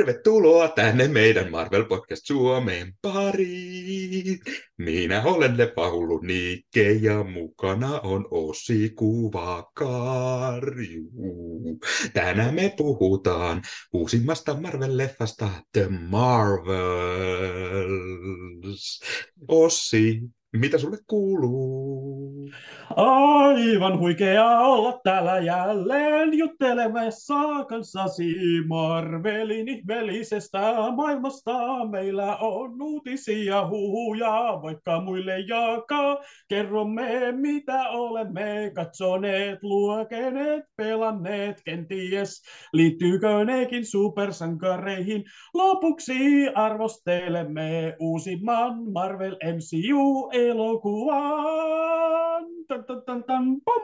Tervetuloa tänne meidän Marvel Podcast Suomeen pariin. Minä olen Paulu Nikke ja mukana on Ossi Kuvakarju. Tänään me puhutaan uusimmasta Marvel-leffasta The Marvels. Ossi, mitä sulle kuuluu? Aivan huikeaa olla täällä jälleen juttelemassa kanssasi Marvelin ihmeellisestä maailmasta. Meillä on uutisia, huhuja, vaikka muille jakaa. Kerromme, mitä olemme katsoneet, lukeneet, pelanneet, kenties. Liittyykö nekin supersankareihin? Lopuksi arvostelemme uusimman Marvel MCU-elokuvan. Tan, tan, tan, tan, pom.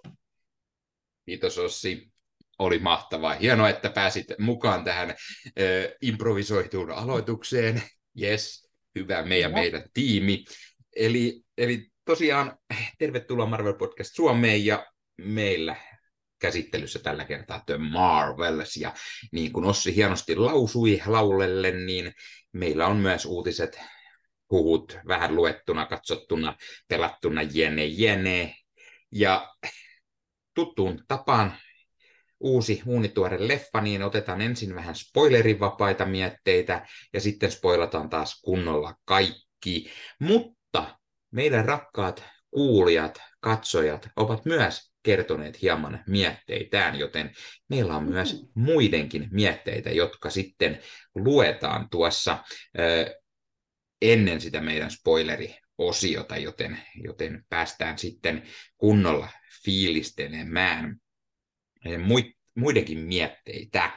Kiitos Ossi. Oli mahtavaa. Hienoa, että pääsit mukaan tähän improvisoituun aloitukseen. Yes, hyvä Kyllä. meidän tiimi. Eli tosiaan tervetuloa Marvel Podcast Suomeen ja meillä käsittelyssä tällä kertaa The Marvels. Ja niin kuin Ossi hienosti lausui laulelle, niin meillä on myös uutiset, huhut, vähän luettuna, katsottuna, pelattuna, jene. Ja tuttuun tapaan uusi uunituore leffa, niin otetaan ensin vähän spoilerivapaita mietteitä ja sitten spoilataan taas kunnolla kaikki. Mutta meidän rakkaat kuulijat, katsojat ovat myös kertoneet hieman mietteitään, joten meillä on myös muidenkin mietteitä, jotka sitten luetaan tuossa ennen sitä meidän spoileriosiota, joten päästään sitten kunnolla fiilistelemään muidenkin mietteitä.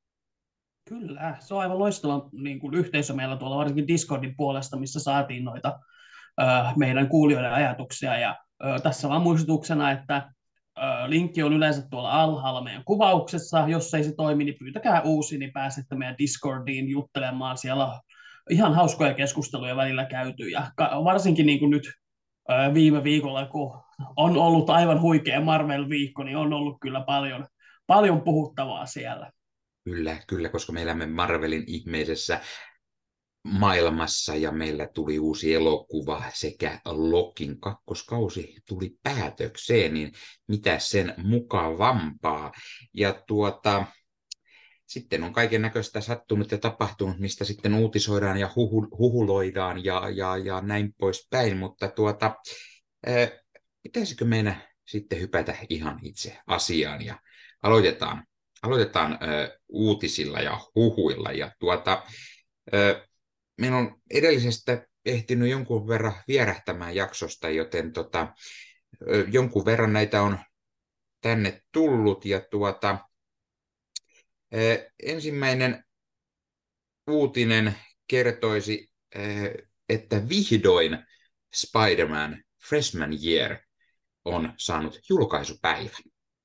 Kyllä, se on aivan loistava niin kuin yhteisö meillä tuolla varsinkin Discordin puolesta, missä saatiin noita meidän kuulijoiden ajatuksia. Ja tässä vaan muistutuksena, että linkki on yleensä tuolla alhaalla meidän kuvauksessa. Jos ei se toimi, niin pyytäkää uusi, niin pääsette meidän Discordiin juttelemaan. Siellä on ihan hauskoja keskusteluja välillä käyty. Ja varsinkin niin kuin nyt viime viikolla, kun on ollut aivan huikea Marvel-viikko, niin on ollut kyllä paljon puhuttavaa siellä. Kyllä, koska me elämme Marvelin ihmeisessä maailmassa ja meillä tuli uusi elokuva sekä Lokin kakkoskausi tuli päätökseen, niin mitä sen mukavampaa. Ja sitten on kaiken näköistä sattunut ja tapahtunut, mistä sitten uutisoidaan ja huhuloidaan ja näin poispäin, mutta äh, pitäisikö meidän sitten hypätä ihan itse asiaan ja aloitetaan uutisilla ja huhuilla ja meillä on edellisestä ehtinyt jonkun verran vierähtämään jaksosta, joten jonkun verran näitä on tänne tullut ja ensimmäinen uutinen kertoisi, että vihdoin Spider-Man Freshman Year on saanut julkaisupäivän.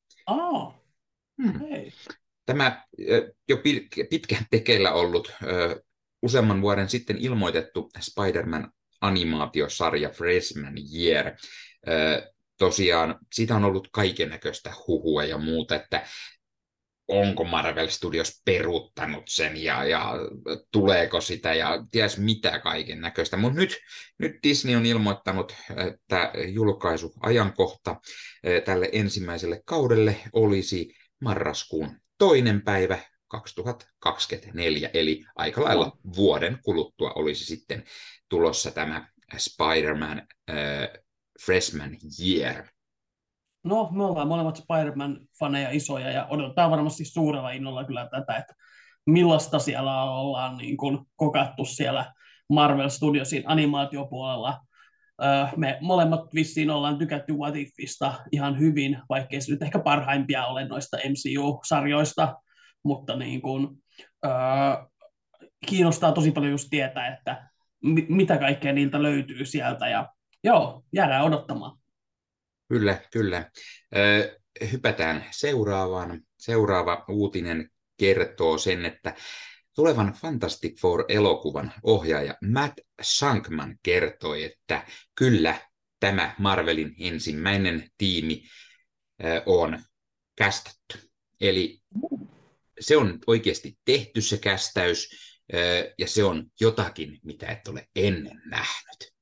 Hmm. Hei. Tämä jo pitkään tekeillä ollut, useamman vuoden sitten ilmoitettu Spider-Man animaatiosarja Freshman Year. Tosiaan siitä on ollut kaikennäköistä huhua ja muuta, että onko Marvel Studios peruuttanut sen ja tuleeko sitä ja ties mitä kaiken näköistä. Mutta nyt Disney on ilmoittanut, että julkaisuajankohta tälle ensimmäiselle kaudelle olisi marraskuun 2. päivä 2024, eli aika lailla vuoden kuluttua olisi sitten tulossa tämä Spider-Man Freshman Year. No, me ollaan molemmat Spider-Man-faneja isoja ja odotetaan varmasti suurella innolla kyllä tätä, että millaista siellä ollaan niin kuin kokattu siellä Marvel Studiosin animaatiopuolella. Me molemmat vissiin ollaan tykätty What Ifista ihan hyvin, vaikkei se nyt ehkä parhaimpia ole noista MCU-sarjoista, mutta niin kuin, kiinnostaa tosi paljon just tietää, että mitä kaikkea niiltä löytyy sieltä ja joo, jäädään odottamaan. Kyllä. Hypätään seuraavaan. Seuraava uutinen kertoo sen, että tulevan Fantastic Four-elokuvan ohjaaja Matt Shankman kertoi, että kyllä tämä Marvelin ensimmäinen tiimi on castattu. Eli se on oikeasti tehty se kästäys, ja se on jotakin, mitä et ole ennen nähnyt.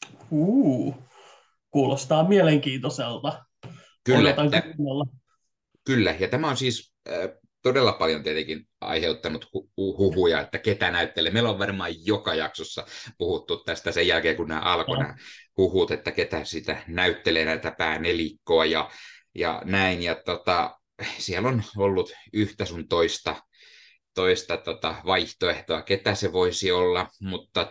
Kuulostaa mielenkiintoiselta. Kyllä, Odotan kunnolla. kyllä, ja tämä on siis todella paljon tietenkin aiheuttanut huhuja, että ketä näyttelee. Meillä on varmaan joka jaksossa puhuttu tästä sen jälkeen, kun nämä alkoi nämä huhut, että ketä sitä näyttelee näitä päänelikkoa ja näin. Ja siellä on ollut yhtä sun toista vaihtoehtoa, ketä se voisi olla, mutta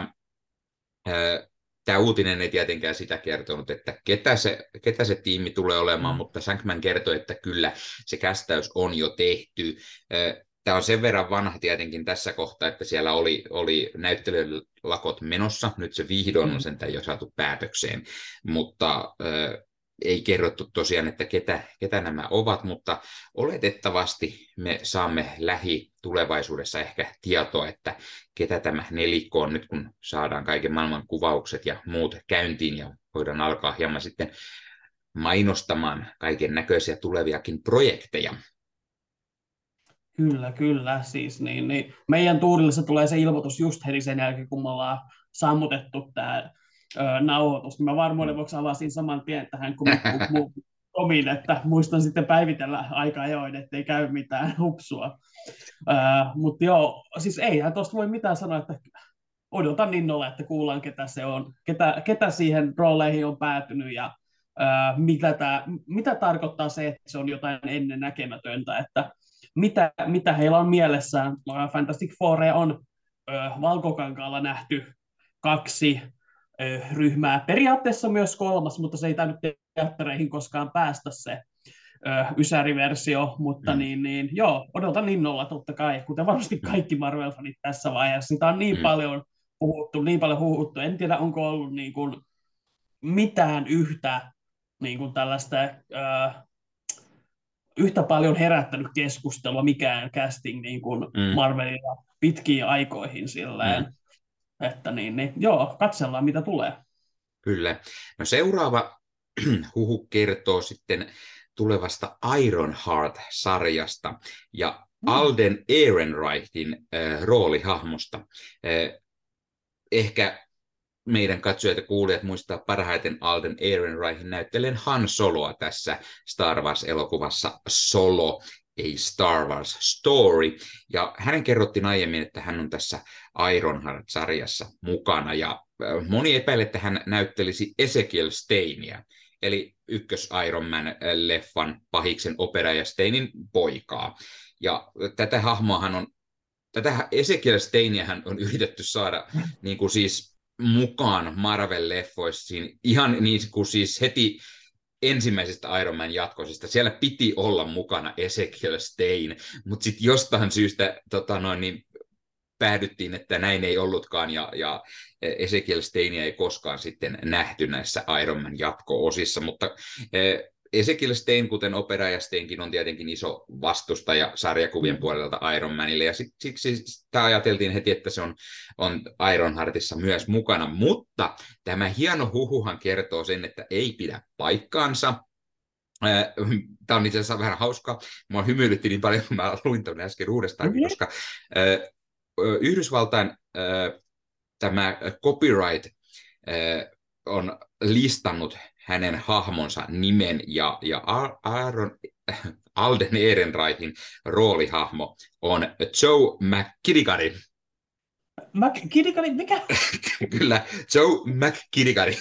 tämä uutinen ei tietenkään sitä kertonut, että ketä se tiimi tulee olemaan, mutta Shankman kertoi, että kyllä se kästäys on jo tehty. Tämä on sen verran vanha tietenkin tässä kohtaa, että siellä oli näyttelijälakot menossa. Nyt se vihdoin on sentään jo saatu päätökseen, mutta ei kerrottu tosiaan, että ketä nämä ovat, mutta oletettavasti me saamme lähitulevaisuudessa ehkä tietoa, että ketä tämä nelikko on nyt, kun saadaan kaiken maailman kuvaukset ja muut käyntiin ja voidaan alkaa hieman sitten mainostamaan kaiken näköisiä tuleviakin projekteja. Kyllä. Siis niin. Meidän tuurille se tulee se ilmoitus just heti sen jälkeen, kun me ollaan sammutettu tämä nauhoitus. Mä varmuuden vuoksi avasin saman tien tähän Comic Tomin, että muistan sitten päivitellä aika ajoin, ettei käy mitään hupsua. Mutta joo, siis eihän tuosta voi mitään sanoa, että odotan innolla, että kuullaan ketä se on, ketä siihen rooleihin on päätynyt ja mitä tarkoittaa se, että se on jotain ennen näkemätöntä, että mitä heillä on mielessään. Fantastic Four on Valkokankaalla nähty 2 ryhmää, periaatteessa myös 3, mutta se ei tainnut teattereihin koskaan päästä se ysäriversio, mutta joo, odotan innolla totta kai, kuten varmasti kaikki Marvel-fanit tässä vaiheessa. Sitä on niin paljon huhuttu, en tiedä onko ollut niin kuin mitään yhtä niin kuin tällaista yhtä paljon herättänyt keskustelua mikään casting niin kuin Marvelilla pitkiin aikoihin silleen. Että joo, katsellaan mitä tulee. Kyllä. No seuraava huhu kertoo sitten tulevasta Ironheart-sarjasta ja Alden Ehrenreichin roolihahmosta. Ehkä meidän katsojat ja kuulijat muistaa parhaiten Alden Ehrenreichin näyttelijän Han Soloa tässä Star Wars-elokuvassa Solo, A Star Wars Story. Ja hänen kerrottiin aiemmin, että hän on tässä Ironheart-sarjassa mukana. Ja moni epäilee, että hän näyttelisi Ezekiel Stainia, eli ykkös Iron Man-leffan pahiksen Opera Steinin poikaa. Ja tätä Ezekiel Stainiahan on yritetty saada niin kuin siis mukaan Marvel-leffoissiin ihan niin kuin siis heti ensimmäisestä Iron Man jatkosista. Siellä piti olla mukana Ezekiel Stein, mutta sitten jostain syystä päädyttiin, että näin ei ollutkaan, ja Ezekiel Steinia ei koskaan sitten nähty näissä Iron Man jatko-osissa, mutta Ezekiel Stein, kuten Opera ja Steinkin, on tietenkin iso vastustaja sarjakuvien puolelta Iron Manille, ja siksi sitä ajateltiin heti, että se on Ironheartissa myös mukana, mutta tämä hieno huhuhan kertoo sen, että ei pidä paikkaansa. Tämä on itse asiassa vähän hauskaa. Mua hymyilytti niin paljon, kun mä luin tämän äsken uudestaan, koska Yhdysvaltain tämä copyright on listannut hänen hahmonsa nimen ja Alden Ehrenreichin roolihahmo on Joe McKilligary. McKilligary, mikä? Kyllä, Joe McKilligary.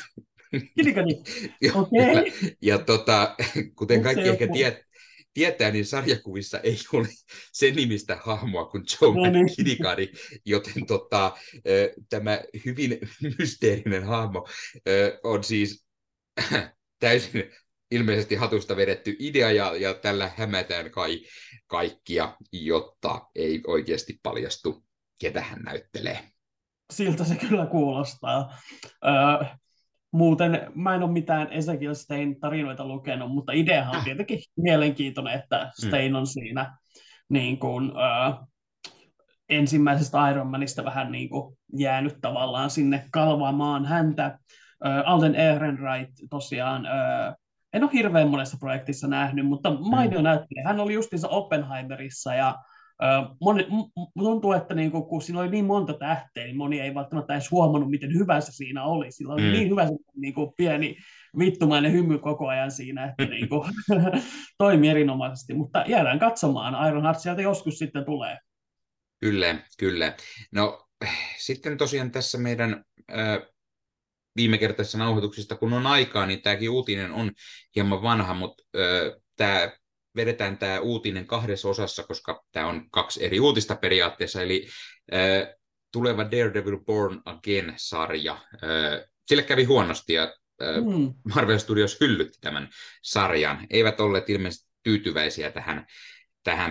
Okei. Ja kuten kaikki ehkä tietää, niin sarjakuvissa ei ole sen nimistä hahmoa kuin Joe McKilligary, joten tämä hyvin mysteerinen hahmo on siis täysin ilmeisesti hatusta vedetty idea, ja tällä hämätään kaikkia, jotta ei oikeasti paljastu, ketä hän näyttelee. Siltä se kyllä kuulostaa. Muuten mä en ole mitään Ezekiel Stein tarinoita lukenut, mutta ideahan on tietenkin mielenkiintoinen, että Stein on siinä niin kuin, ensimmäisestä Iron Manista vähän niin kuin jäänyt tavallaan sinne kalvamaan häntä. Alden Ehrenreich tosiaan, en ole hirveän monessa projektissa nähnyt, mutta mainio näyttelijä. Hän oli justiinsa Oppenheimerissa ja Tuntuu, että niin kuin, kun siinä oli niin monta tähteä, niin moni ei välttämättä edes huomannut, miten hyvä se siinä oli. Sillä oli Mm, niin hyvä se niin kuin pieni vittumainen hymy koko ajan siinä, että niin kuin, toimi erinomaisesti. Mutta jäädään katsomaan. Ironheart sieltä joskus sitten tulee. kyllä, kyllä. No sitten tosiaan tässä meidän viimekertaisessa nauhoituksista, kun on aikaa, niin tämäkin uutinen on hieman vanha, mutta vedetään tämä uutinen kahdessa osassa, koska tämä on kaksi eri uutista periaatteessa, eli tuleva Daredevil Born Again-sarja. Sille kävi huonosti ja Marvel Studios hyllytti tämän sarjan. Eivät olleet ilmeisesti tyytyväisiä tähän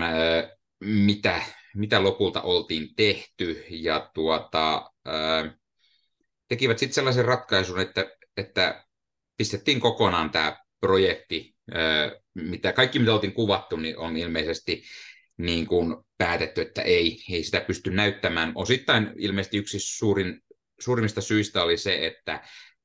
mitä lopulta oltiin tehty, ja tekivät sitten sellaisen ratkaisun, että pistettiin kokonaan tämä projekti, kaikki mitä oltiin kuvattu, niin on ilmeisesti niin kuin päätetty, että ei sitä pysty näyttämään. Osittain ilmeisesti yksi suurimmista syistä oli se, että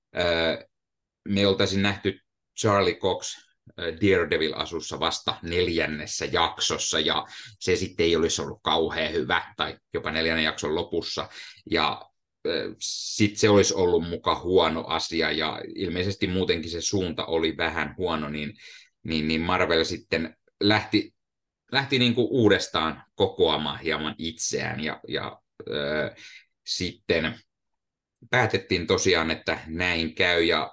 me oltaisiin nähty Charlie Cox Daredevil-asussa vasta 4. jaksossa, ja se sitten ei olisi ollut kauhean hyvä, tai jopa 4. jakson lopussa, ja sitten se olisi ollut muka huono asia, ja ilmeisesti muutenkin se suunta oli vähän huono, niin Marvel sitten lähti niin kuin uudestaan kokoamaan hieman itseään, ja sitten päätettiin tosiaan, että näin käy, ja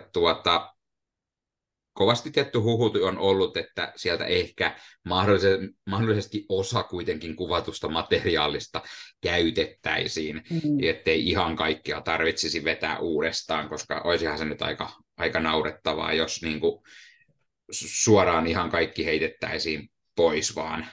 kovasti tietty huhut on ollut, että sieltä ehkä mahdollisesti osa kuitenkin kuvatusta materiaalista käytettäisiin, ettei ihan kaikkea tarvitsisi vetää uudestaan, koska olisihan se nyt aika naurettavaa, jos niin kuin suoraan ihan kaikki heitettäisiin pois vaan.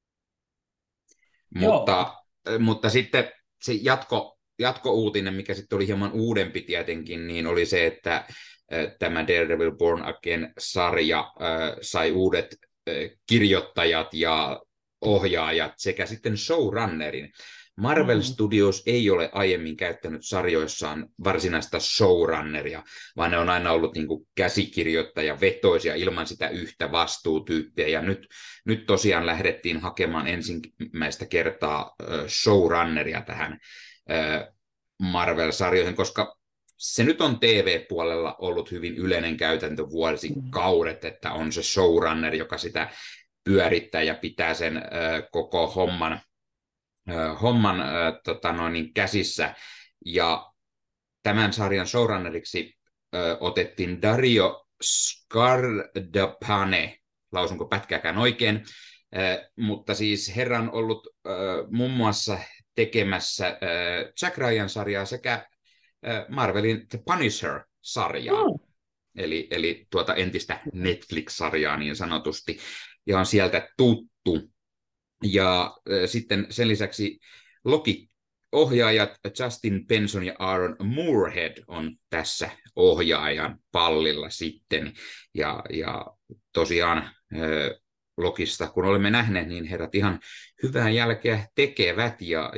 Mutta sitten se jatko-uutinen, mikä sitten oli hieman uudempi tietenkin, niin oli se, että tämä Daredevil Born Again-sarja sai uudet kirjoittajat ja ohjaajat sekä sitten showrunnerin. Marvel Studios ei ole aiemmin käyttänyt sarjoissaan varsinaista showrunneria, vaan ne on aina ollut niin kuin käsikirjoittajavetoisia ilman sitä yhtä vastuutyyppiä. Ja nyt tosiaan lähdettiin hakemaan ensimmäistä kertaa showrunneria tähän Marvel-sarjoihin, koska se nyt on TV-puolella ollut hyvin yleinen käytäntö vuosikaudet, että on se showrunner, joka sitä pyörittää ja pitää sen koko homman käsissä. Ja tämän sarjan showrunneriksi otettiin Dario Scardapane, lausunko pätkääkään oikein, mutta siis herra on ollut muun muassa tekemässä Jack Ryan-sarjaa sekä Marvelin The Punisher-sarjaa, eli tuota entistä Netflix-sarjaa niin sanotusti, ja on sieltä tuttu. Ja sitten sen lisäksi Loki-ohjaajat Justin Benson ja Aaron Moorhead on tässä ohjaajan pallilla sitten, ja tosiaan Lokista, kun olemme nähneet, niin herrat ihan hyvää jälkeä tekevät, ja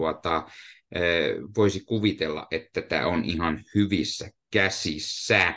voisi kuvitella, että tämä on ihan hyvissä käsissä.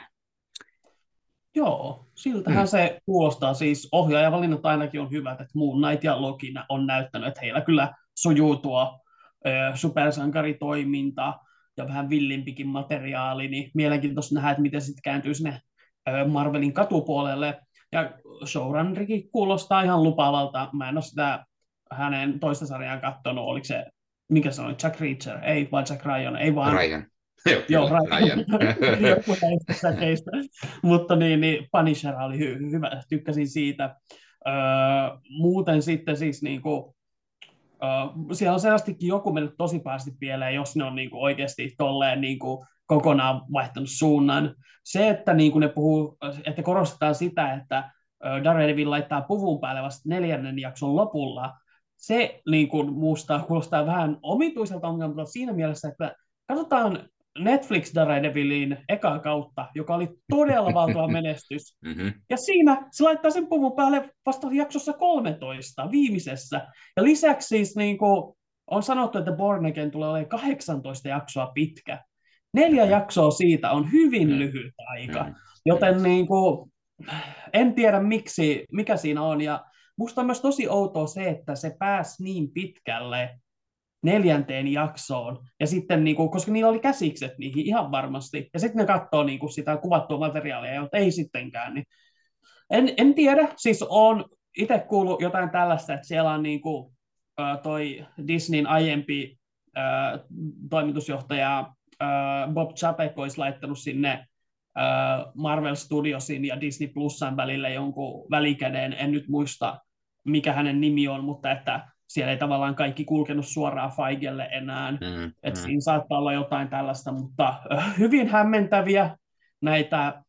Joo, siltähän se kuulostaa. Siis ohjaajavalinnat ainakin on hyvät, että Moon Knight ja Loki on näyttänyt, että heillä kyllä sujuu tuo supersankaritoiminta ja vähän villimpikin materiaali, niin mielenkiintoista nähdä, että miten sitten kääntyy sinne Marvelin katupuolelle. Ja showrunnerikin kuulostaa ihan lupaavalta. Mä en ole sitä hänen toista sarjaan katsonut, oliko se, mikä se oli, Jack Reacher, ei vaan Jack Ryan, ei vaan... Ryan. Joo, Ryan. Joku näistä säkeistä. Mutta niin Punisher oli hyvä, tykkäsin siitä. Muuten sitten siis niinku, siellä on selvästikin joku mennyt tosi pahasti pieleen, jos ne on niinku oikeasti tolleen niinku kokonaan vaihtanut suunnan. Se, että niinku ne puhuu, että korostetaan sitä, että Daredevil laittaa puvun päälle vasta 4. jakson lopulla, se niinku musta kuulostaa vähän omituiselta ongelmalta siinä mielessä, että katsotaan Netflix Daredevilin ekaa kautta, joka oli todella valtava menestys. Ja siinä se laittaa sen puvun päälle vasta jaksossa 13, viimeisessä. Ja lisäksi siis niin kuin on sanottu, että Born Again tulee olemaan 18 jaksoa pitkä. 4 jaksoa siitä on hyvin lyhyt aika. Joten niin kuin, en tiedä mikä siinä on. Ja musta on myös tosi outoa se, että se pääsi niin pitkälle 4. jaksoon, ja sitten, niin kuin, koska niillä oli käsikset niihin ihan varmasti, ja sitten ne katsoo niin kuin sitä kuvattua materiaalia, ja ei sittenkään, niin en tiedä, siis on itse kuullut jotain tällaista, että siellä on niin kuin, toi Disneyn aiempi toimitusjohtaja Bob Chapek olisi laittanut sinne Marvel Studiosin ja Disney Plusan välille jonkun välikäden, en nyt muista mikä hänen nimi on, mutta että siellä ei tavallaan kaikki kulkenut suoraan Feigelle enää, että siinä saattaa olla jotain tällaista, mutta hyvin hämmentäviä näitä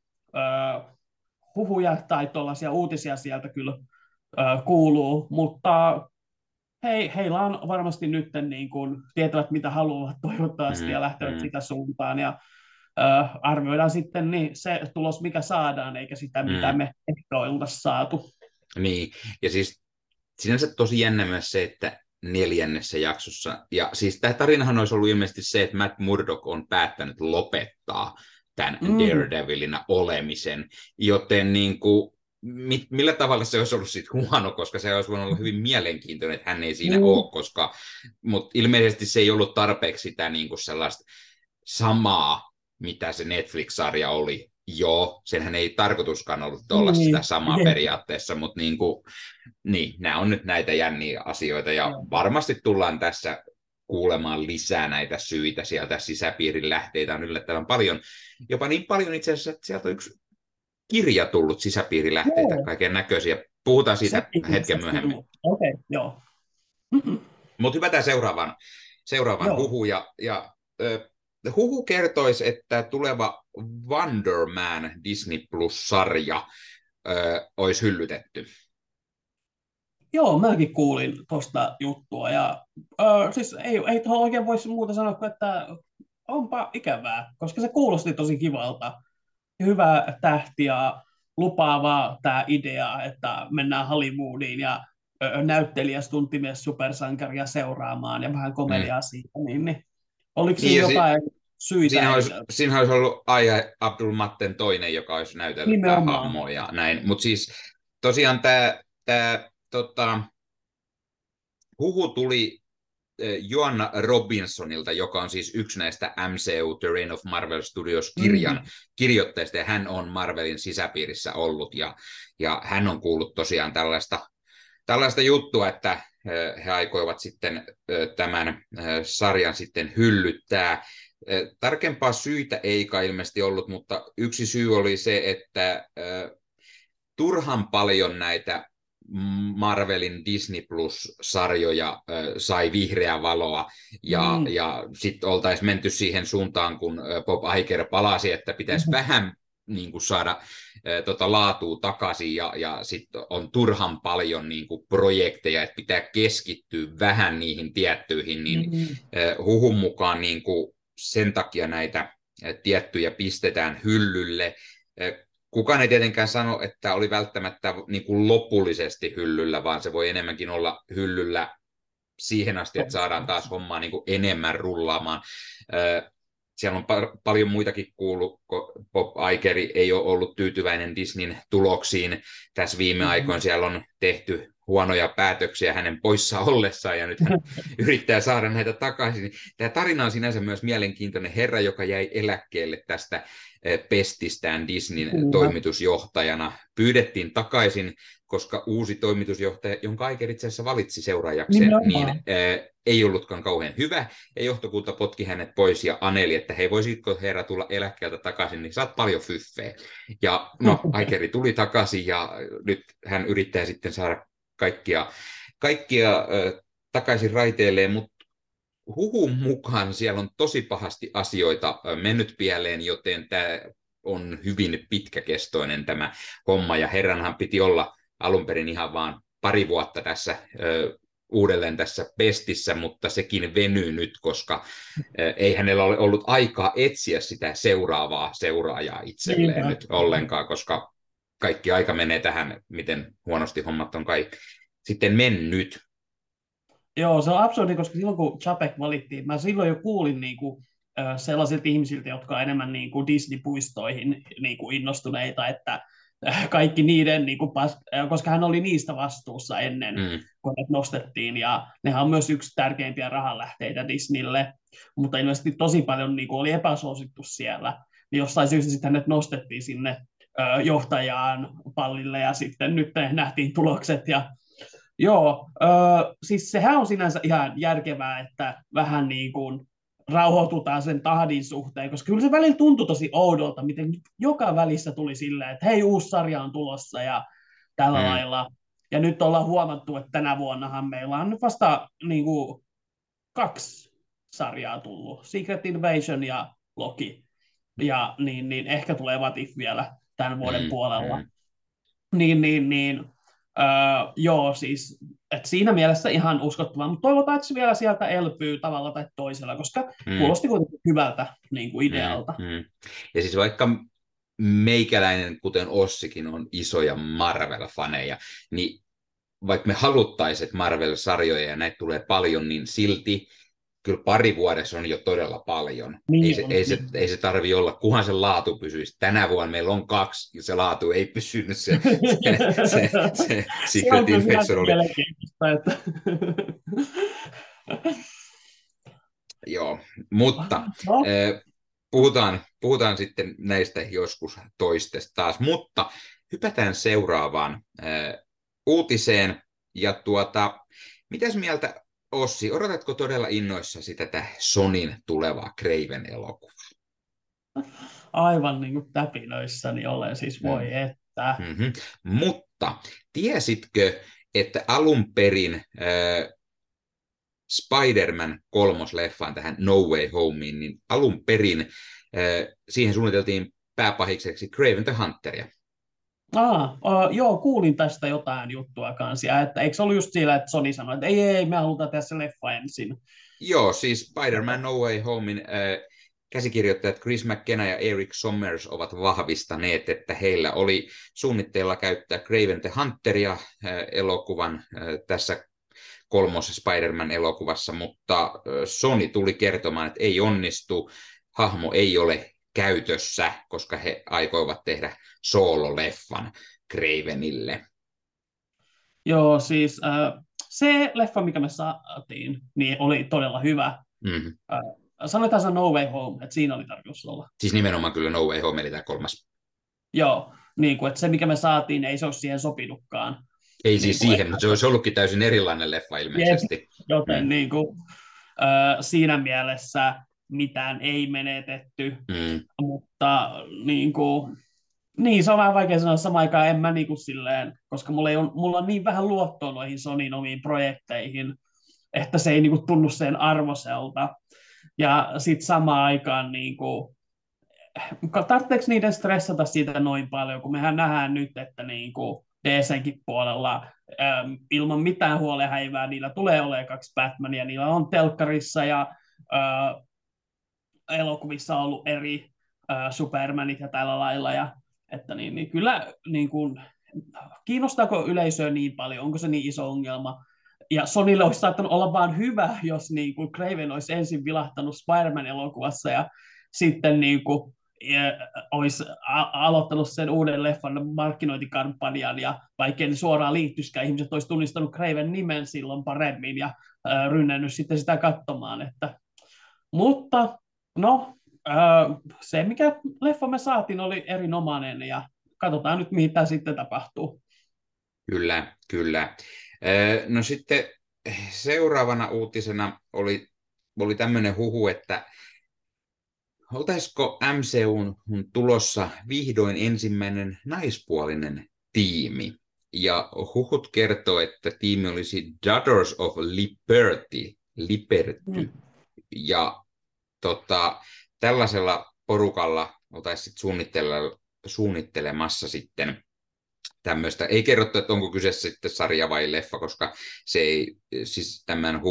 huhuja tai tuollaisia uutisia sieltä kyllä kuuluu, mutta heillä on varmasti nyt niin kuin, tietävät mitä haluavat toivottavasti ja lähtevät sitä suuntaan ja arvioidaan sitten niin se tulos, mikä saadaan, eikä sitä, mitä me ehkä oltaisiin saatu. Niin, ja siis sinänsä tosi jännä myös se, että 4. jaksossa, ja siis tämä tarinahan olisi ollut ilmeisesti se, että Matt Murdock on päättänyt lopettaa tämän Daredevilina olemisen, joten niin kuin, millä tavalla se olisi ollut sitten huono, koska se olisi voinut olla hyvin mielenkiintoinen, että hän ei siinä ole, koska, mutta ilmeisesti se ei ollut tarpeeksi sitä niin kuin sellaista samaa, mitä se Netflix-sarja oli. Joo, senhän ei tarkoituskaan ollut olla sitä samaa periaatteessa, mutta niin, nämä on nyt näitä jänniä asioita, ja varmasti tullaan tässä kuulemaan lisää näitä syitä sieltä sisäpiirin lähteitä on yllättävän paljon. Jopa niin paljon itse asiassa, että sieltä on yksi kirja tullut sisäpiirilähteitä, kaiken näköisiä. Puhutaan siitä hetken myöhemmin. Okei, joo. Mutta hyvä tämä seuraavan huhu. Ja huhu kertoisi, että tuleva Wonder Man Disney Plus-sarja olisi hyllytetty. Joo, mäkin kuulin tuosta juttua. Ja, siis ei tuohon oikein voisi muuta sanoa kuin, että onpa ikävää, koska se kuulosti tosi kivalta. Hyvä tähti ja lupaava tämä idea, että mennään Hollywoodiin ja näyttelijästuntimies supersankaria seuraamaan ja vähän komediaa siitä. Niin. Oliko siinä jotain syitä? Siinä olisi ollut Aya Abdul-Matten toinen, joka olisi näytellyt tämä hahmo ja näin. Mutta siis tosiaan tämä huhu tuli Joanna Robinsonilta, joka on siis yksi näistä MCU The Reign of Marvel Studios-kirjan kirjoittajista, ja hän on Marvelin sisäpiirissä ollut, ja hän on kuullut tosiaan tällaista juttua, että he aikoivat sitten tämän sarjan sitten hyllyttää. Tarkempaa syitä ei kai ilmeisesti ollut, mutta yksi syy oli se, että turhan paljon näitä Marvelin Disney Plus-sarjoja sai vihreää valoa, ja sitten oltaisiin menty siihen suuntaan, kun Bob Iger palasi, että pitäisi vähän niin kuin saada laatua takaisin, ja sitten on turhan paljon niin kuin projekteja, että pitää keskittyä vähän niihin tiettyihin, niin huhun mukaan niin kuin sen takia näitä tiettyjä pistetään hyllylle. Kukaan ei tietenkään sano, että oli välttämättä niin kuin lopullisesti hyllyllä, vaan se voi enemmänkin olla hyllyllä siihen asti, että saadaan taas hommaa niin kuin enemmän rullaamaan. Siellä on paljon muitakin kuullut, kun Bob Iger ei ole ollut tyytyväinen Disneyn tuloksiin. Tässä viime aikoina siellä on tehty huonoja päätöksiä hänen poissa ollessaan, ja nyt hän yrittää saada näitä takaisin. Tämä tarina on sinänsä myös mielenkiintoinen. Herra, joka jäi eläkkeelle tästä pestistään Disneyn toimitusjohtajana, pyydettiin takaisin, koska uusi toimitusjohtaja, jonka Iger itse asiassa valitsi seuraajakseen, niin ei ollutkaan kauhean hyvä, ja johtokunta potki hänet pois ja aneli, että hei, voisitko herra tulla eläkkeeltä takaisin, niin saat paljon fyffeä. Ja no, Igeri tuli takaisin, ja nyt hän yrittää sitten saada kaikkia takaisin raiteilleen, mutta huhun mukaan siellä on tosi pahasti asioita mennyt pieleen, joten tämä on hyvin pitkäkestoinen tämä homma, ja herranhan piti olla alun perin ihan vaan pari vuotta tässä uudelleen tässä pestissä, mutta sekin venyy nyt, koska ei hänellä ole ollut aikaa etsiä sitä seuraavaa seuraajaa itselleen nyt ollenkaan, koska kaikki aika menee tähän, miten huonosti hommat on kai sitten mennyt. Joo, se on absurdi, koska silloin kun Chapek valittiin, mä silloin jo kuulin niin kuin, sellaisilta ihmisiltä, jotka on enemmän niin kuin Disney-puistoihin niin kuin innostuneita, että kaikki niiden, niin kuin, koska hän oli niistä vastuussa ennen, Mm, kun ne nostettiin, ja nehän on myös yksi tärkeimpiä rahanlähteitä Disneylle, mutta ilmeisesti tosi paljon niin kuin, oli epäsuosittu siellä, niin jostain syystä sitten hänet nostettiin sinne johtajaan pallille, ja sitten nyt nähtiin tulokset, ja joo, siis sehän on sinänsä ihan järkevää, että vähän niin kuin rauhoitutaan sen tahdin suhteen, koska kyllä se välillä tuntui tosi oudolta, miten joka välissä tuli silleen, että hei, uusi sarja on tulossa ja tällä mm, lailla. Ja nyt ollaan huomattu, että tänä vuonnahan meillä on nyt vasta niin kuin, 2 sarjaa tullut, Secret Invasion ja Loki. Ja niin ehkä tulee What If vielä tämän vuoden mm, puolella. mm, Niin, joo, siis että siinä mielessä ihan uskottavaa, mutta toivotaan, että se vielä sieltä elpyy tavalla tai toisella, koska mm, kuulosti kuitenkin hyvältä niin kuin mm, idealta. mm. Ja siis vaikka meikäläinen, kuten Ossikin, on isoja Marvel-faneja, niin vaikka me haluttaisiin, että Marvel-sarjoja ja näitä tulee paljon, niin silti kyllä pari vuodessa on jo todella paljon. Ei Niin se, on. ei se, ei se tarvi olla, kunhan se laatu pysyisi. Tänä vuonna meillä on 2, ja se laatu ei pysynyt. Se Se on Secret kyllä sinänsä Invasion oli, mielenkiintoista, että joo. Mutta no, puhutaan sitten näistä joskus toistesta taas. Mutta hypätään seuraavaan uutiseen. Ja mitäs mieltä, Ossi, odotatko todella innoissasi tätä Sonin tulevaa Craven-elokuvaa? aivan niin kuin täpinöissäni olen, siis Mm. voi että. Mm-hmm. Mutta tiesitkö, että alun perin Spider-Man kolmosleffaan tähän No Way Homeen, niin alun perin siihen suunniteltiin pääpahikseksi Craven the Hunteria. Joo, kuulin tästä jotain juttua kanssa, että eikö se ollut just siellä, että Sony sanoi, että ei, me halutaan tehdä se leffa ensin. Joo, siis Spider-Man No Way Homein käsikirjoittajat Chris McKenna ja Eric Sommers ovat vahvistaneet, että heillä oli suunnitteilla käyttää Craven the Hunteria elokuvan tässä kolmos Spider-Man-elokuvassa, mutta Sony tuli kertomaan, että ei onnistu, hahmo ei ole käytössä, koska he aikoivat tehdä soololeffan Cravenille. Joo, siis se leffa, mikä me saatiin, niin oli todella hyvä. Mm. Sanotaan se No Way Home, että siinä oli tarkoitus olla. Siis nimenomaan kyllä No Way Home, eli tämä kolmas. Joo, niin kuin, että se mikä me saatiin, ei se ole siihen sopinutkaan. Ei Niin siis kuin, siihen, mutta se olisi ollutkin täysin erilainen leffa jep, ilmeisesti. joten Mm. niin kuin, siinä mielessä mitään ei menetetty, Mm. mutta niin kuin, niin, se on vähän vaikea sanoa samaan aikaan, en mä niin kuin silleen, koska mulla on niin vähän luottoa noihin Sonyn omiin projekteihin, että se ei niin kuin tunnu sen arvoselta. Ja sitten samaan aikaan, niin kuin, tarvitseeko niiden stressata siitä noin paljon, kun mehän nähdään nyt, että niin kuin DC:nkin puolella ilman mitään huolehäivää niillä tulee olemaan 2 Batmania, niillä on telkkarissa ja elokuvissa ollut eri Supermanit ja tällä lailla, ja että niin kyllä niin kuin, kiinnostaako yleisöä niin paljon, onko se niin iso ongelma, ja Sonylle olisi saattanut olla vaan hyvä, jos niin kuin Craven olisi ensin vilahtanut Spider-Man-elokuvassa ja sitten niin kuin, olisi aloittanut sen uuden leffan markkinointikampanjan ja vaikkei ne suoraan liittyisikään, ihmiset olisi tunnistanut Craven nimen silloin paremmin ja rynnännyt sitten sitä katsomaan. Mutta no, se mikä leffa me saatiin oli erinomainen ja katsotaan nyt mitä sitten tapahtuu. Kyllä, kyllä. No sitten seuraavana uutisena oli tämmöinen huhu, että oltaisiko MCUn tulossa vihdoin ensimmäinen naispuolinen tiimi. Ja huhut kertoo, että tiimi olisi Daughters of Liberty, Mm. Liberty. Ja tällaisella porukalla oltaisiin suunnittelemassa sitten tämmöistä. Ei kerrottu, että onko kyseessä sitten sarja vai leffa, koska se ei, siis tämän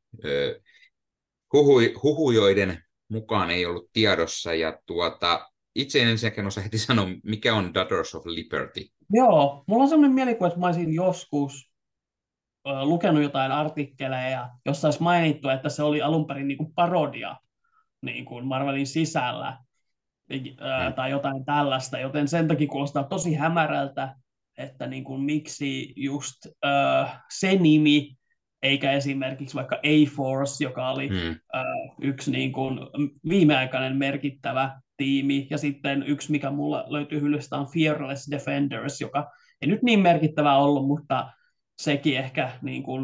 huhujoiden mukaan ei ollut tiedossa. Ja itse en ensinnäkään osaa heti sanoa, mikä on Daughters of Liberty. Joo, mulla on sellainen mielikuva, että mä olisin joskus lukenut jotain artikkeleja, jossa olisi mainittu, että se oli alun perin niin kuin parodia niin kuin Marvelin sisällä. Mm. tai jotain tällaista, joten sen takia kuulostaa tosi hämärältä, että niin kuin, miksi just se nimi, eikä esimerkiksi vaikka A-Force, joka oli Mm. yksi niin kuin, viimeaikainen merkittävä tiimi, ja sitten yksi, mikä mulla löytyy hyllystä, on Fearless Defenders, joka ei nyt niin merkittävä ollut, mutta sekin ehkä niin kuin,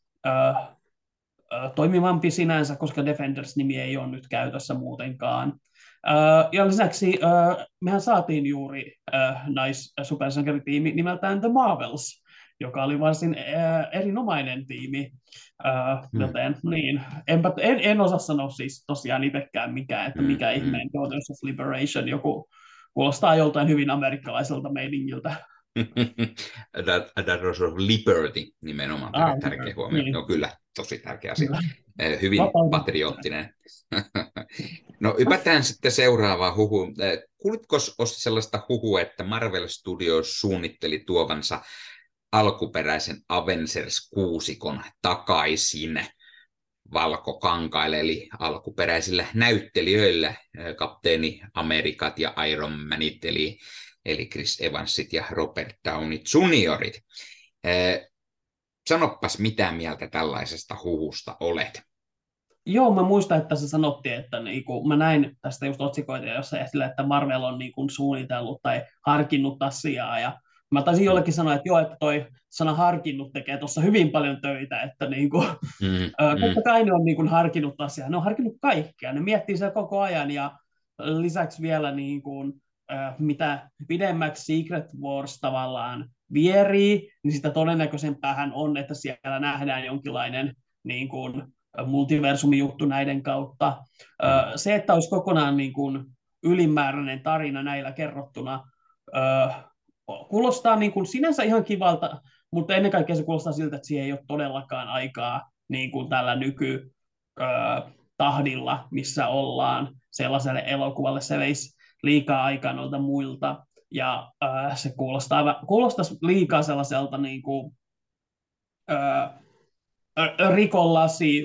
toimivampi sinänsä, koska Defenders-nimi ei ole nyt käytössä muutenkaan. Ja lisäksi mehän saatiin juuri supersankaritiimi nimeltään The Marvels, joka oli varsin erinomainen tiimi. Mm. Joten niin, en osaa sanoa siis tosiaan itsekään että Mm. mikä Mm. ihmeen Daughters of Liberation, joku kuulostaa joltain hyvin amerikkalaiselta meiningiltä. Daughters of Liberty nimenomaan, tärkeä Liberty, huomio. No niin, kyllä, tosi tärkeä asia. kyllä. Hyvin Vapauden. patriottinen. No ypätään sitten seuraavaan huhuun. Kuulitko Ossi sellaista huhua, että Marvel Studios suunnitteli tuovansa alkuperäisen Avengers-kuusikon takaisin valkokankaille, eli alkuperäisillä näyttelijöillä, kapteeni Amerikat ja Iron Manit, eli Chris Evansit ja Robert Downey juniorit. Sanoppas, mitä mieltä tällaisesta huhusta olet? Joo, mä muistan, että se sanottiin, että niinku, mä näin tästä just otsikoita jossa esille, että Marvel on niinku suunnitellut tai harkinnut asiaa, ja mä taisin Mm. jollekin sanoa, että joo, että toi sana harkinnut tekee tuossa hyvin paljon töitä, että niinku, Mm. totta kai ne on niinku harkinnut asiaa, ne on harkinnut kaikkea, ne miettii sitä koko ajan, ja lisäksi vielä niinku, mitä pidemmäksi Secret Wars tavallaan vierii, niin sitä todennäköisempäähän on, että siellä nähdään jonkinlainen niin kuin, multiversumijuttu näiden kautta. Mm. Se, että olisi kokonaan niin kuin, ylimääräinen tarina näillä kerrottuna, kuulostaa niin kuin, sinänsä ihan kivalta, mutta ennen kaikkea se kuulostaa siltä, että siihen ei ole todellakaan aikaa niin kuin tällä tahdilla, missä ollaan sellaiselle elokuvalle. Se veisi liikaa aikaa noilta muilta, ja se kuulostaisi liikaa sellaiselta niin kuin, rikollasi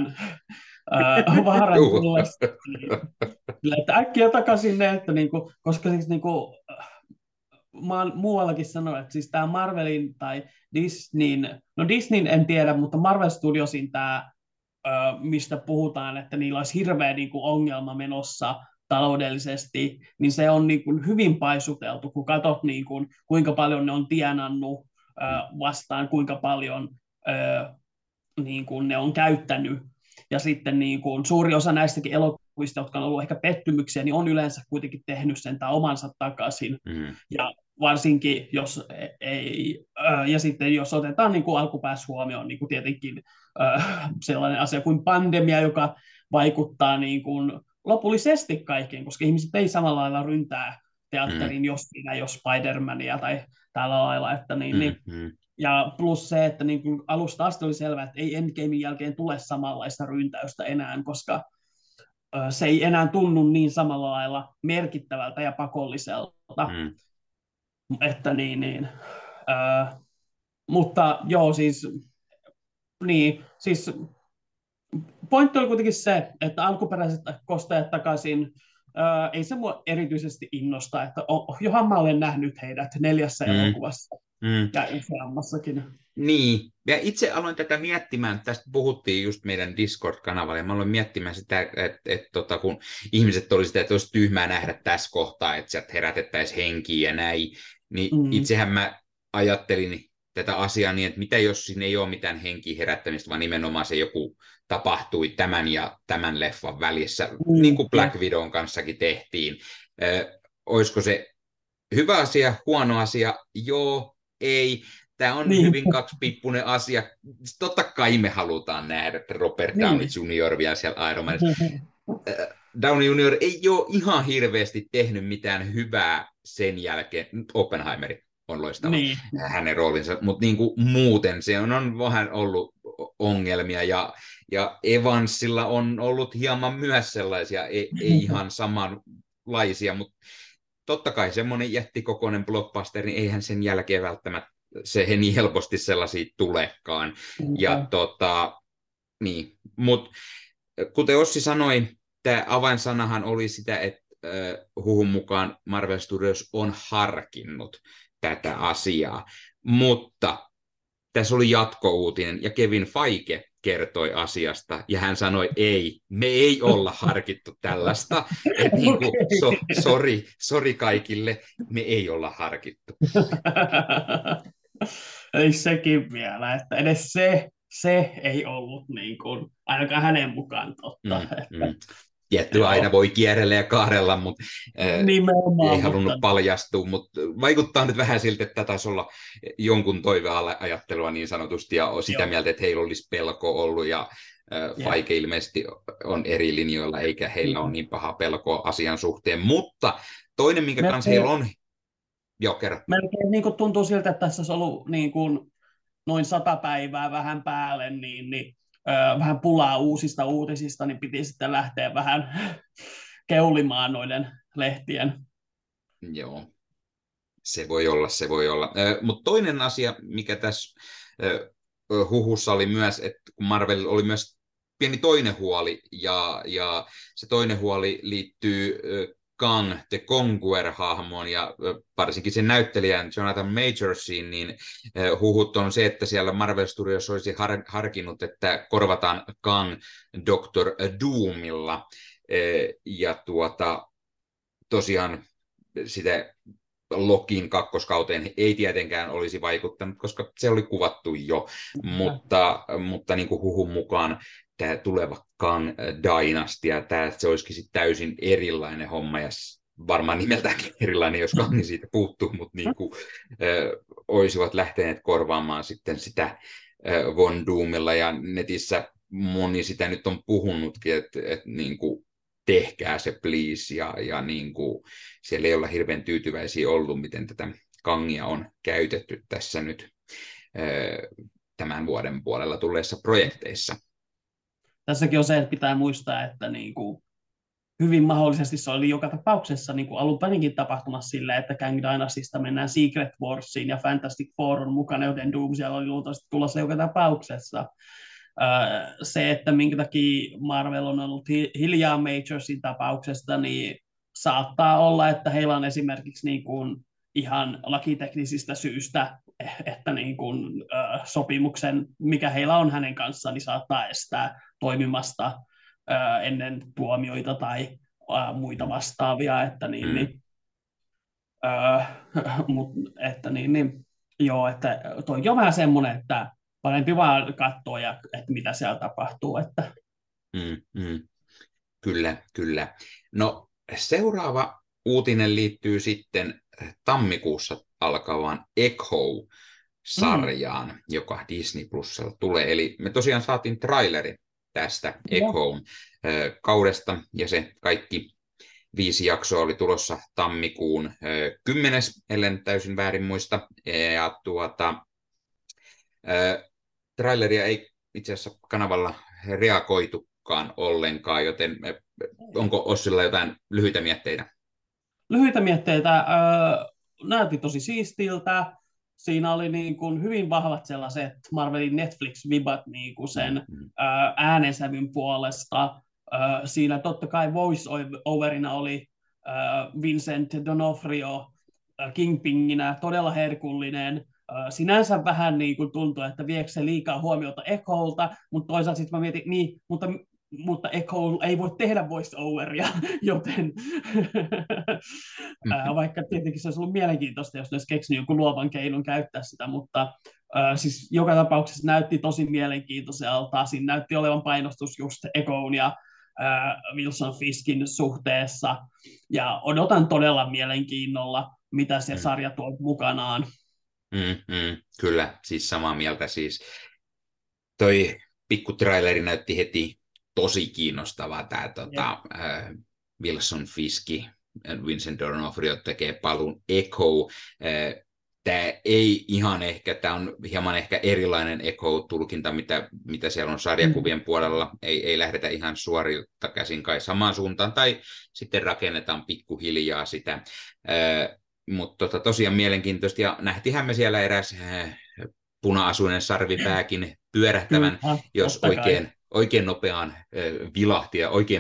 vaaran tullessa. Että äkkiä takaisin ne, että niinku, koska siis niinku, mä oon muuallakin sanonut, että siis tämä Marvelin tai Disneyn, no Disneyn en tiedä, mutta Marvel Studiosin tämä, mistä puhutaan, että niillä olisi hirveä niinku ongelma menossa taloudellisesti, niin se on niinku hyvin paisuteltu, kun katsot niinku, kuinka paljon ne on tienannut vastaan, kuinka paljon niin kuin ne on käyttänyt. Ja sitten niin kuin suuri osa näistäkin elokuvista, jotka on ollut ehkä pettymyksiä, niin on yleensä kuitenkin tehnyt sen tai omansa takaisin. Mm. Ja varsinkin, jos ei, ja sitten jos otetaan niin kuin alkupäässä huomioon niin kuin tietenkin sellainen asia kuin pandemia, joka vaikuttaa niin kuin lopullisesti kaikkeen, koska ihmiset ei samalla lailla ryntää teatteriin, jos Spider-Mania tai tällä lailla, että niin. Ja plus se, että niin kuin alusta asti oli selvää, että ei Endgamein jälkeen tule samanlaista ryntäystä enää, koska se ei enää tunnu niin samalla lailla merkittävältä ja pakolliselta. Että niin. Mutta joo, siis pointti oli kuitenkin se, että alkuperäiset kosteet takaisin, ei se mua erityisesti innosta, että johan mä olen nähnyt heidät 4 elokuvassa ja useammassakin. Niin, ja itse aloin tätä miettimään, tästä puhuttiin just meidän Discord-kanavalla, ja mä aloin miettimään sitä, että kun ihmiset oli sitä, että olisi tyhmää nähdä tässä kohtaa, että sieltä herätettäisiin henkiä ja näin, niin itsehän mä ajattelin tätä asiaa niin, että mitä jos siinä ei ole mitään henkiä herättämistä, vaan nimenomaan se joku tapahtui tämän ja tämän leffan välissä, niin kuin Black Widown kanssakin tehtiin. Olisiko se hyvä asia, huono asia? Joo, ei. Tämä on hyvin kaksipippunen asia. Totta kai me halutaan nähdä, että Robert Downey Jr. vielä siellä Iron Manissa. Downey Jr. ei ole ihan hirveästi tehnyt mitään hyvää sen jälkeen. Oppenheimeri on loistava hänen roolinsa, mutta niin kuin muuten se on vähän ollut ongelmia, ja Evansilla on ollut hieman myös sellaisia, ei ihan samanlaisia, mutta totta kai semmoinen jättikokoinen blockbuster, niin eihän sen jälkeen välttämättä se niin helposti sellaisia tulekaan. Ja niin, mutta kuten Ossi sanoi, tämä avainsanahan oli sitä, että huhun mukaan Marvel Studios on harkinnut tätä asiaa, mutta tässä oli jatkouutinen ja Kevin Feige kertoi asiasta ja hän sanoi, ei, me ei olla harkittu tällaista, että niin kuin, sorry kaikille, me ei olla harkittu. Ei sekin vielä, että edes se ei ollut niin kuin, ainakaan hänen mukaan totta. Tietty aina voi kierrellä ja kahdella, mutta ei halunnut paljastua, mutta vaikuttaa nyt vähän siltä, että taisi olla jonkun toiveajattelua niin sanotusti, ja sitä mieltä, että heillä olisi pelko ollut, ja Feige ilmeisesti on eri linjoilla, eikä heillä ole niin paha pelkoa asian suhteen, mutta toinen, minkä kanssa heillä on, kerro. Melkein niin kuin tuntuu siltä, että tässä olisi ollut niin kuin noin 100 päivää vähän päälle, niin vähän pulaa uusista uutisista, niin piti sitten lähteä vähän keulimaan noiden lehtien. Joo, se voi olla. Mutta toinen asia, mikä tässä huhussa oli myös, että kun Marvel oli myös pieni toinen huoli, ja se toinen huoli liittyy Kang the Conqueror-hahmoon ja varsinkin sen näyttelijän Jonathan Majorsiin, niin huhut on se, että siellä Marvel Studios olisi harkinnut, että korvataan Kang Dr. Doomilla. Ja tosiaan sitä Lokin kakkoskauteen ei tietenkään olisi vaikuttanut, koska se oli kuvattu jo, mutta niin kuin huhun mukaan tämä tuleva Kang-dynastia, se olisikin sitten täysin erilainen homma, ja varmaan nimeltäänkin erilainen, jos Kang siitä puuttuu, mutta niin kuin, olisivat lähteneet korvaamaan sitten sitä Von Doomilla, ja netissä moni sitä nyt on puhunutkin, että niin kuin, tehkää se please, ja niin kuin, siellä ei olla hirveän tyytyväisiä ollut, miten tätä Kangia on käytetty tässä nyt tämän vuoden puolella tulleissa projekteissa. Tässäkin on se, että pitää muistaa, että niin kuin hyvin mahdollisesti se oli joka tapauksessa niin kuin alunperinkin tapahtumassa sillä, että Kang Dynastysta mennään Secret Warsiin ja Fantastic Four on mukana, joten Doom siellä oli luultavasti tulossa joka tapauksessa. Se, että minkä takia Marvel on ollut hiljaa Majorsin tapauksesta, niin saattaa olla, että heillä on esimerkiksi niin kuin ihan lakiteknisistä syistä, että niin kuin, sopimuksen, mikä heillä on hänen kanssaan, niin saattaa estää toimimasta ennen tuomioita tai muita vastaavia, että toikin on vähän semmoinen, että parempi vaan katsoa, että mitä siellä tapahtuu. Että. Kyllä. No seuraava uutinen liittyy sitten tammikuussa alkavaan Echo-sarjaan, joka Disney Plusalla tulee. Eli me tosiaan saatiin traileri tästä Echoon kaudesta, ja se kaikki 5 jaksoa oli tulossa tammikuun 10. ellen täysin väärin muista. Ja traileria ei itse asiassa kanavalla reagoitukaan ollenkaan, joten onko Ossilla jotain lyhyitä mietteitä? Lyhyitä mietteitä. Näytti tosi siistiltä. Siinä oli niin kuin hyvin vahvat sellaiset Marvelin Netflix-vibat niin kuin sen äänensävyn puolesta. Siinä totta kai voice-overina oli Vincent D'Onofrio Kingpinginä, todella herkullinen. Sinänsä vähän niin kuin tuntui, että viekö se liikaa huomiota Echolta, mutta toisaalta sitten mä mietin, niin, mutta Echo ei voi tehdä voice-overia, joten vaikka tietenkin se olisi ollut mielenkiintoista, jos ne olisi keksinyt jonkun luovan keinon käyttää sitä, mutta siis joka tapauksessa näytti tosi mielenkiintoiselta. Siinä näytti olevan painostus just Echoon ja Wilson Fiskin suhteessa, ja odotan todella mielenkiinnolla, mitä se sarja tuo mukanaan. Kyllä, siis samaa mieltä. Siis toi pikkutraileri näytti heti tosi kiinnostavaa. Tämä Wilson Fiski, Vincent D'Onofrio tekee paluun Echo. Tämä ei ihan ehkä, tämä on hieman ehkä erilainen Echo-tulkinta, mitä siellä on sarjakuvien puolella. Ei lähdetä ihan suorilta käsin kai samaan suuntaan, tai sitten rakennetaan pikkuhiljaa sitä. Mutta tosiaan mielenkiintoista, ja nähtiinhän me siellä eräs puna-asuinen sarvipääkin pyörähtävän, jos oikein nopeaan vilahti ja oikein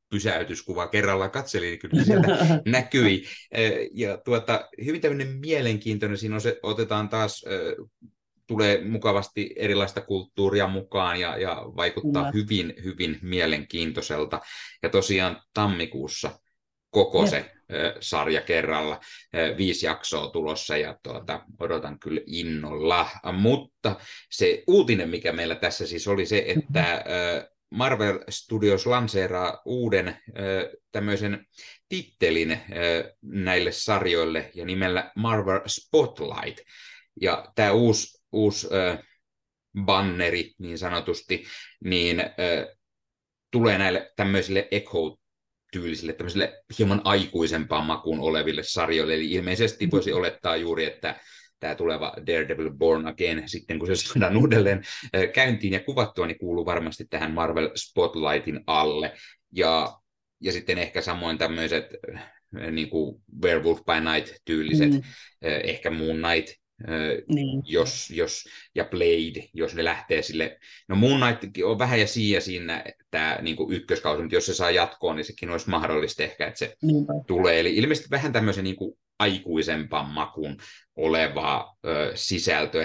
pysäytyskuva kerralla katselin, niin kyllä se sieltä näkyi. Ja hyvin tämmöinen mielenkiintoinen, siinä on se, otetaan taas, tulee mukavasti erilaista kulttuuria mukaan ja vaikuttaa Kyllä. hyvin, hyvin mielenkiintoiselta. Ja tosiaan tammikuussa koko Jep. se sarja kerralla. 5 jaksoa tulossa ja odotan kyllä innolla. Mutta se uutinen, mikä meillä tässä siis oli se, että Marvel Studios lanseeraa uuden tämmöisen tittelin näille sarjoille ja nimellä Marvel Spotlight. Ja tämä uusi banneri niin sanotusti, niin tulee näille tämmöisille Echo-tyylisille, tämmöisille hieman aikuisempaan makuun oleville sarjoille. Eli ilmeisesti voisi olettaa juuri, että tämä tuleva Daredevil Born Again, sitten kun se saadaan uudelleen käyntiin ja kuvattua, niin kuuluu varmasti tähän Marvel Spotlightin alle. Ja sitten ehkä samoin tämmöiset niin kuin Werewolf by Night-tyyliset, ehkä Moon Knight, Niin. ja Blade, jos ne lähtee sille. No Moon Knight on vähän ja siinä tämä niin kuin ykköskausi, mutta jos se saa jatkoon, niin sekin olisi mahdollista ehkä, että se tulee. Eli ilmeisesti vähän tämmöisen niin kuin aikuisempaan makun olevaa sisältöä.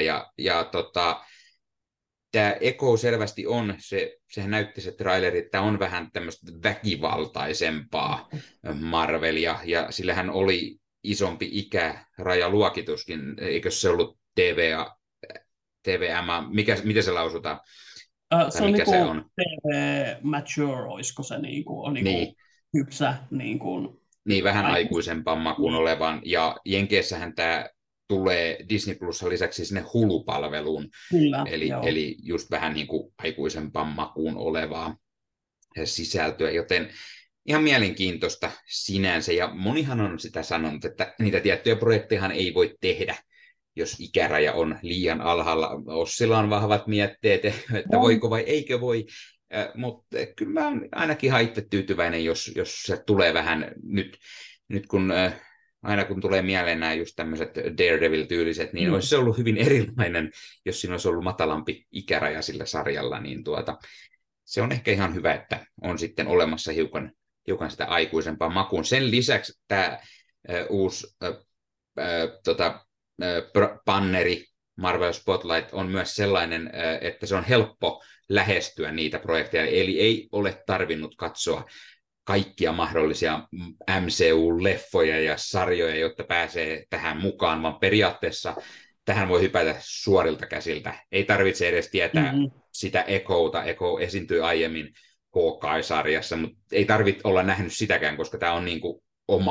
Tämä Echo selvästi on, sehän näytti se traileri, että on vähän tämmöistä väkivaltaisempaa Marvelia, ja sillähän oli isompi ikärajaluokituskin, eikö se ollut TVMA, miten se lausutaan? Se on mikä se on? TV mature, olisiko se on niin. Hypsä. Niin, vähän aikuisempaan makuun olevan, ja Jenkeissähän tämä tulee Disney Plusan lisäksi sinne Hulu-palveluun, Kyllä, eli just vähän niin kuin aikuisempaan makuun olevaa sisältöä, joten ihan mielenkiintoista sinänsä, ja monihan on sitä sanonut, että niitä tiettyjä projektejahan ei voi tehdä, jos ikäraja on liian alhaalla. Ossilla on vahvat mietteet, että voiko vai eikö voi, mutta kyllä mä olen ainakin ihan itse tyytyväinen, jos se tulee vähän nyt kun aina kun tulee mieleen nämä just tämmöiset Daredevil-tyyliset, niin olisi se ollut hyvin erilainen, jos siinä olisi ollut matalampi ikäraja sillä sarjalla, niin se on ehkä ihan hyvä, että on sitten olemassa hiukan sitä aikuisempaa makuun. Sen lisäksi tämä uusi banneri Marvel Spotlight on myös sellainen, että se on helppo lähestyä niitä projekteja, eli ei ole tarvinnut katsoa kaikkia mahdollisia MCU-leffoja ja sarjoja, jotta pääsee tähän mukaan, vaan periaatteessa tähän voi hypätä suorilta käsiltä. Ei tarvitse edes tietää sitä Echoota. Echo esiintyy aiemmin Hawkeye-sarjassa, mutta ei tarvitse olla nähnyt sitäkään, koska tämä on niin kuin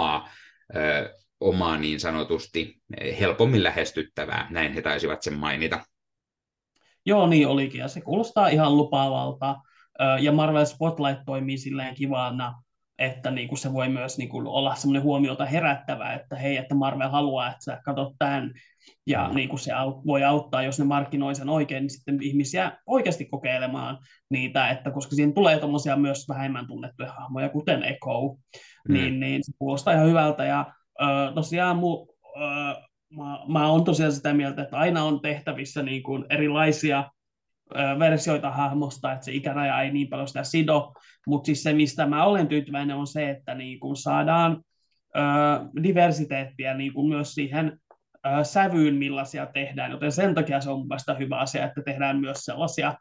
omaa niin sanotusti helpommin lähestyttävää. Näin he taisivat sen mainita. Joo, niin olikin, ja se kuulostaa ihan lupaavalta. Ja Marvel Spotlight toimii silleen kivana, että niinku se voi myös niinku olla semmoinen huomiota herättävä, että hei, että Marvel haluaa, että sä katsot tämän, ja niinku se voi auttaa, jos ne markkinoi sen oikein, niin sitten ihmisiä oikeasti kokeilemaan niitä, että koska siinä tulee tommosia myös vähemmän tunnettuja hahmoja, kuten Echo, niin se kuulostaa ihan hyvältä, ja tosiaan mä oon tosiaan sitä mieltä, että aina on tehtävissä niin kuin erilaisia versioita hahmosta, että se ikäraja ei niin paljon sitä sido, mutta siis se, mistä mä olen tyytyväinen, on se, että niin kuin saadaan diversiteettiä niin kuin myös siihen sävyyn, millaisia tehdään, joten sen takia se on mun mielestä hyvä asia, että tehdään myös sellaisia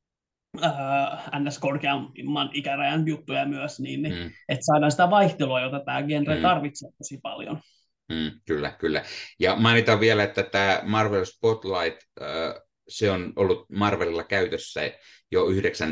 NS-korkeamman ikärajan juttuja myös, niin että saadaan sitä vaihtelua, jota tämä genre tarvitsee tosi paljon. Kyllä. Ja mainitaan vielä, että tämä Marvel Spotlight, se on ollut Marvelilla käytössä jo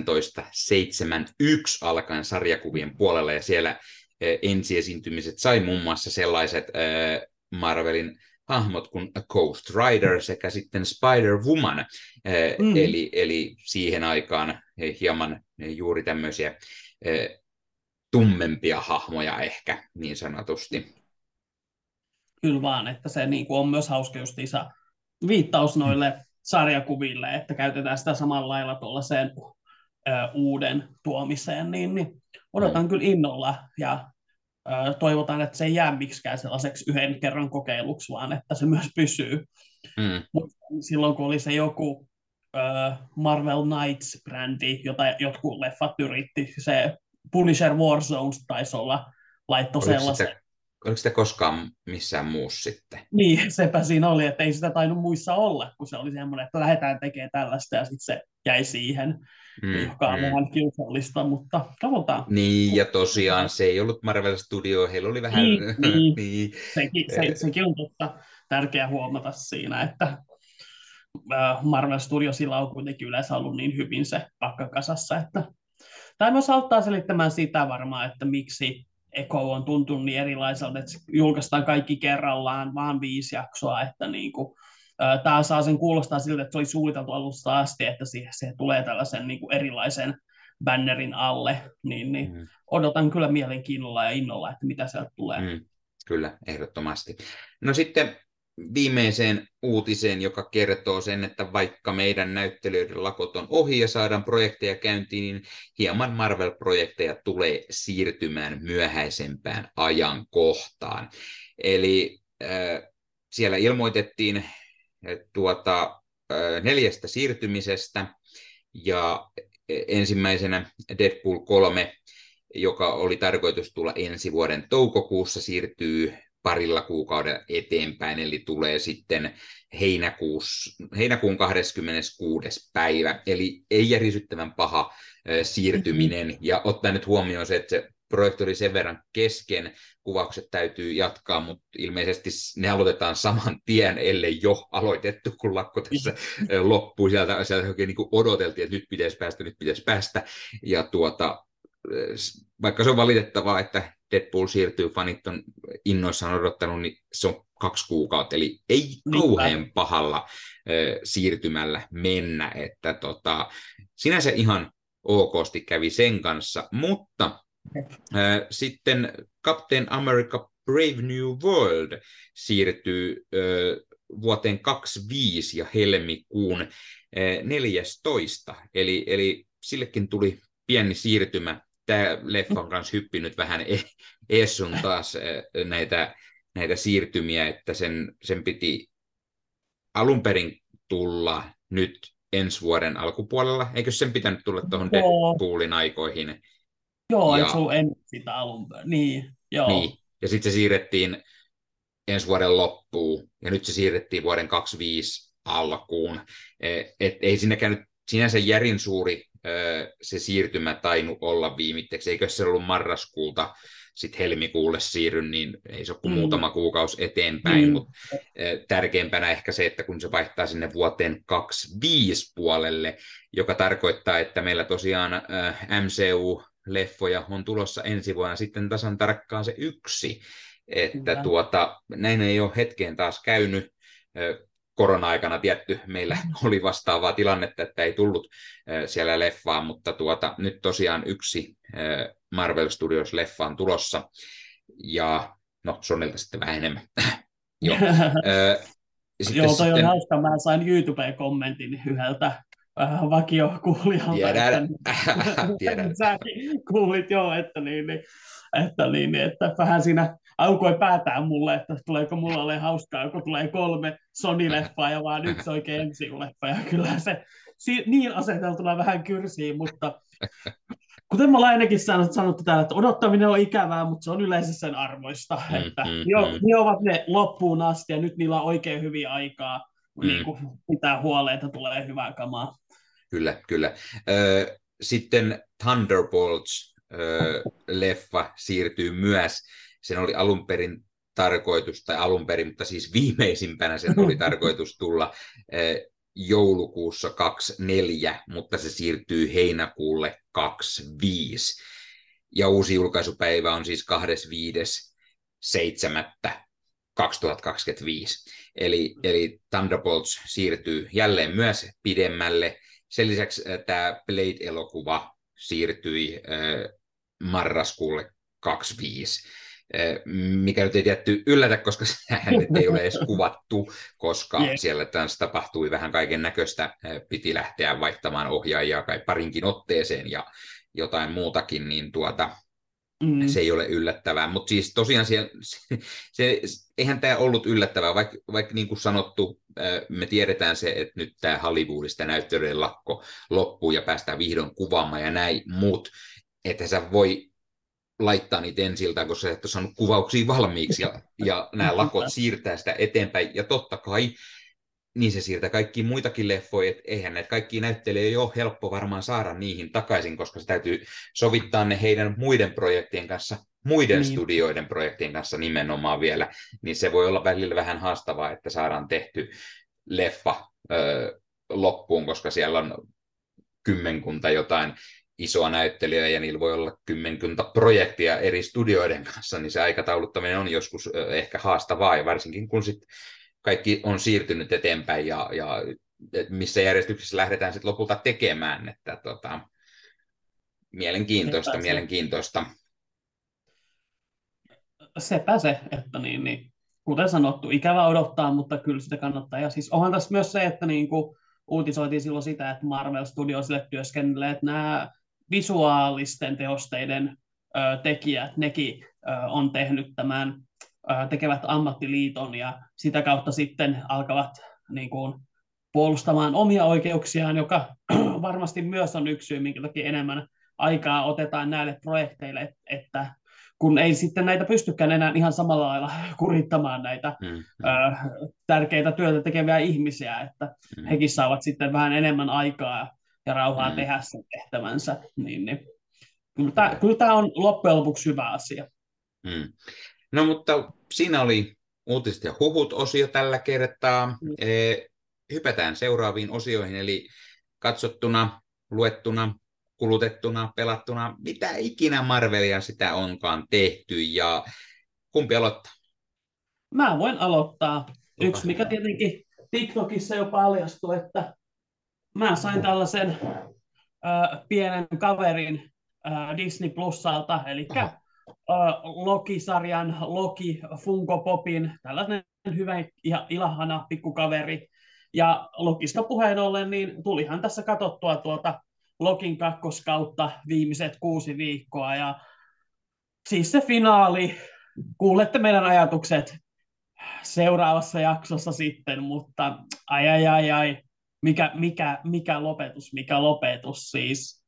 1971 alkaen sarjakuvien puolella, ja siellä ensiesiintymiset sai muun muassa sellaiset Marvelin hahmot kuin Ghost Rider sekä sitten Spider-Woman, eli siihen aikaan hieman juuri tämmöisiä tummempia hahmoja ehkä niin sanotusti. Kyllä vaan, että se niin kuin on myös hauska justiinsa viittaus noille sarjakuville, että käytetään sitä samalla lailla tuollaiseen uuden tuomiseen, niin odotan kyllä innolla ja toivotaan, että se ei jää miksikään sellaiseksi yhden kerran kokeiluksi, vaan että se myös pysyy. Silloin kun oli se joku Marvel Knights-brändi, jota jotkut leffat yritti, se Punisher Warzones taisi olla, laitto Oliko sellaisen. sitä, oliko sitä koskaan missään muussa sitten? Niin, sepä siinä oli, että ei sitä tainnut muissa olla, kun se oli semmoinen, että lähdetään tekemään tällaista ja sitten se jäi siihen, joka on Mm. vähän kiusallista, mutta katsotaan. Niin, ja tosiaan se ei ollut Marvel Studio, heillä oli vähän, Niin, niin. niin, Sekin on totta tärkeää huomata siinä, että Marvel Studiosilla on kuitenkin yleensä ollut niin hyvin se pakkakasassa, että tämä myös auttaa selittämään sitä varmaan, että miksi Echo on tuntunut niin erilaiselta, että julkaistaan kaikki kerrallaan, vaan 5 jaksoa, että niin kuin, tämä saa sen kuulostaa siltä, että se oli suunniteltu alusta asti, että se tulee tällaisen niin kuin erilaisen bannerin alle, niin mm, odotan kyllä mielenkiinnolla ja innolla, että mitä sieltä tulee. kyllä, ehdottomasti. No sitten viimeiseen uutiseen, joka kertoo sen, että vaikka meidän näyttelijöiden lakot on ohi ja saadaan projekteja käyntiin, niin hieman Marvel-projekteja tulee siirtymään myöhäisempään ajankohtaan. Eli siellä ilmoitettiin 4 siirtymisestä, ja ensimmäisenä Deadpool 3, joka oli tarkoitus tulla ensi vuoden toukokuussa, parilla kuukauden eteenpäin, eli tulee sitten heinäkuun 26. päivä, eli ei järisyttävän paha siirtyminen, ja ottaen nyt huomioon se, että se projekti oli sen verran kesken, kuvaukset täytyy jatkaa, mutta ilmeisesti ne aloitetaan saman tien, ellei jo aloitettu, kun lakko tässä loppui. Sieltä oikein niin kuin odoteltiin, että nyt pitäisi päästä, ja vaikka se on valitettavaa, että Deadpool siirtyy, fanit on innoissaan odottanut, niin se on 2 kuukautta, eli ei kauhean pahalla siirtymällä mennä, että sinänsä ihan okosti kävi sen kanssa, mutta sitten Captain America Brave New World siirtyy vuoteen 25 ja helmikuun 14, eli sillekin tuli pieni siirtymä. Tämä leffa on kanssa hyppinyt vähän eessun taas näitä siirtymiä, että sen piti alun perin tulla nyt ensi vuoden alkupuolella. Eikö sen pitänyt tulla tuohon Deadpoolin aikoihin? Joo, eikö se ollut ennen sitä alun perin? Niin, joo. Niin, ja sitten se siirrettiin ensi vuoden loppuun, ja nyt se siirrettiin vuoden 25 alkuun. Ei siinä käynyt sinänsä järin suuri se siirtymä tainnut olla viimitteeksi, eikö se ollut marraskuulta sitten helmikuulle siirry, niin ei se ole kuin muutama kuukausi eteenpäin, mutta tärkeimpänä ehkä se, että kun se vaihtaa sinne vuoteen 25 puolelle, joka tarkoittaa, että meillä tosiaan MCU-leffoja on tulossa ensi vuonna sitten tasan tarkkaan se 1, että näin ei ole hetkeen taas käynyt. Korona-aikana tietty meillä oli vastaavaa tilannetta, että ei tullut siellä leffaa, mutta nyt tosiaan 1 Marvel Studios-leffa on tulossa, ja no Sonilta sitten vähän enemmän. Joo, Joo, toi on hauska. Mä sain YouTubeen-kommentin yhdeltä vakiokuulijalta. Tiedän. Säkin kuulit jo, että vähän siinä aukoi päätään mulle, että tuleeko mulla ole hauskaa, kun tulee 3 Sony-leffaa ja vaan 1 oikein MCU-leffa. Ja kyllä se niin aseteltuna vähän kyrsii, mutta kuten me ollaan ainakin sanottu täällä, että odottaminen on ikävää, mutta se on yleensä sen arvoista, että ne ovat ne loppuun asti ja nyt niillä on oikein hyviä aikaa niin kuin pitää huoleen, että tulee hyvää kamaa. Kyllä. Sitten Thunderbolts-leffa siirtyy myös. Sen oli mutta siis viimeisimpänä sen oli tarkoitus tulla joulukuussa 24, mutta se siirtyy heinäkuulle 25. Ja uusi julkaisupäivä on siis 25.7.2025. Eli Thunderbolts siirtyy jälleen myös pidemmälle. Sen lisäksi tämä Blade-elokuva siirtyi marraskuulle 25. Mikä nyt ei tietty yllätä, koska sehän nyt ei ole edes kuvattu, koska siellä tapahtui vähän kaiken näköistä. Piti lähteä vaihtamaan ohjaajia kai parinkin otteeseen ja jotain muutakin, niin se ei ole yllättävää. Mutta siis tosiaan eihän tämä ollut yllättävää, vaikka niin kuin sanottu, me tiedetään se, että nyt tämä Hollywoodista näyttelijöiden lakko loppuu ja päästään vihdoin kuvaamaan ja näin, mutta että sä voi laittaa niitä ensiltään, koska sä et ole saanut kuvauksia valmiiksi, ja nämä lakot siirtää sitä eteenpäin, ja totta kai niin se siirtää kaikki muitakin leffoja, että eihän näitä kaikki näyttelijöitä ole helppo varmaan saada niihin takaisin, koska se täytyy sovittaa ne heidän muiden projektien kanssa, muiden Niin, studioiden projektien kanssa nimenomaan vielä, niin se voi olla välillä vähän haastavaa, että saadaan tehty leffa loppuun, koska siellä on kymmenkunta jotain isoa näyttelijää ja niillä voi olla kymmenkunta projektia eri studioiden kanssa, niin se aikatauluttaminen on joskus ehkä haastavaa, ja varsinkin kun sit kaikki on siirtynyt eteenpäin ja missä järjestyksessä lähdetään sitten lopulta tekemään, että mielenkiintoista, sepä se, mielenkiintoista. sepä se, että kuten sanottu, ikävä odottaa, mutta kyllä sitä kannattaa. Ja siis onhan tässä myös se, että uutisoitiin silloin sitä, että Marvel Studiosille työskennelleet nämä visuaalisten teosteiden tekijät, nekin on tehnyt tämän, tekevät ammattiliiton ja sitä kautta sitten alkavat niin kuin, puolustamaan omia oikeuksiaan, joka varmasti myös on yksi syy, minkä takia enemmän aikaa otetaan näille projekteille, että kun ei sitten näitä pystykään enää ihan samalla lailla kurittamaan näitä tärkeitä työtä tekeviä ihmisiä, että hekin saavat sitten vähän enemmän aikaa ja rauhaa tehdä sen tehtävänsä, niin. Kyllä tämä on loppujen lopuksi hyvä asia. No mutta siinä oli uutiset ja huhut -osio tällä kertaa. Hypätään seuraaviin osioihin, eli katsottuna, luettuna, kulutettuna, pelattuna, mitä ikinä Marvelia sitä onkaan tehty, ja kumpi aloittaa? Mä voin aloittaa. Yksi, mikä tietenkin TikTokissa jo paljastui, että mä sain tällaisen pienen kaverin Disney Plusalta, eli Loki-sarjan Loki Funko Popin, tällainen hyvä ja ilahana pikkukaveri. Ja Lokista puheen ollen, niin tulihan tässä katsottua tuota Lokin kakkoskautta viimeiset 6 viikkoa. Ja siis se finaali, kuulette meidän ajatukset seuraavassa jaksossa sitten, mutta ai, mikä lopetus siis.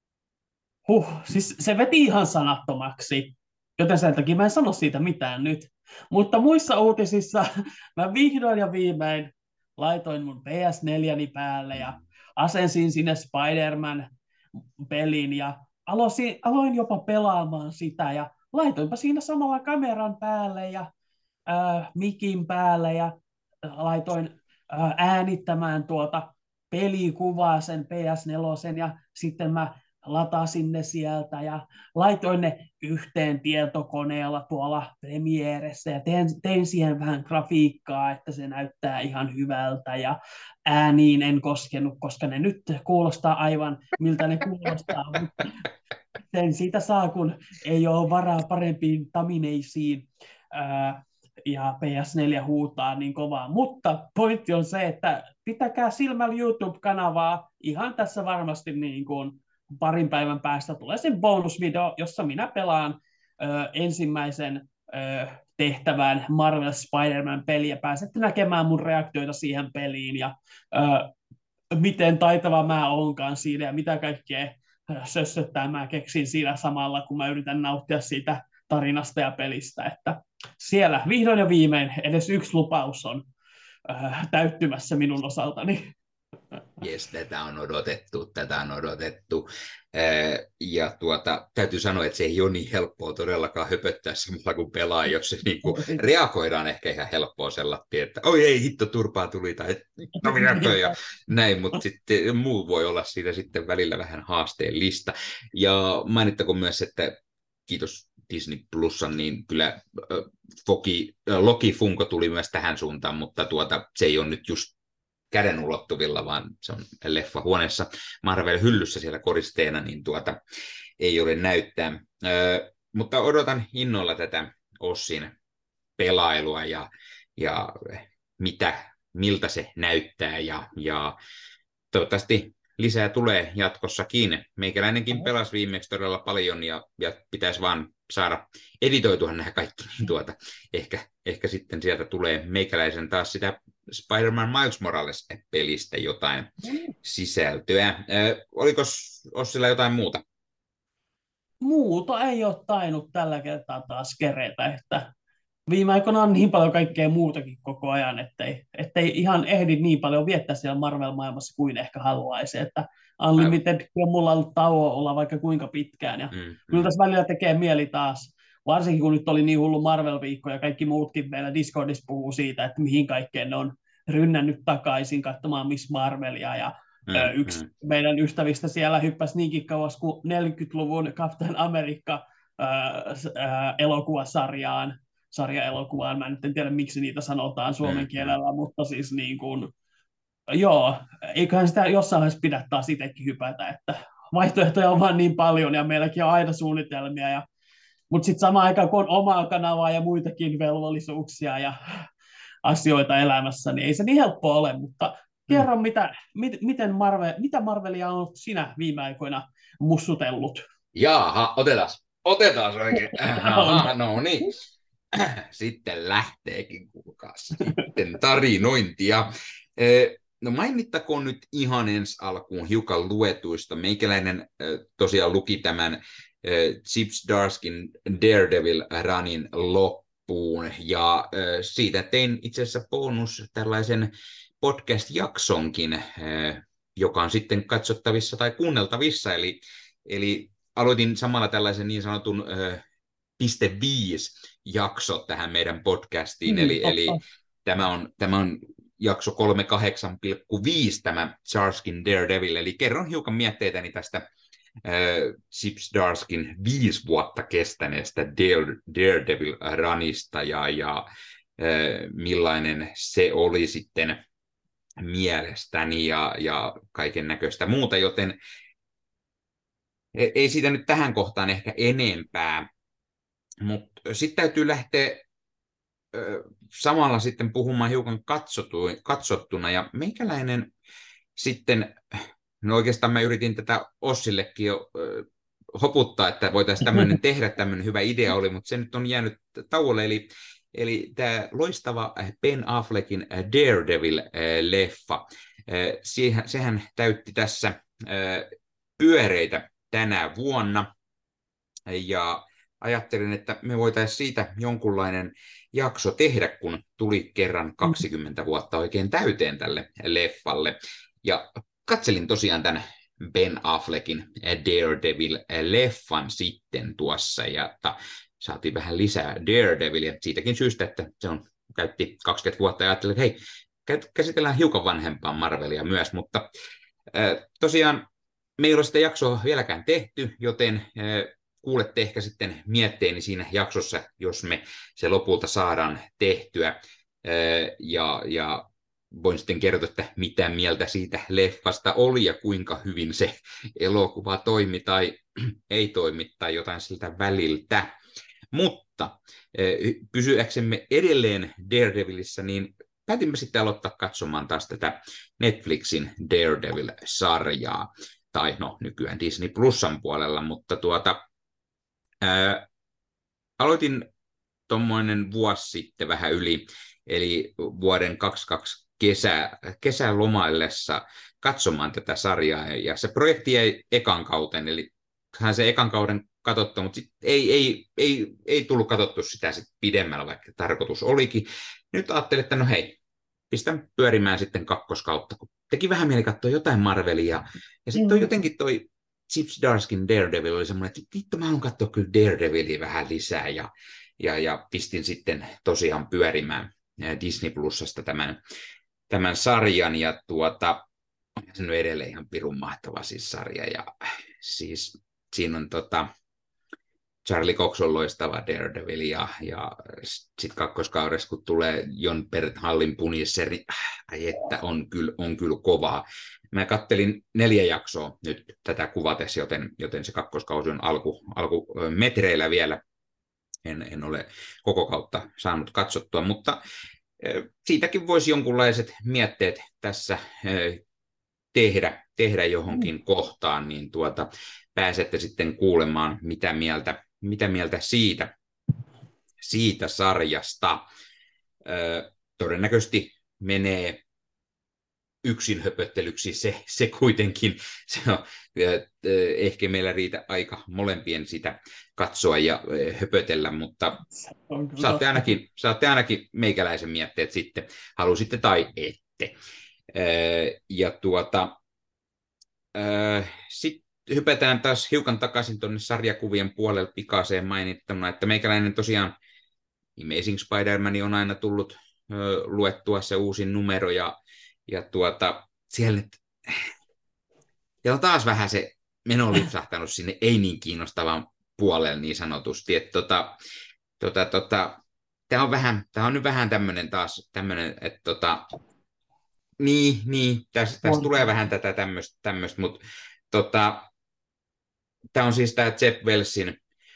Siis se veti ihan sanattomaksi, joten sen takia mä en sano siitä mitään nyt. Mutta muissa uutisissa mä vihdoin ja viimein laitoin mun PS4 päälle ja asensin sinne Spider-Man-pelin ja aloin jopa pelaamaan sitä ja laitoinpa siinä samalla kameran päälle ja mikin päälle ja laitoin äänittämään tuota pelikuvaa sen PS4 ja sitten mä latasin ne sieltä ja laitoin ne yhteen tietokoneella tuolla Premieressä ja tein siihen vähän grafiikkaa, että se näyttää ihan hyvältä ja ääniin en koskenut, koska ne nyt kuulostaa aivan miltä ne kuulostaa, mutta sen siitä saa, kun ei ole varaa parempiin tamineisiin ja PS4 huutaa niin kovaa. Mutta pointti on se, että pitäkää silmällä YouTube-kanavaa. Ihan tässä varmasti niin kuin parin päivän päästä tulee sen bonusvideo, jossa minä pelaan ensimmäisen tehtävään Marvel Spider-Man-peliä. Pääsette näkemään mun reaktioita siihen peliin ja miten taitava mä oonkaan siinä ja mitä kaikkea sössöttää mä keksin siinä samalla, kun mä yritän nauttia siitä tarinasta ja pelistä, että siellä vihdoin ja viimein edes yksi lupaus on täyttymässä minun osaltani. Jes, tätä on odotettu, tätä on odotettu. Ja täytyy sanoa, että se ei ole niin helppoa todellakaan höpöttää samalla kun pelaa, jos se niinku reagoidaan ehkä ihan helppoa sellainen, että oi ei, hitto, turpaa tuli, tai ja näin, mutta sitten muu voi olla siitä sitten välillä vähän haasteellista. Ja mainittakoon myös, että kiitos Disney Plusan, niin kyllä Loki Funko tuli myös tähän suuntaan, mutta se ei ole nyt just käden ulottuvilla, vaan se on leffahuoneessa Marvel-hyllyssä siellä koristeena, niin ei ole näyttää. Mutta odotan innolla tätä Ossin pelailua ja miltä se näyttää, ja toivottavasti lisää tulee jatkossakin. Meikäläinenkin pelasi viimeksi todella paljon, ja pitäisi vaan saada editoitua nämä kaikki, niin ehkä sitten sieltä tulee meikäläisen taas sitä Spider-Man Miles Morales-pelistä jotain sisältöä. Oliko Ossilla jotain muuta? muuta ei ole tainnut tällä kertaa taas keretä, että viime aikoina on niin paljon kaikkea muutakin koko ajan, ettei ihan ehdi niin paljon viettää siellä Marvel-maailmassa kuin ehkä haluaisi, että Aivan. Unlimited on mulla ollut tauo olla vaikka kuinka pitkään, ja Mm, kyllä mm, tässä välillä tekee mieli taas, varsinkin kun nyt oli niin hullu Marvel-viikko, ja kaikki muutkin meillä Discordissa puhuu siitä, että mihin kaikkeen ne on rynnännyt takaisin katsomaan Miss Marvelia, ja yksi mm. meidän ystävistä siellä hyppäsi niinkin kauas kuin 40-luvun Captain America elokuvasarjaan, sarjaelokuvaan. Mä nyt en tiedä, miksi niitä sanotaan suomen Mm, mm. kielellä, mutta siis niin kuin, joo, eiköhän sitä jossain vaiheessa pidä taas itsekin hypätä, että vaihtoehtoja on vaan niin paljon ja meilläkin on aina suunnitelmia. Mutta sitten samaan aikaan, kun on omaa kanavaa ja muitakin velvollisuuksia ja asioita elämässä, niin ei se niin helppo ole, mutta Mm. kerro, mitä Marvelia on sinä viime aikoina mussutellut? Jaaha, otetaan oikein. On. Aha, no niin. Sitten lähteekin, kuulkaas. Sitten tarinointia. No mainittakoon nyt ihan ensi alkuun hiukan luetuista. Meikäläinen tosiaan luki tämän Chip Zdarskin Daredevil-ranin loppuun, ja siitä tein itse asiassa bonus tällaisen podcast-jaksonkin, joka on sitten katsottavissa tai kuunneltavissa, eli aloitin samalla tällaisen niin sanotun piste 5 jakso tähän meidän podcastiin, eli Totta. tämä on jakso 38,5 tämä Zarskin Daredevil, eli kerron hiukan mietteitäni tästä Chip Zdarskin 5 vuotta kestäneestä Daredevil-ranista, ja millainen se oli sitten mielestäni, ja kaiken näköistä muuta, joten ei siitä nyt tähän kohtaan ehkä enempää, mutta sitten täytyy lähteä samalla sitten puhumaan hiukan katsottuna, ja meikäläinen sitten, no oikeastaan mä yritin tätä Ossillekin jo hoputtaa, että voitaisiin tämmöinen tehdä, tämmöinen hyvä idea oli, mutta se nyt on jäänyt tauolle, eli tämä loistava Ben Affleckin Daredevil-leffa, sehän täytti tässä pyöreitä tänä vuonna, ja ajattelin, että me voitaisiin siitä jonkunlainen jakso tehdä, kun tuli kerran 20 vuotta oikein täyteen tälle leffalle. Ja katselin tosiaan tämän Ben Affleckin Daredevil-leffan sitten tuossa, ja saatiin vähän lisää Daredevilia siitäkin syystä, että se käytti 20 vuotta, ja ajattelin, että hei, käsitellään hiukan vanhempaa Marvelia myös, mutta tosiaan me ei ole sitä jaksoa vieläkään tehty, joten kuulette ehkä sitten mietteeni siinä jaksossa, jos me se lopulta saadaan tehtyä, ja voin sitten kertoa, että mitä mieltä siitä leffasta oli ja kuinka hyvin se elokuva toimi tai ei toimi tai jotain siltä väliltä. Mutta pysyäksemme edelleen Daredevilissä, niin päätimme sitten aloittaa katsomaan taas tätä Netflixin Daredevil-sarjaa, tai no nykyään Disney Plusan puolella, mutta aloitin tuommoinen vuosi sitten vähän yli, eli vuoden 22 kesälomaillessa katsomaan tätä sarjaa, ja se projekti jäi ekan kauten, eli hän se ekan kauden katsottu, mutta sit ei tullut katsottu sitä sit pidemmällä, vaikka tarkoitus olikin. Nyt ajattelin, että no hei, pistän pyörimään sitten kakkoskautta, kun teki vähän mieli katsoa jotain Marvelia, ja sitten jotenkin toi Chip Zdarskin Daredevil oli semmoinen, että vittu mä haluan katsoa kyllä Daredevilia vähän lisää, ja pistin sitten tosiaan pyörimään Disney Plusasta tämän sarjan, ja se on edelleen ihan pirun mahtava siis sarja, ja siis siinä on Charlie Cox on loistava Daredevil, ja sitten kakkoskaudessa, kun tulee Jon Bernthallin Punisher, niin ai että on kyllä kovaa. Mä kattelin 4 jaksoa nyt tätä kuvatessa, joten se kakkoskausi on alkumetreillä vielä. En ole koko kautta saanut katsottua, mutta siitäkin voisi jonkunlaiset mietteet tässä tehdä johonkin kohtaan, niin pääsette sitten kuulemaan, mitä mieltä siitä sarjasta. Todennäköisesti menee yksin höpöttelyksi se kuitenkin, se on, ehkä meillä riitä aika molempien sitä katsoa ja höpötellä, mutta Se on kyllä totta. saatte ainakin meikäläisen mietteet sitten, halusitte tai ette. Ja sitten hypätään taas hiukan takaisin tuonne sarjakuvien puolelle pikaiseen mainittuna, että meikäläinen tosiaan Amazing Spider-Man on aina tullut luettua se uusin numero ja siellä on taas vähän se meno lipsahtanut sinne ei niin kiinnostavan puolelle niin sanotusti, että tämä on nyt vähän tämmöinen taas, tämmöinen, että niin, tässä tulee vähän tätä tämmöistä, mutta tämä on siis tämä Jeff Wellsin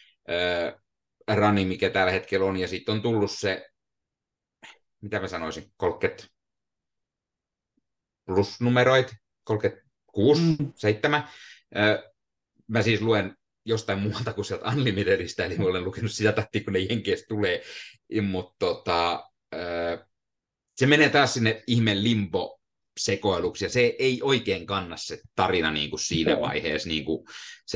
rani, mikä tällä hetkellä on, ja sitten on tullut se, mitä mä sanoisin, 30 plusnumeroit, 36, 7. Mä siis luen jostain muualta kuin sieltä Unlimitedistä, eli mä olen lukenut sitä tahtia, kun ne Jenkeistä tulee, mutta se menee taas sinne ihme limbo-sekoiluksi, ja se ei oikein kanna se tarina niin kuin siinä vaiheessa. Niin kuin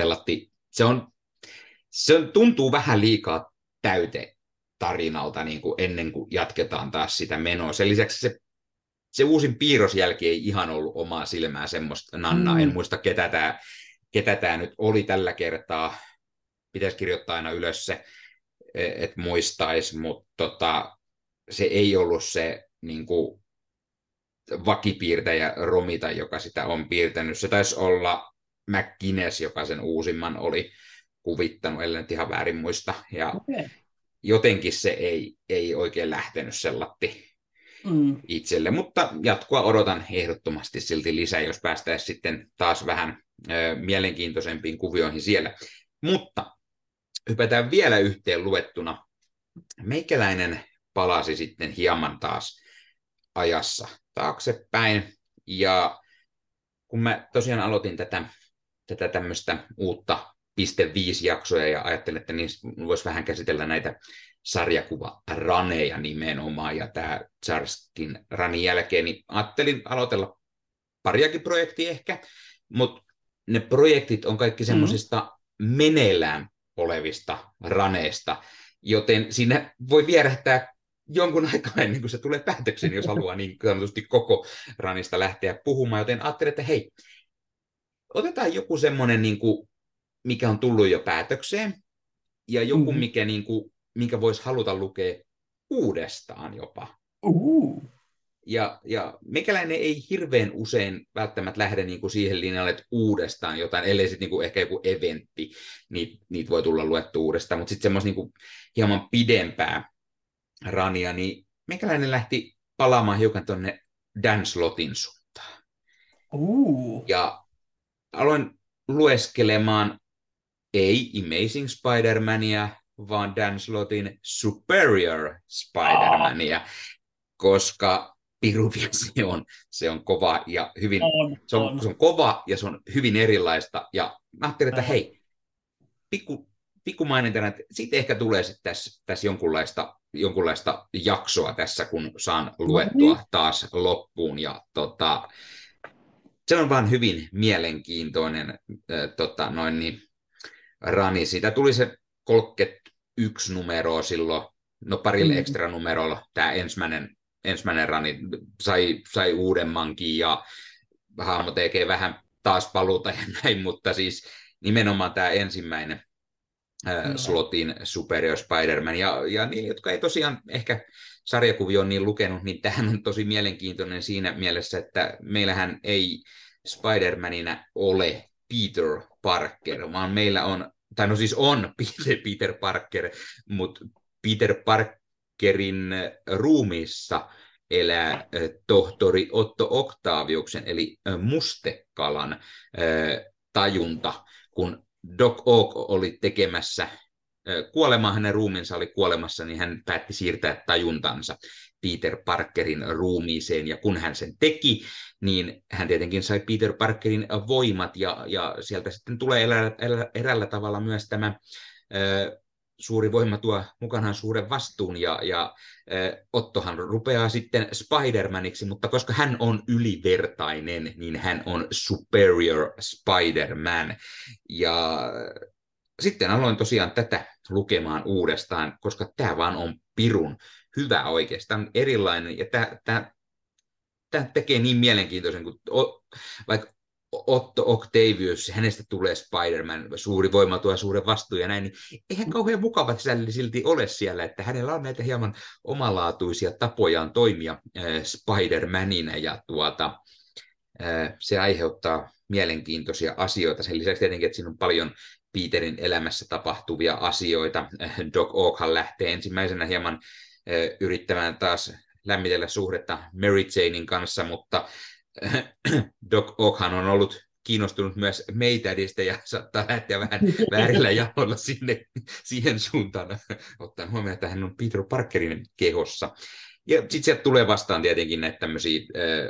se tuntuu vähän liikaa täyte tarinalta niin kuin ennen kuin jatketaan taas sitä menoa. Sen lisäksi se uusin piirrosjälki ei ihan ollut omaa silmää semmoista nannaa. En muista, ketä tämä nyt oli tällä kertaa. Pitäisi kirjoittaa aina ylös se, että muistaisi, mutta se ei ollut se niin kuin vakipiirtäjä Romita, joka sitä on piirtänyt. Se taisi olla McGuinness, joka sen uusimman oli kuvittanut, ellei nyt ihan väärin muista. Ja jotenkin se ei oikein lähtenyt sellatti itselle, mutta jatkoa odotan ehdottomasti silti lisää, jos päästäisiin sitten taas vähän mielenkiintoisempiin kuvioihin siellä. Mutta hypätään vielä yhteen luettuna. Meikäläinen palasi sitten hieman taas ajassa taaksepäin, ja kun mä tosiaan aloitin tätä tämmöistä uutta .5-jaksoja ja ajattelin, että niistä voisi vähän käsitellä näitä sarjakuva-raneja nimenomaan, ja tämä Zarskin ranin jälkeen, niin ajattelin aloitella pariakin projektia ehkä, mutta ne projektit on kaikki semmoisista meneillään olevista raneista, joten siinä voi vierähtää jonkun aikaa ennen kuin se tulee päätökseen, jos haluaa niin sanotusti koko ranista lähteä puhumaan, joten ajattelin, että hei, otetaan joku semmoinen, niin kuin, mikä on tullut jo päätökseen, ja joku, minkä voisi haluta lukea uudestaan jopa. Ja meikäläinen ei hirveän usein välttämättä lähde niin kuin siihen linjalle, että uudestaan jotain, ellei sitten niin ehkä joku eventti, niitä voi tulla luettu uudestaan, mutta sitten semmoista niin hieman pidempää rania, niin meikäläinen lähti palaamaan hiukan tuonne Dan Slottin suuntaan. Ja aloin lueskelemaan ei Amazing Spider-Mania, vaan Dan Slottin Superior Spider-Mania, koska piruvia se on kova ja hyvin, se on kova ja se on hyvin erilaista, ja mä ajattelin, että hei, pikku mainintana, että siitä ehkä tulee sitten tässä jonkunlaista jaksoa tässä, kun saan luettua taas loppuun, ja se on vaan hyvin mielenkiintoinen rani. Siitä tuli se 31 numeroa silloin, no parilla ekstra numerolla tämä ensimmäinen rani sai uudemmankin, ja hahmo tekee vähän taas paluuta ja näin, mutta siis nimenomaan tämä ensimmäinen Slottin Superior Spider-Man, ja niille, jotka ei tosiaan ehkä sarjakuvia ole niin lukenut, niin tämähän on tosi mielenkiintoinen siinä mielessä, että meillähän ei Spider-Manina ole Peter Parker, vaan meillä on, tai no siis on Peter Parker, mutta Peter Parkerin ruumiissa elää tohtori Otto Octaviuksen, eli mustekalan tajunta, kun Doc Ock oli tekemässä kuolemaa, hänen ruumiinsa oli kuolemassa, niin hän päätti siirtää tajuntansa Peter Parkerin ruumiiseen, ja kun hän sen teki, niin hän tietenkin sai Peter Parkerin voimat, ja sieltä sitten tulee eräällä tavalla myös tämä suuri voima tuo mukanaan suuren vastuun, ja Ottohan rupeaa sitten Spider-Maniksi, mutta koska hän on ylivertainen, niin hän on Superior Spider-Man. Ja sitten aloin tosiaan tätä lukemaan uudestaan, koska tämä vaan on pirun hyvä oikeastaan, erilainen, ja tämä tekee niin mielenkiintoisen, kun vaikka Otto Octavius, hänestä tulee Spider-Man, suuri voima tuo suuren vastuun ja näin, niin eihän kauhean mukavat silti ole siellä, että hänellä on näitä hieman omalaatuisia tapojaan toimia Spider-Manina, ja se aiheuttaa mielenkiintoisia asioita. Sen lisäksi tietenkin, että siinä on paljon Peterin elämässä tapahtuvia asioita. Doc Ockhan lähtee ensimmäisenä hieman yrittämään taas lämmitellä suhdetta Mary Janein kanssa, mutta Doc Ockhan on ollut kiinnostunut myös Maytagista ja saattaa lähteä vähän väärillä jaloilla siihen suuntaan, ottaen huomioon, että hän on Peter Parkerin kehossa. Ja sitten sieltä tulee vastaan tietenkin näitä tämmöisiä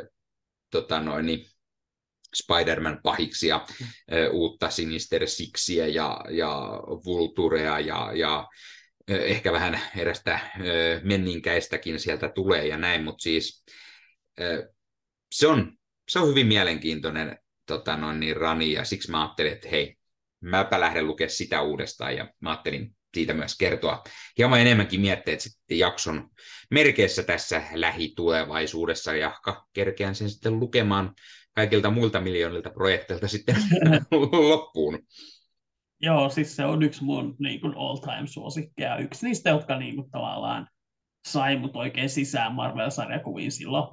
Spider-Man-pahiksia, uutta Sinister Sixiä ja Vulturea ja ehkä vähän erästä menninkäistäkin sieltä tulee ja näin, mutta siis se on hyvin mielenkiintoinen rani, ja siksi mä ajattelin, että hei, mäpä lähden lukemaan sitä uudestaan, ja mä ajattelin siitä myös kertoa hieman enemmänkin mietteet sitten jakson merkeissä tässä lähitulevaisuudessa, ja kerkeän sen sitten lukemaan kaikilta muilta miljoonilta projekteilta sitten loppuun. Joo, siis se on yksi mun niin kuin all-time suosikkeja. Yksi niistä, jotka niin kuin, tavallaan sai mut oikein sisään Marvel-sarjakuviin silloin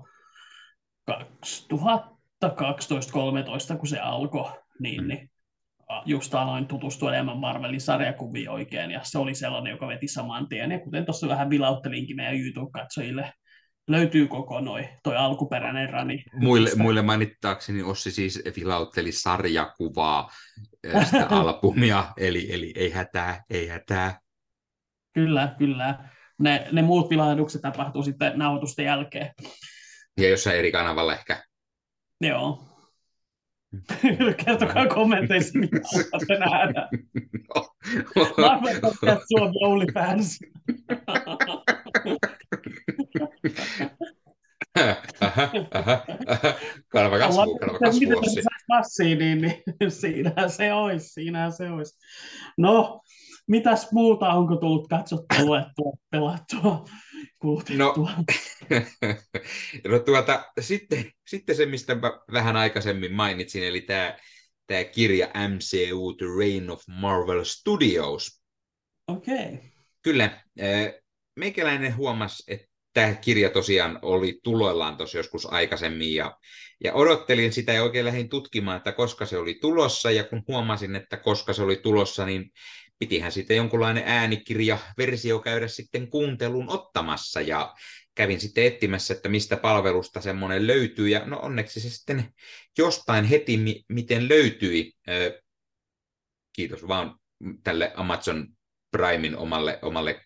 2012-2013, kun se alkoi, niin just aloin tutustua enemmän Marvelin sarjakuviin oikein, ja se oli sellainen, joka veti saman tien. Ja kuten tuossa vähän vilauttelinkin meidän YouTube-katsojille, löytyy koko toi alkuperäinen rani. Muille mainittaakseni Ossi siis vilautteli sarjakuvaa sitä albumia, eli ei hätää, ei hätää. Kyllä, kyllä. Ne muut vilahdukset tapahtuu sitten nauhoitusten jälkeen. Ja jossain eri kanavalla ehkä. Joo. Kertokaa kommenteissa, mitä haluatte nähdä. Marvel Podcast Suomi OnlyFans. Kanava kasvu, Ossi. Massiin, niin siinähän se olisi. No, mitäs muuta onko tullut katsottua, luettua, pelattua, kulutettua? Sitten se, mistä vähän aikaisemmin mainitsin, eli tämä kirja MCU The Reign of Marvel Studios. Okei. Okay. Kyllä, meikäläinen huomasi, että tämä kirja tosiaan oli tuloillaan tuossa joskus aikaisemmin, ja odottelin sitä ja oikein lähdin tutkimaan, että koska se oli tulossa, ja kun huomasin, että koska se oli tulossa, niin pitihän sitten jonkunlainen äänikirjaversio käydä sitten kuunteluun ottamassa, ja kävin sitten etsimässä, että mistä palvelusta semmoinen löytyy, ja no onneksi se sitten jostain heti miten löytyi. Kiitos vaan tälle Amazon Primein omalle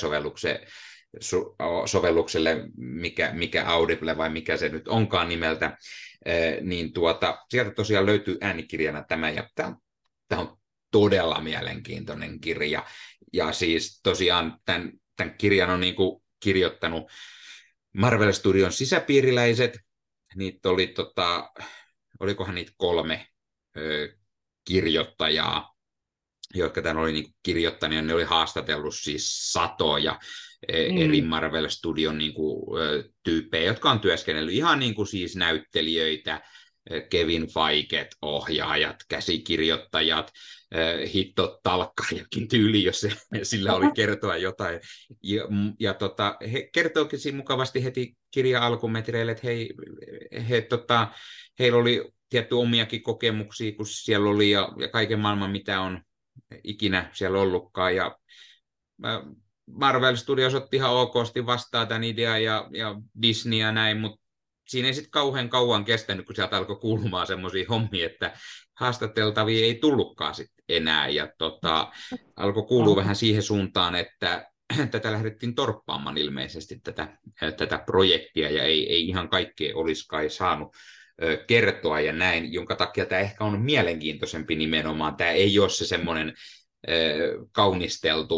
kirjasovellukselle, mikä Audible vai mikä se nyt onkaan nimeltä, niin sieltä tosiaan löytyy äänikirjana tämä, ja tämä on todella mielenkiintoinen kirja, ja siis tosiaan tämän kirjan on niin kuin kirjoittanut Marvel Studion sisäpiiriläiset, niitä oli, olikohan niitä 3 kirjoittajaa, jotka tämän oli niin kirjoittanut, ja ne oli haastatellut siis satoja eri Marvel Studion niin kuin, tyyppejä, jotka on työskennellyt ihan niin kuin siis näyttelijöitä, Kevin Feiget, ohjaajat, käsikirjoittajat, hitto talkkariakin tyyli, jos sillä oli kertoa jotain. Ja he kertookin siinä mukavasti heti kirja-alkumetreille, että heillä oli tietty omiakin kokemuksia, kun siellä oli, ja kaiken maailman, mitä on ikinä siellä ollutkaan. Ja Marvel Studios otti ihan okosti vastaan tämän idean, ja Disney ja näin, mutta siinä ei sitten kauhean kauan kestänyt, kun sieltä alkoi kuulumaan semmoisia hommia, että haastateltavia ei tullutkaan sit enää, ja alkoi kuulua vähän siihen suuntaan, että tätä lähdettiin torppaamaan ilmeisesti tätä projektia, ja ei ihan kaikkea olisi kai saanut kertoa ja näin, jonka takia tämä ehkä on mielenkiintoisempi nimenomaan. Tämä ei ole se semmoinen kaunisteltu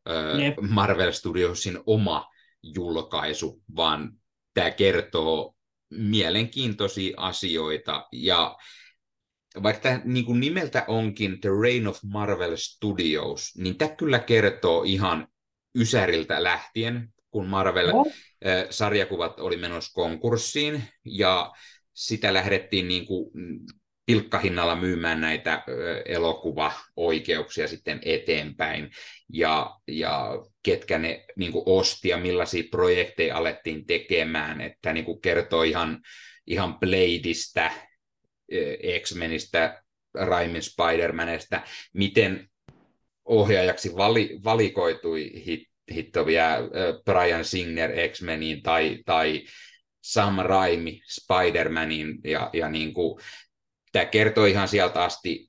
Jep. Marvel Studiosin oma julkaisu, vaan tämä kertoo mielenkiintoisia asioita. Ja vaikka tämä niin kuin nimeltä onkin The Reign of Marvel Studios, niin tämä kyllä kertoo ihan Ysäriltä lähtien, kun Joo. Marvel-sarjakuvat oli menossa konkurssiin, ja sitä lähdettiin niin kuin pilkkahinnalla myymään näitä elokuvaoikeuksia sitten eteenpäin, ja ketkä ne niin kuin osti ja millaisia projekteja alettiin tekemään, että niin kuin kertoo ihan Bladeista, X-Menistä, Raimin Spider-Manista, miten ohjaajaksi valikoitui hittovia Bryan Singer X-Meniin tai Sam Raimi Spider-Maniin, ja niin kuin, tämä kertoo ihan sieltä asti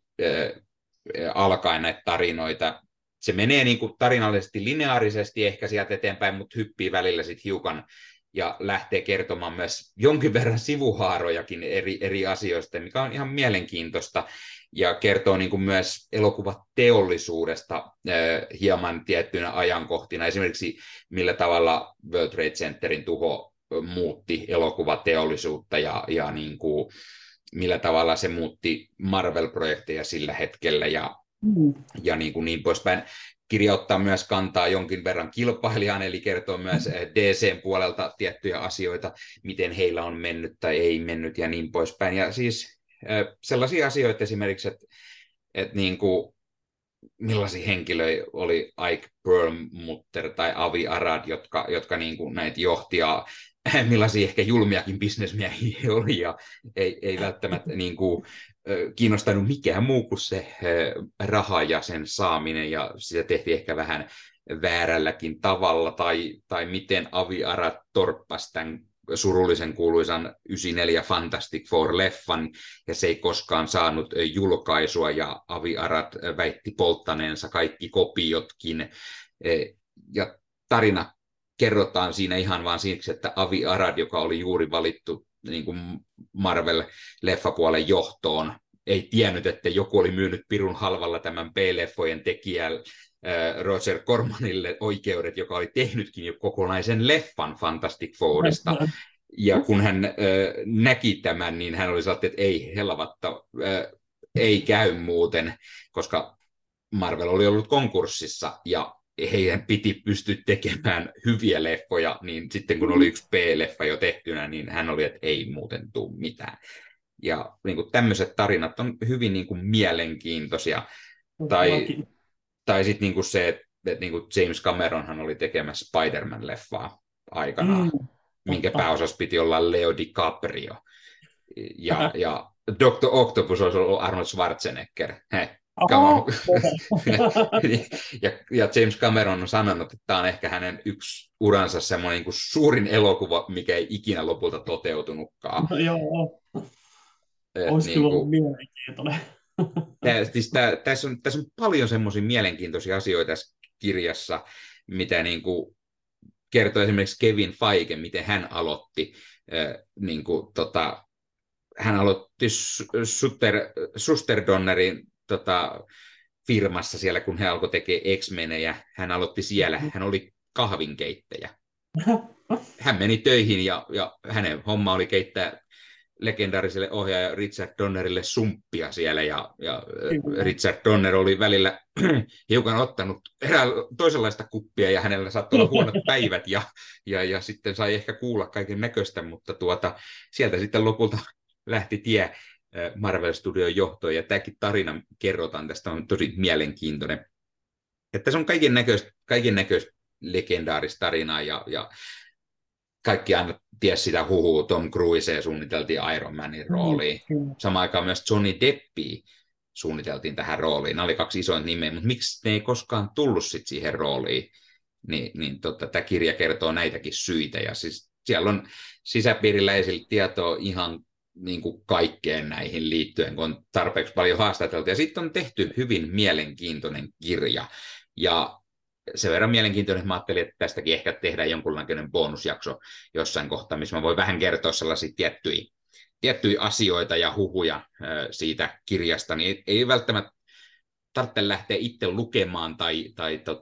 alkaen näitä tarinoita. Se menee niin kuin tarinallisesti lineaarisesti ehkä sieltä eteenpäin, mutta hyppii välillä sitten hiukan ja lähtee kertomaan myös jonkin verran sivuhaarojakin eri asioista, mikä on ihan mielenkiintoista, ja kertoo niin kuin myös elokuvateollisuudesta hieman tiettyinä ajankohtina, esimerkiksi millä tavalla World Trade Centerin tuho muutti elokuvateollisuutta, ja niin kuin, millä tavalla se muutti Marvel-projekteja sillä hetkellä, ja niin poispäin. Kirja ottaa myös kantaa jonkin verran kilpailijaan, eli kertoo myös DCn puolelta tiettyjä asioita, miten heillä on mennyt tai ei mennyt ja niin poispäin. Ja siis sellaisia asioita esimerkiksi, että niin kuin, millaisia henkilöitä oli Ike Perlmutter tai Avi Arad, jotka niin kuin näitä johti, ja millaisia ehkä julmiakin bisnesmiehiä oli, ja ei välttämättä niin kuin, kiinnostanut mikään muu kuin se raha ja sen saaminen, ja sitä tehtiin ehkä vähän väärälläkin tavalla, tai miten Avi Arad torppasi tämän surullisen kuuluisan 94 Fantastic Four-leffan, ja se ei koskaan saanut julkaisua, ja Avi Arad väitti polttaneensa kaikki kopiotkin, ja tarina kerrotaan siinä ihan vaan siksi, että Avi Arad, joka oli juuri valittu niin kuin Marvel-leffapuolen johtoon, ei tiennyt, että joku oli myynyt pirun halvalla tämän B-leffojen tekijälle Roger Cormanille oikeudet, joka oli tehnytkin jo kokonaisen leffan Fantastic Fourista. Ja kun hän näki tämän, niin hän oli sanottu, että ei helvatta, ei käy muuten, koska Marvel oli ollut konkurssissa, ja heidän piti pystyä tekemään hyviä leffoja, niin sitten kun oli yksi B-leffa jo tehtynä, niin hän oli, että ei muuten tule mitään. Ja niin kuin tämmöiset tarinat on hyvin niin kuin mielenkiintoisia. Tai sitten niin kuin se, että niin kuin James Cameronhan oli tekemässä Spider-Man-leffaa aikanaan, minkä pääosassa piti olla Leo DiCaprio. Ja Dr. Octopus olisi ollut Arnold Schwarzenegger. Ja James Cameron on sanonut, että tämä on ehkä hänen yksi uransa semmoinen niin kuin suurin elokuva, mikä ei ikinä lopulta toteutunutkaan. No, joo. Olisi niin kyllä kuin, ollut mielenkiintoinen. Tässä on paljon semmoisia mielenkiintoisia asioita tässä kirjassa, mitä niin kuin kertoo esimerkiksi Kevin Feige, miten hän aloitti. Niin kuin, hän aloitti Susterdonnerin firmassa siellä, kun he alkoi tekemään X-Menejä. Hän aloitti siellä. Hän oli kahvinkeittäjä. Hän meni töihin, ja hänen homma oli keittää legendaariselle ohjaaja Richard Donnerille sumppia siellä, ja Richard Donner oli välillä hiukan ottanut toisenlaista kuppia, ja hänellä saattoi olla huonot päivät, ja sitten sai ehkä kuulla kaiken näköistä, mutta sieltä sitten lopulta lähti tie Marvel Studion johtoon, ja tämäkin tarina kerrotaan tästä on tosi mielenkiintoinen. Että se on kaiken näköistä legendaarista tarinaa, ja kaikki aina ties sitä huhua, Tom Cruisea suunniteltiin Iron Manin rooliin. Samaan aikaan myös Johnny Deppia suunniteltiin tähän rooliin. Nämä oli kaksi isointa nimeä, mutta miksi ne ei koskaan tullut sit siihen rooliin? Tämä kirja kertoo näitäkin syitä, ja siis siellä on sisäpiirillä esillä tietoa ihan niin kuin kaikkeen näihin liittyen, kun on tarpeeksi paljon haastateltu. Ja sitten on tehty hyvin mielenkiintoinen kirja, ja sen verran mielenkiintoinen, että mä ajattelin, että tästäkin ehkä tehdään jonkunlainen bonusjakso jossain kohtaa, missä mä voin vähän kertoa sellaisia tiettyjä asioita ja huhuja siitä kirjasta, niin ei välttämättä tarvitse lähteä itse lukemaan tai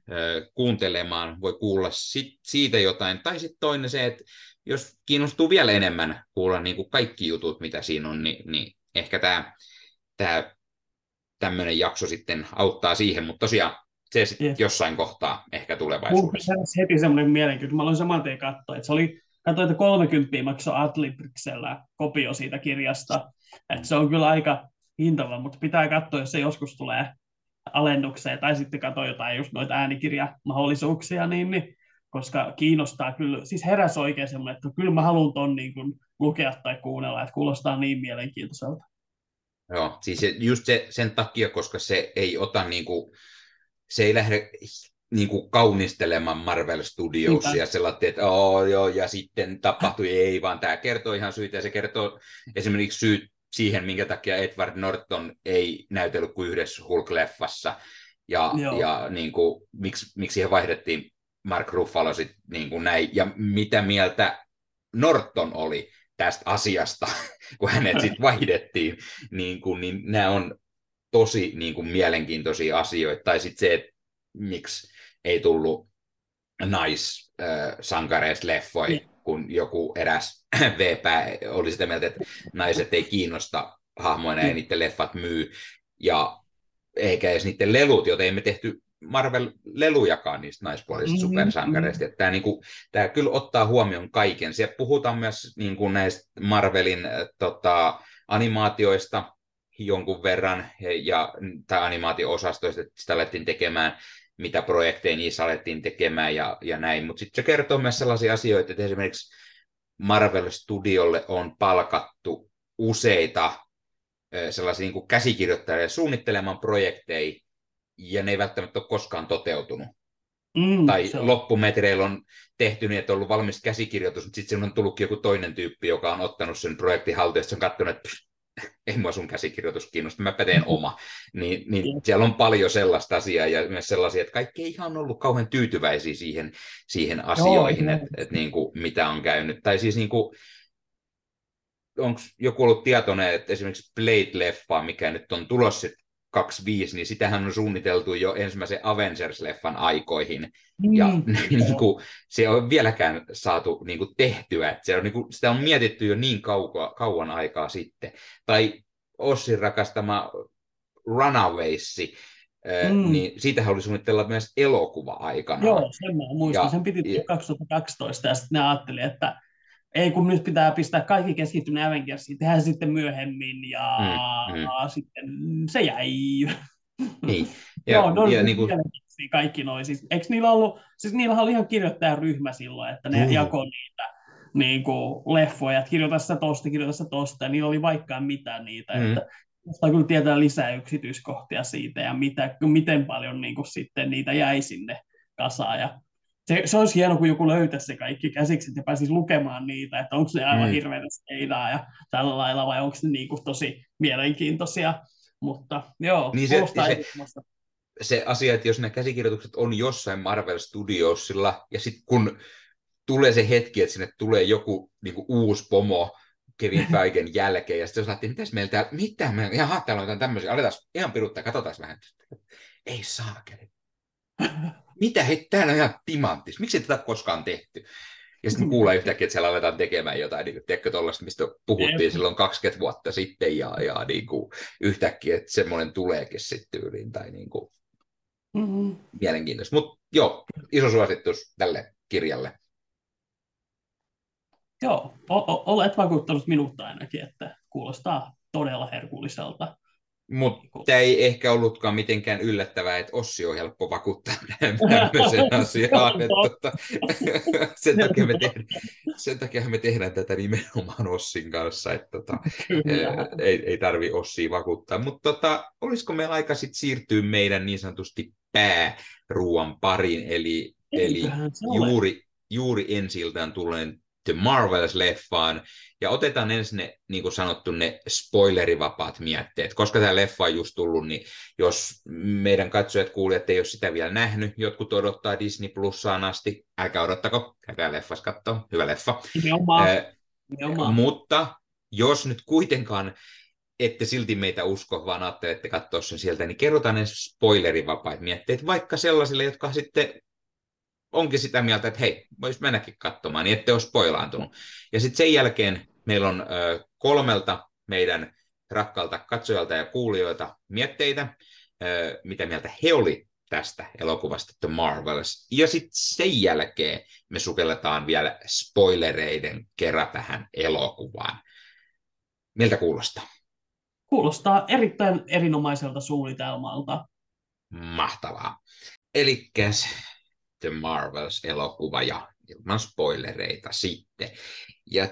kuuntelemaan, voi kuulla siitä jotain. Tai sitten toinen se, että jos kiinnostuu vielä enemmän kuulla niin kuin kaikki jutut, mitä siinä on, niin ehkä tämä tämmöinen jakso sitten auttaa siihen, mutta tosiaan se sitten jossain kohtaa ehkä tulevaisuudessa. Mun heti semmoinen mielenkiintoinen, mä aloin saman tien katsoa, että katsoin, että 30 maksoi Adlibrixellä kopio siitä kirjasta, että se on kyllä aika hintava, mutta pitää katsoa, jos se joskus tulee alennukseen, tai sitten katsoa jotain just noita äänikirjamahdollisuuksia, niin, koska kiinnostaa kyllä, siis heräsi oikein semmoinen, että kyllä mä haluan ton niin kuin lukea tai kuunnella, että kuulostaa niin mielenkiintoiselta. Joo, siis just sen takia, koska se ei ota se ei lähde kaunistelemaan Marvel Studiosia sellainen, että joo, ja sitten tapahtui, ei, vaan tämä kertoo ihan syitä, ja se kertoo esimerkiksi syyt siihen, minkä takia Edward Norton ei näytellyt kuin yhdessä Hulk-leffassa, ja miksi siihen vaihdettiin Mark Ruffalo sit, näin, ja mitä mieltä Norton oli tästä asiasta, kun hänet sitten vaihdettiin, niin nämä on tosi mielenkiintoisia asioita, tai sitten se, että miksi ei tullut naissankareista leffoja, kun joku eräs V-pää oli sitä mieltä, että naiset ei kiinnosta hahmoina ja niiden leffat myy, ja eikä edes niiden lelut, joten emme tehty Marvel-lelujakaan niistä naispuolisista supersankareista. Tämä kyllä ottaa huomioon kaiken. Siellä puhutaan myös näistä Marvelin animaatioista jonkun verran, tai animaatio-osastoista, että sitä alettiin tekemään, mitä projekteja niissä alettiin tekemään ja näin. Mutta sitten se kertoo myös sellaisia asioita, että esimerkiksi Marvel-studiolle on palkattu useita sellaisia käsikirjoittajia suunnittelemaan projekteja, ja ne ei välttämättä ole koskaan toteutunut. Tai loppumetreillä on tehty niin, että on ollut valmis käsikirjoitus, mutta sitten on tullutkin joku toinen tyyppi, joka on ottanut sen projektin haltuun, ja se on katsonut, että ei mua sun käsikirjoitus kiinnosta, mäpä teen oma. Niin siellä on paljon sellaista asiaa, ja myös sellaisia, että kaikki ei ihan ollut kauhean tyytyväisiä siihen asioihin, että mitä on käynyt. Tai siis onko joku ollut tietoinen, että esimerkiksi Blade-leffa, mikä nyt on tulossa 25, niin sitähän on suunniteltu jo ensimmäisen Avengers-leffan aikoihin, ja se on vieläkään saatu tehtyä, että se on, sitä on mietitty jo niin kauan aikaa sitten. Tai Ossin rakastama Runaways, niin siitähän oli suunnitella myös elokuva aikanaan. Joo, sen mä muistan. Sen piti 2012, ja sitten ne ajatteli, että ei kun nyt pitää pistää kaikki keskittyneen Avengersiin, tehdään sitten myöhemmin, ja sitten se jäi. Niin. Joo, ne oli kaikki noin. Siis, eikö niillä ollut, siis niillä oli ihan kirjoittajaryhmä silloin, että ne jakoi niitä leffoja, että kirjoita sitä tosta, ja niillä oli vaikka mitään niitä, että musta kyllä tietää lisää yksityiskohtia siitä, ja miten paljon sitten niitä jäi sinne kasaan, ja se olisi hieno, kun joku löytäisi se kaikki käsikset ja pääsisi lukemaan niitä, että onko ne aivan hirveän steinaa ja tällä lailla, vai onko ne tosi mielenkiintoisia. Mutta joo, niin se asia, että jos nämä käsikirjoitukset on jossain Marvel Studiosilla, ja sitten kun tulee se hetki, että sinne tulee joku uusi pomo Kevin Feigen jälkeen, ja sitten jos ajattelee, mitä meillä, täällä on jotain tämmöisiä, aletaan ihan piruttaa, katsotaan vähän. Ei saakeli. Mitä täällä on ihan timanttis, miksi ei tätä koskaan tehty? Ja sitten kuulee yhtäkkiä, että siellä aletaan tekemään jotain, tiedätkö tuollaista, mistä puhuttiin silloin 20 vuotta sitten, ja yhtäkkiä, että semmoinen tuleekin sitten tyyliin, tai mielenkiintoista. Mutta joo, iso suositus tälle kirjalle. Joo, olet vakuuttanut minutta ainakin, että kuulostaa todella herkulliselta. Mutta tämä ei ehkä ollutkaan mitenkään yllättävää, että Ossi on helppo vakuuttaa tämmöisen asiaan. Sen takia me tehdään tätä nimenomaan Ossin kanssa, että ei tarvitse Ossia vakuuttaa. Mutta olisiko meillä aika sitten siirtyä meidän niin sanotusti pääruuan pariin, eli juuri ensi-iltaan tulleen The Marvels-leffaan, ja otetaan ensin ne, niin kuin sanottu, ne spoilerivapaat mietteet. Koska tämä leffa on just tullut, niin jos meidän katsojat kuulijat ei ole sitä vielä nähnyt, jotkut odottaa Disney Plussaan asti, älkää odottako, käykää leffas katsoa, hyvä leffa. Mutta jos nyt kuitenkaan ette silti meitä usko, vaan ajattelette katsoa sen sieltä, niin kerrotaan ne spoilerivapaat mietteet, vaikka sellaisille, jotka sitten onkin sitä mieltä, että hei, vois mennäkin katsomaan, niin ette ole spoilaantunut. Ja sitten sen jälkeen meillä on 3 meidän rakkaalta katsojalta ja kuulijoilta mietteitä, mitä mieltä he oli tästä elokuvasta The Marvels. Ja sitten sen jälkeen me sukelletaan vielä spoilereiden kerran tähän elokuvaan. Miltä kuulostaa? Kuulostaa erittäin erinomaiselta suunnitelmalta. Mahtavaa. Elikkäs The Marvels-elokuva ja ilman spoilereita sitten. Ja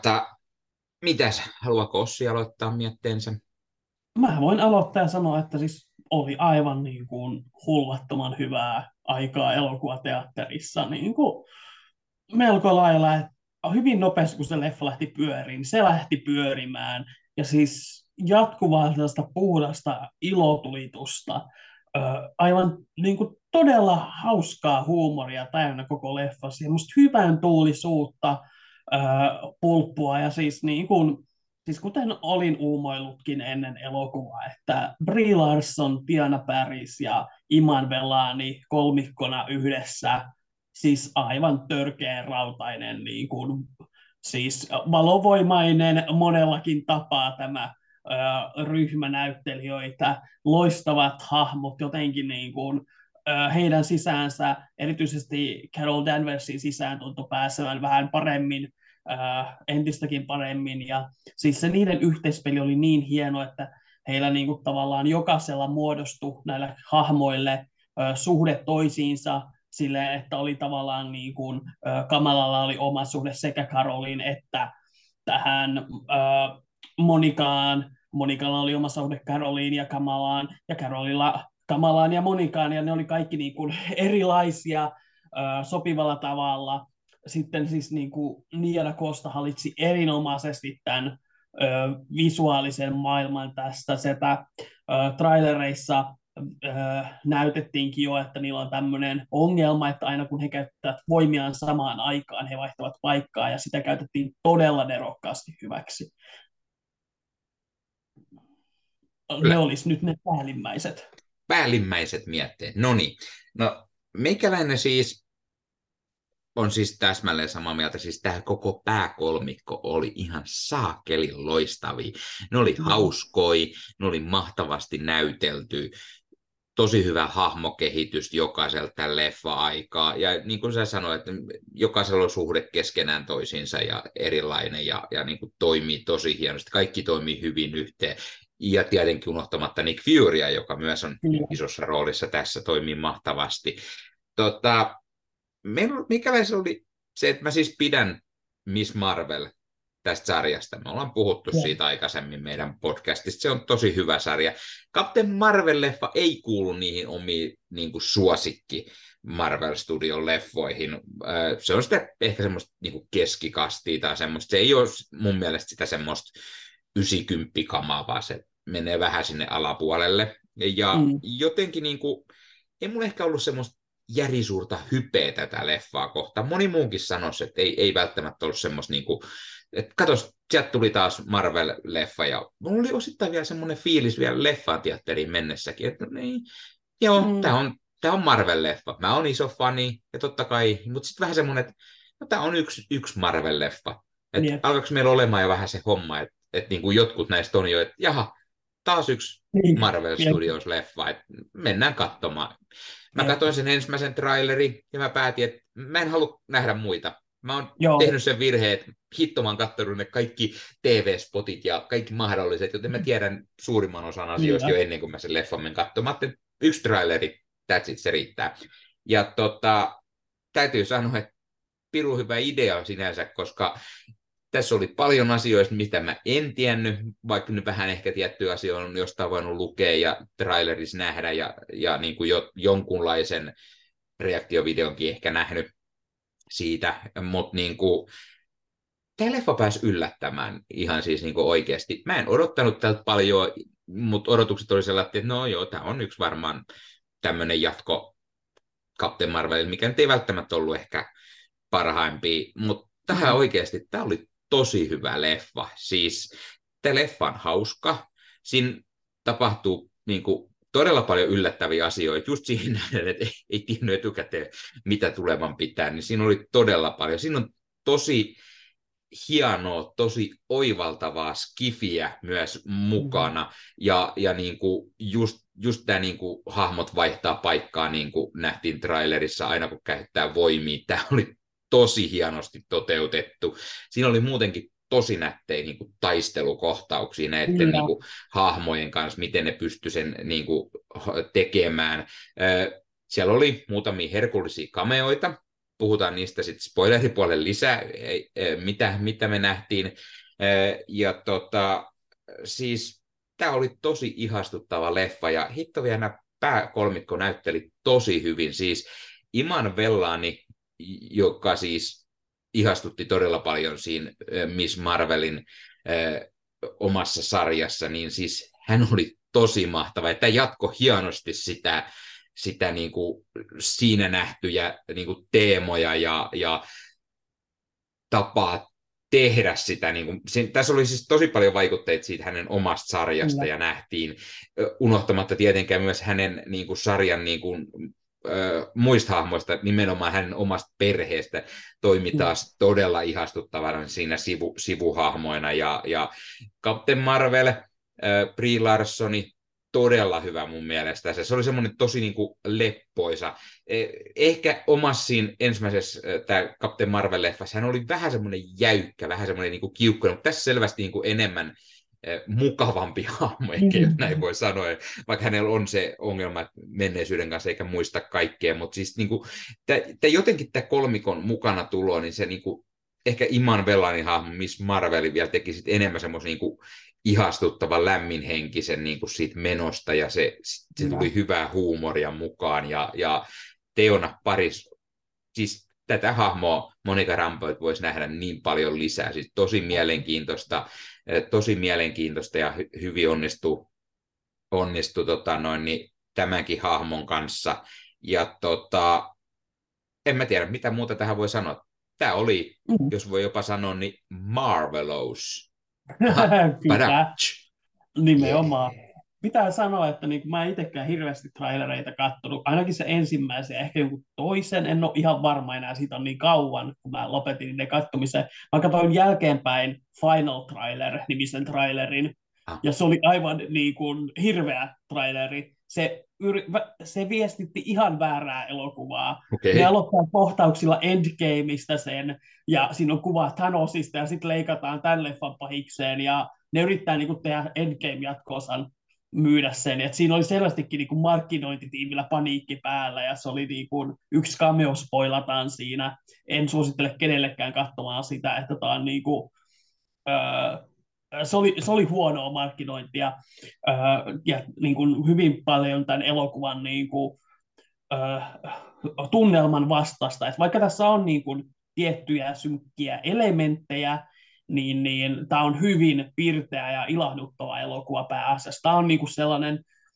mitäs, haluaako Ossi aloittaa mietteensä? Mä voin aloittaa ja sanoa, että siis oli aivan niin kuin hulvattoman hyvää aikaa elokuvateatterissa. Niin kuin melko lailla, että hyvin nopeasti kun se leffa lähti pyöriin, se lähti pyörimään. Ja siis jatkuvaa sellaista puhdasta ilotulitusta. Aivan niin kuin todella hauskaa huumoria täynnä koko leffa. Semmoista hyvän tuulisuutta, pulppua ja siis niin kuin siis kuten olin uumoillutkin ennen elokuvaa, että Brie Larson, Diana Paris ja Iman Velani kolmikkona yhdessä, siis aivan törkeän rautainen, niin kuin, siis valovoimainen monellakin tapaa tämä ryhmä näyttelijöitä, loistavat hahmot jotenkin niin kuin, heidän sisäänsä, erityisesti Carol Danversin sisään tuntui pääsevän vähän paremmin, entistäkin paremmin. Ja siis se niiden yhteispeli oli niin hieno, että heillä niin kuin tavallaan jokaisella muodostui näille hahmoille suhde toisiinsa sille, että oli tavallaan niin kuin, Kamalalla oli oma suhde sekä Karoliin että tähän Monikaan. Monikalla oli oma suhde Karoliin ja Kamalaan, ja Karolilla Kamalaan ja Monikaan, ja ne oli kaikki niin kuin erilaisia sopivalla tavalla. Sitten siis niin kuin Nia Costa hallitsi erinomaisesti tämän visuaalisen maailman tästä. Sitä trailereissa näytettiinkin jo, että niillä on tämmöinen ongelma, että aina kun he käyttävät voimiaan samaan aikaan, he vaihtavat paikkaa, ja sitä käytettiin todella nerokkaasti hyväksi. Ne Kyllä. olisi nyt ne päällimmäiset. Päällimmäiset mietteet. No niin. No, meikäläinen siis on siis täsmälleen samaa mieltä. Siis tämä koko pääkolmikko oli ihan saakelin loistavia. Ne oli hauskoi, ne oli mahtavasti näytelty. Tosi hyvä hahmokehitys jokaiselta tämän leffa-aikaa. Ja niin kuin sä sanoit, että jokaisella on suhde keskenään toisiinsa ja erilainen ja niin kuin toimii tosi hienosti. Kaikki toimii hyvin yhteen. Ja tietenkin unohtamatta Nick Furya, joka myös on isossa roolissa tässä, toimii mahtavasti. Mikäläisen oli se, että mä siis pidän Miss Marvel tästä sarjasta. Me ollaan puhuttu siitä aikaisemmin meidän podcastista. Se on tosi hyvä sarja. Captain Marvel-leffa ei kuulu niihin omiin niin kuin suosikki Marvel Studion leffoihin. Se on sitä ehkä semmoista niin kuin keskikastia tai semmoista. Se ei ole mun mielestä sitä semmoista 90-kamaa, vaan se menee vähän sinne alapuolelle. Ja jotenkin niin kuin, ei mulla ehkä ollut semmoista järisuurta hypeä tätä leffaa kohtaan. Moni muukin sanoisi, että ei välttämättä ollut semmoista, niin kuin, että katos, sieltä tuli taas Marvel-leffa, ja mulla oli osittain vielä semmoinen fiilis vielä leffaan teatteriin mennessäkin, että niin, joo, tämä on Marvel-leffa. Mä oon iso fani, ja totta kai, mutta sitten vähän semmoinen, että no, tämä on yksi Marvel-leffa. Että alkaako meillä olemaan jo vähän se homma, että niin kuin jotkut näistä on jo, että jaha, taas yksi Marvel Studios-leffa, että mennään katsomaan. Mä katsoin sen ensimmäisen trailerin ja mä päätin, että mä en halua nähdä muita. Mä oon tehnyt sen virheen, että hitto mä oon katsonut ne kaikki TV-spotit ja kaikki mahdolliset, joten mä tiedän suurimman osan asioista jo ennen kuin mä sen leffan menen katsomaan. Yksi traileri, that's it, se riittää. Ja täytyy sanoa, että pirun hyvä idea sinänsä, koska tässä oli paljon asioista, mitä mä en tiennyt, vaikka nyt vähän ehkä tiettyjä asioita on jostain voinut lukea ja trailerissa nähdä ja niin kuin jonkunlaisen reaktiovideonkin ehkä nähnyt siitä, mutta niin kuin, tämä leffa pääsi yllättämään ihan siis niin kuin oikeasti. Mä en odottanut tältä paljon, mutta odotukset oli sellainen, että no joo, tämä on yksi varmaan tämmöinen jatko Captain Marvel, mikä nyt ei välttämättä ollut ehkä parhaimpia, mutta tähän oikeasti, tämä oli tosi hyvä leffa. Siis tämä leffa on hauska. siinä tapahtuu niin kuin, todella paljon yllättäviä asioita, just siihen nähden, että ei tiennyt etukäteen, mitä tulevan pitää, niin siinä oli todella paljon. Siinä on tosi hienoa, tosi oivaltavaa skifiä myös mukana, ja niin kuin just tämä niin kuin hahmot vaihtaa paikkaa, niin kuin nähtiin trailerissa aina, kun käyttää voimia. Tämä oli tosi hienosti toteutettu. Siinä oli muutenkin tosi nättejä niin kuin taistelukohtauksia näiden niin Kyllä. kuin hahmojen kanssa, miten ne pysty sen niin kuin tekemään. Siellä oli muutamia herkullisia kameoita, puhutaan niistä sitten spoileripuolelle lisää, mitä me nähtiin. Ja siis tämä oli tosi ihastuttava leffa, ja hitto vielä nämä pääkolmikko näytteli tosi hyvin. Siis Iman Vellani, joka siis ihastutti todella paljon siinä Miss Marvelin omassa sarjassa, niin siis hän oli tosi mahtava, että jatko hienosti sitä niin kuin siinä nähtyjä niin kuin teemoja ja tapaa tehdä sitä. Niin kuin, tässä oli siis tosi paljon vaikutteita siitä hänen omasta sarjasta, Kyllä. ja nähtiin unohtamatta tietenkään myös hänen niin kuin sarjan niin kuin, muista hahmoista, nimenomaan hänen omasta perheestä, toimi taas todella ihastuttavana siinä sivuhahmoina, ja Captain Marvel, Brie Larsoni, todella hyvä mun mielestä. Se oli semmoinen tosi niin kuin leppoisa. Ehkä omassa siinä ensimmäisessä tämä Captain Marvel-leffassa hän oli vähän semmoinen jäykkä, vähän semmoinen niin kuin kiukkuinen, mutta tässä selvästi niin kuin enemmän mukavampi hahmo, ehkä jos näin voi sanoa, vaikka hänellä on se ongelma menneisyyden kanssa eikä muista kaikkea, mutta siis niin kuin, jotenkin tämä kolmikon mukana tulo, niin se niin kuin, ehkä Iman Vellanin hahmo, Miss Marvel vielä teki sit enemmän semmoisen niin kuin ihastuttavan lämminhenkisen niin kuin siitä menosta, ja se tuli hyvää huumoria mukaan, ja Teona Paris, siis tätä hahmoa Monica Rambeau voisi nähdä niin paljon lisää, siis tosi mielenkiintoista ja hyvin onnistu niin tämänkin hahmon kanssa, ja en mä tiedä, mitä muuta tähän voi sanoa. Tämä oli, jos voi jopa sanoa, niin Marvelous. Kyllä, nimenomaan. Yeah. Pitää sanoa, että niin kuin mä en itsekään hirveästi trailereita katsonut, ainakin se ensimmäisen ja ehkä jonkun toisen, en ole ihan varma enää, siitä on niin kauan, kun mä lopetin ne kattomisen. Mä katsoin jälkeenpäin Final Trailer-nimisen trailerin, Ah, ja se oli aivan niin kuin hirveä traileri. Se viestitti ihan väärää elokuvaa. Ne okei. aloittaa kohtauksilla Endgameista sen, ja siinä on kuva Thanosista, ja sitten leikataan tämän leffan pahikseen, ja ne yrittää niin kuin, tehdä Endgame-jatko-osan myydä sen. Et siinä oli selvästikin niin kuin markkinointitiimillä paniikki päällä, ja se oli niin kuin, yksi cameo spoilataan siinä. En suosittele kenellekään katsomaan sitä, että tämä on niin kuin, se oli huonoa markkinointia, ja niin kuin hyvin paljon tämän elokuvan niin kuin, tunnelman vastasta. Et vaikka tässä on niin kuin tiettyjä synkkiä elementtejä, niin tämä on hyvin pirteä ja ilahduttava elokuva pääasiassa. Tämä on niin kuin sellainen,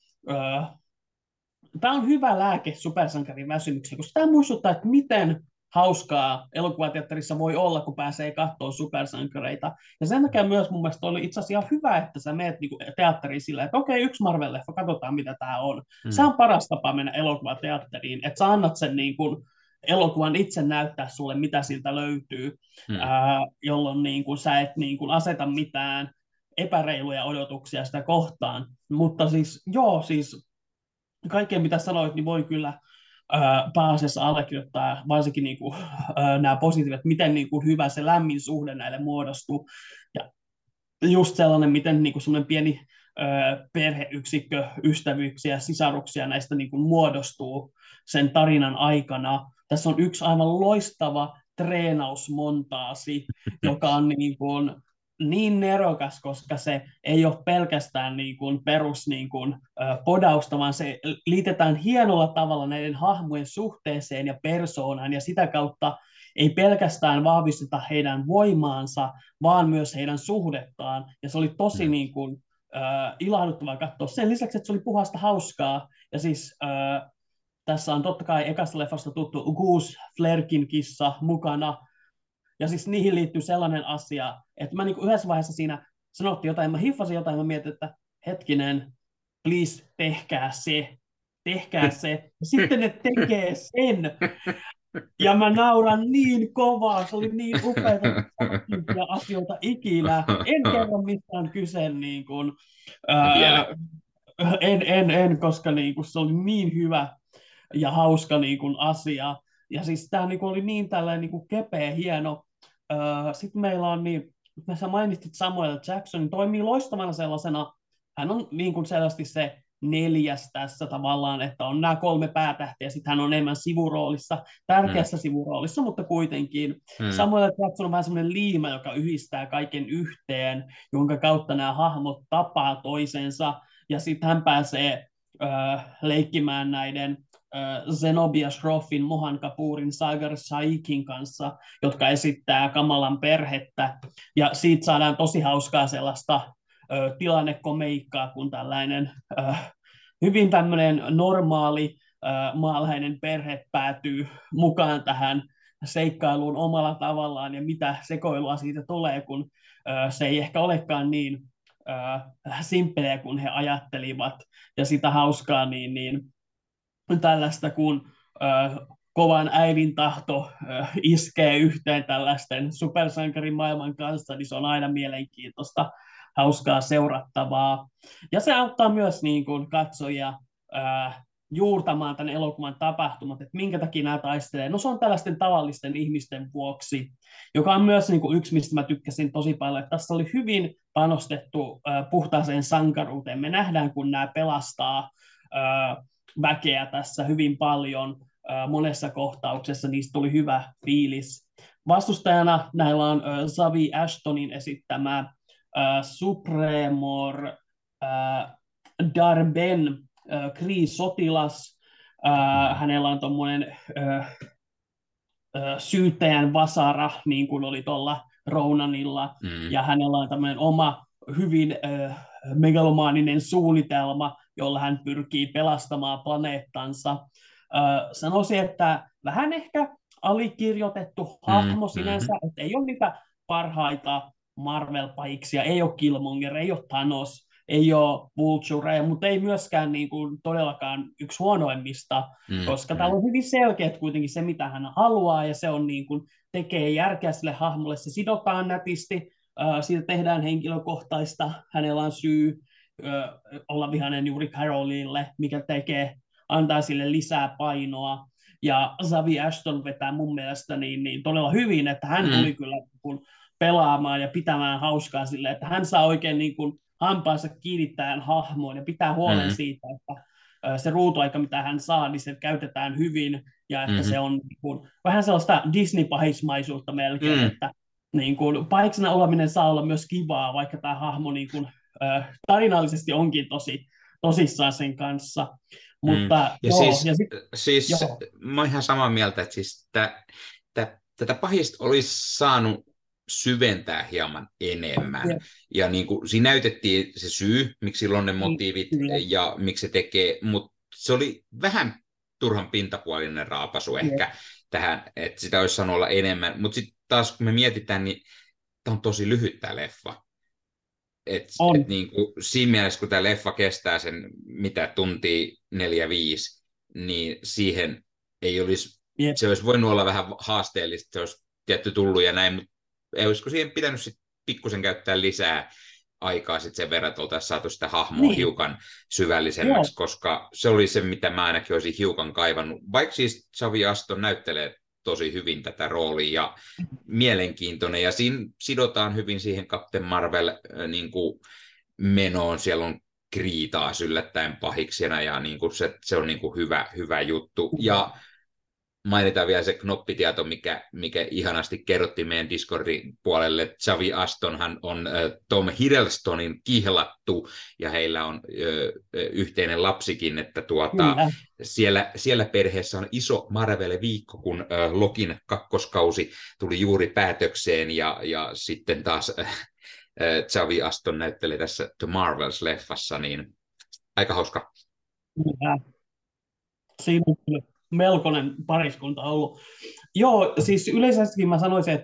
tämä on hyvä lääke supersankarin väsymykseen, koska tämä muistuttaa, että miten hauskaa elokuvateatterissa voi olla, kun pääsee katsoa supersankareita. Ja sen takia myös mun mielestä oli itse asiassa ihan hyvä, että sä meet niinku teatteriin sillä, että okei, yksi Marvel-leffa, katsotaan mitä tämä on. Se Mm. on paras tapa mennä elokuvateatteriin, että sä annat sen niinku elokuvan itse näyttää sulle, mitä siltä löytyy, Mm. jolloin niinku sä et niinku aseta mitään epäreiluja odotuksia sitä kohtaan. Mutta siis, joo, siis kaikkeen mitä sanoit, niin voi kyllä pääasiassa allekirjoittaa varsinkin niin kuin, nämä positiiviset, miten niin kuin, hyvä se lämmin suhde näille muodostuu. Ja just sellainen, miten niin kuin, sellainen pieni perheyksikkö, ystävyyksiä, sisaruksia näistä niin kuin, muodostuu sen tarinan aikana. Tässä on yksi aivan loistava treenausmontaasi, joka on niin nerokas, koska se ei ole pelkästään niin kuin perus niin kuin, podausta, vaan se liitetään hienolla tavalla näiden hahmojen suhteeseen ja persoonaan, ja sitä kautta ei pelkästään vahvisteta heidän voimaansa, vaan myös heidän suhdettaan, ja se oli tosi Mm. niin kuin, ilahduttavaa katsoa. Sen lisäksi, että se oli puhasta hauskaa, ja siis tässä on totta kai ekasta leffasta tuttu Goose Flerkin kissa mukana, ja siis niihin liittyy sellainen asia, että mä niin yhdessä vaiheessa siinä sanottiin jotain, mä hiffasin jotain, mä mietin, että hetkinen, please, tehkää se. Ja sitten ne tekee sen. Ja mä nauran niin kovaa, se oli niin upeita, saattaimpia asioita ikinä. En kerro mistään kyse, niin kuin, ää, Vielä. koska niin kuin, se oli niin hyvä ja hauska niin kuin, asia. Ja siis tämä niin kuin, oli niin tällainen niin kuin, kepeä, hieno. Sitten meillä on niin, sä mainitsit Samuel Jackson, toimii loistavana sellaisena, hän on niin kuin selvästi se neljäs tässä tavallaan, että on nämä kolme päätähtiä, sitten hän on enemmän sivuroolissa, Mm, tärkeässä sivuroolissa, mutta kuitenkin. mm, Samuel Jackson on vähän semmoinen liima, joka yhdistää kaiken yhteen, jonka kautta nämä hahmot tapaa toisensa, ja sitten hän pääsee leikkimään näiden Zenobia Shroffin, Mohan Kapurin, Sagar Shaikin kanssa, jotka esittää Kamalan perhettä. Ja siitä saadaan tosi hauskaa sellaista tilannekomeikkaa, kun tällainen hyvin tämmöinen normaali maalainen perhe päätyy mukaan tähän seikkailuun omalla tavallaan ja mitä sekoilua siitä tulee, kun se ei ehkä olekaan niin simppeleä kuin he ajattelivat ja sitä hauskaa niin tällaista, kun kovan äidin tahto iskee yhteen tällaisten supersankarimaailman kanssa, niin se on aina mielenkiintoista, hauskaa seurattavaa. Ja se auttaa myös niin kuin katsojia juurtamaan tämän elokuvan tapahtumat, että minkä takia nämä taistelee. No se on tällaisten tavallisten ihmisten vuoksi, joka on myös niin kuin yksi, mistä mä tykkäsin tosi paljon, että tässä oli hyvin panostettu puhtaaseen sankaruuteen. Me nähdään, kun nämä pelastaa väkeä tässä hyvin paljon monessa kohtauksessa, niistä tuli hyvä fiilis. Vastustajana näillä on Zavi Ashtonin esittämä Supremor Darben Kree-sotilas. mm, Hänellä on tuommoinen syyttäjän vasara, niin kuin oli tuolla Ronanilla, mm, ja hänellä on tämmöinen oma hyvin megalomaaninen suunnitelma, jolla hän pyrkii pelastamaan planeettansa. Sanoisin, että vähän ehkä alikirjoitettu mm, hahmo sinänsä, mm, että ei ole niitä parhaita Marvel-pahiksia, ei ole Killmonger, ei ole Thanos, ei ole Vulture, mutta ei myöskään niin kuin todellakaan yksi huonoimmista, mm, koska täällä mm, on hyvin selkeät kuitenkin se, mitä hän haluaa, ja se on niin kuin, tekee järkeä sille hahmolle, se sidotaan nätisti, siitä tehdään henkilökohtaista, hänellä on syy olla vihainen juuri Carolille, mikä antaa sille lisää painoa, ja Zavi Ashton vetää mun mielestä niin todella hyvin, että hän mm, tuli kyllä kun pelaamaan ja pitämään hauskaa sille, että hän saa oikein niin kuin hampaansa kiinnittäen hahmoon ja pitää huolen mm, siitä, että se ruutuaika, mitä hän saa, niin se käytetään hyvin ja että mm, se on niin kuin, vähän sellaista Disney-pahismaisuutta melkein, mm, että niin kuin, pahiksena oleminen saa olla myös kivaa, vaikka tämä hahmo niin kuin, tarinallisesti onkin tosissaan sen kanssa. mm. Mutta Ja joo, ja sitten siis joo, mä oon ihan samaa mieltä, että siis tätä pahista olisi saanut syventää hieman enemmän. Ja niin kuin, siinä näytettiin se syy, miksi sillä on ne motiivit kyllä, ja miksi se tekee, mutta se oli vähän turhan pintapuolinen raapasu jep, ehkä tähän, että sitä olisi saanut olla enemmän. Mutta sitten taas kun me mietitään, niin tämä on tosi lyhyt tämä leffa. Et on, niin kuin, siinä mielessä, kun tämä leffa kestää sen mitä tuntia 4-5, niin siihen ei olisi, jep, se olisi voinut olla vähän haasteellista, se olisi tietty tullut ja näin, mutta ei olisiko siihen pitänyt sit pikkusen käyttää lisää aikaa sit sen verran, että oltaisiin saatu sitä hahmoa niin, hiukan joo, syvällisemmäksi, koska se oli se, mitä mä ainakin olisin hiukan kaivannut. Vaikka siis Xavi Aston näyttelee tosi hyvin tätä roolia ja mielenkiintoinen, ja siinä sidotaan hyvin siihen Captain Marvel niin kuin menoon, siellä on Kriitaa yllättäen pahiksena, ja niin kuin se on niin kuin hyvä juttu, ja mainitaan vielä se knoppitieto, mikä ihanasti kerrottiin meidän Discordin puolelle. Xavi Astonhan on Tom Hiddlestonin kihlattu, ja heillä on yhteinen lapsikin, että kyllä, siellä perheessä on iso Marvel-viikko, kun Lokin kakkoskausi tuli juuri päätökseen, ja sitten taas Xavi Aston näytteli tässä The Marvels-leffassa, niin aika hauska. kyllä. Siinä on kyllä melkoinen pariskunta ollut. Joo, siis yleisesti mä sanoisin, että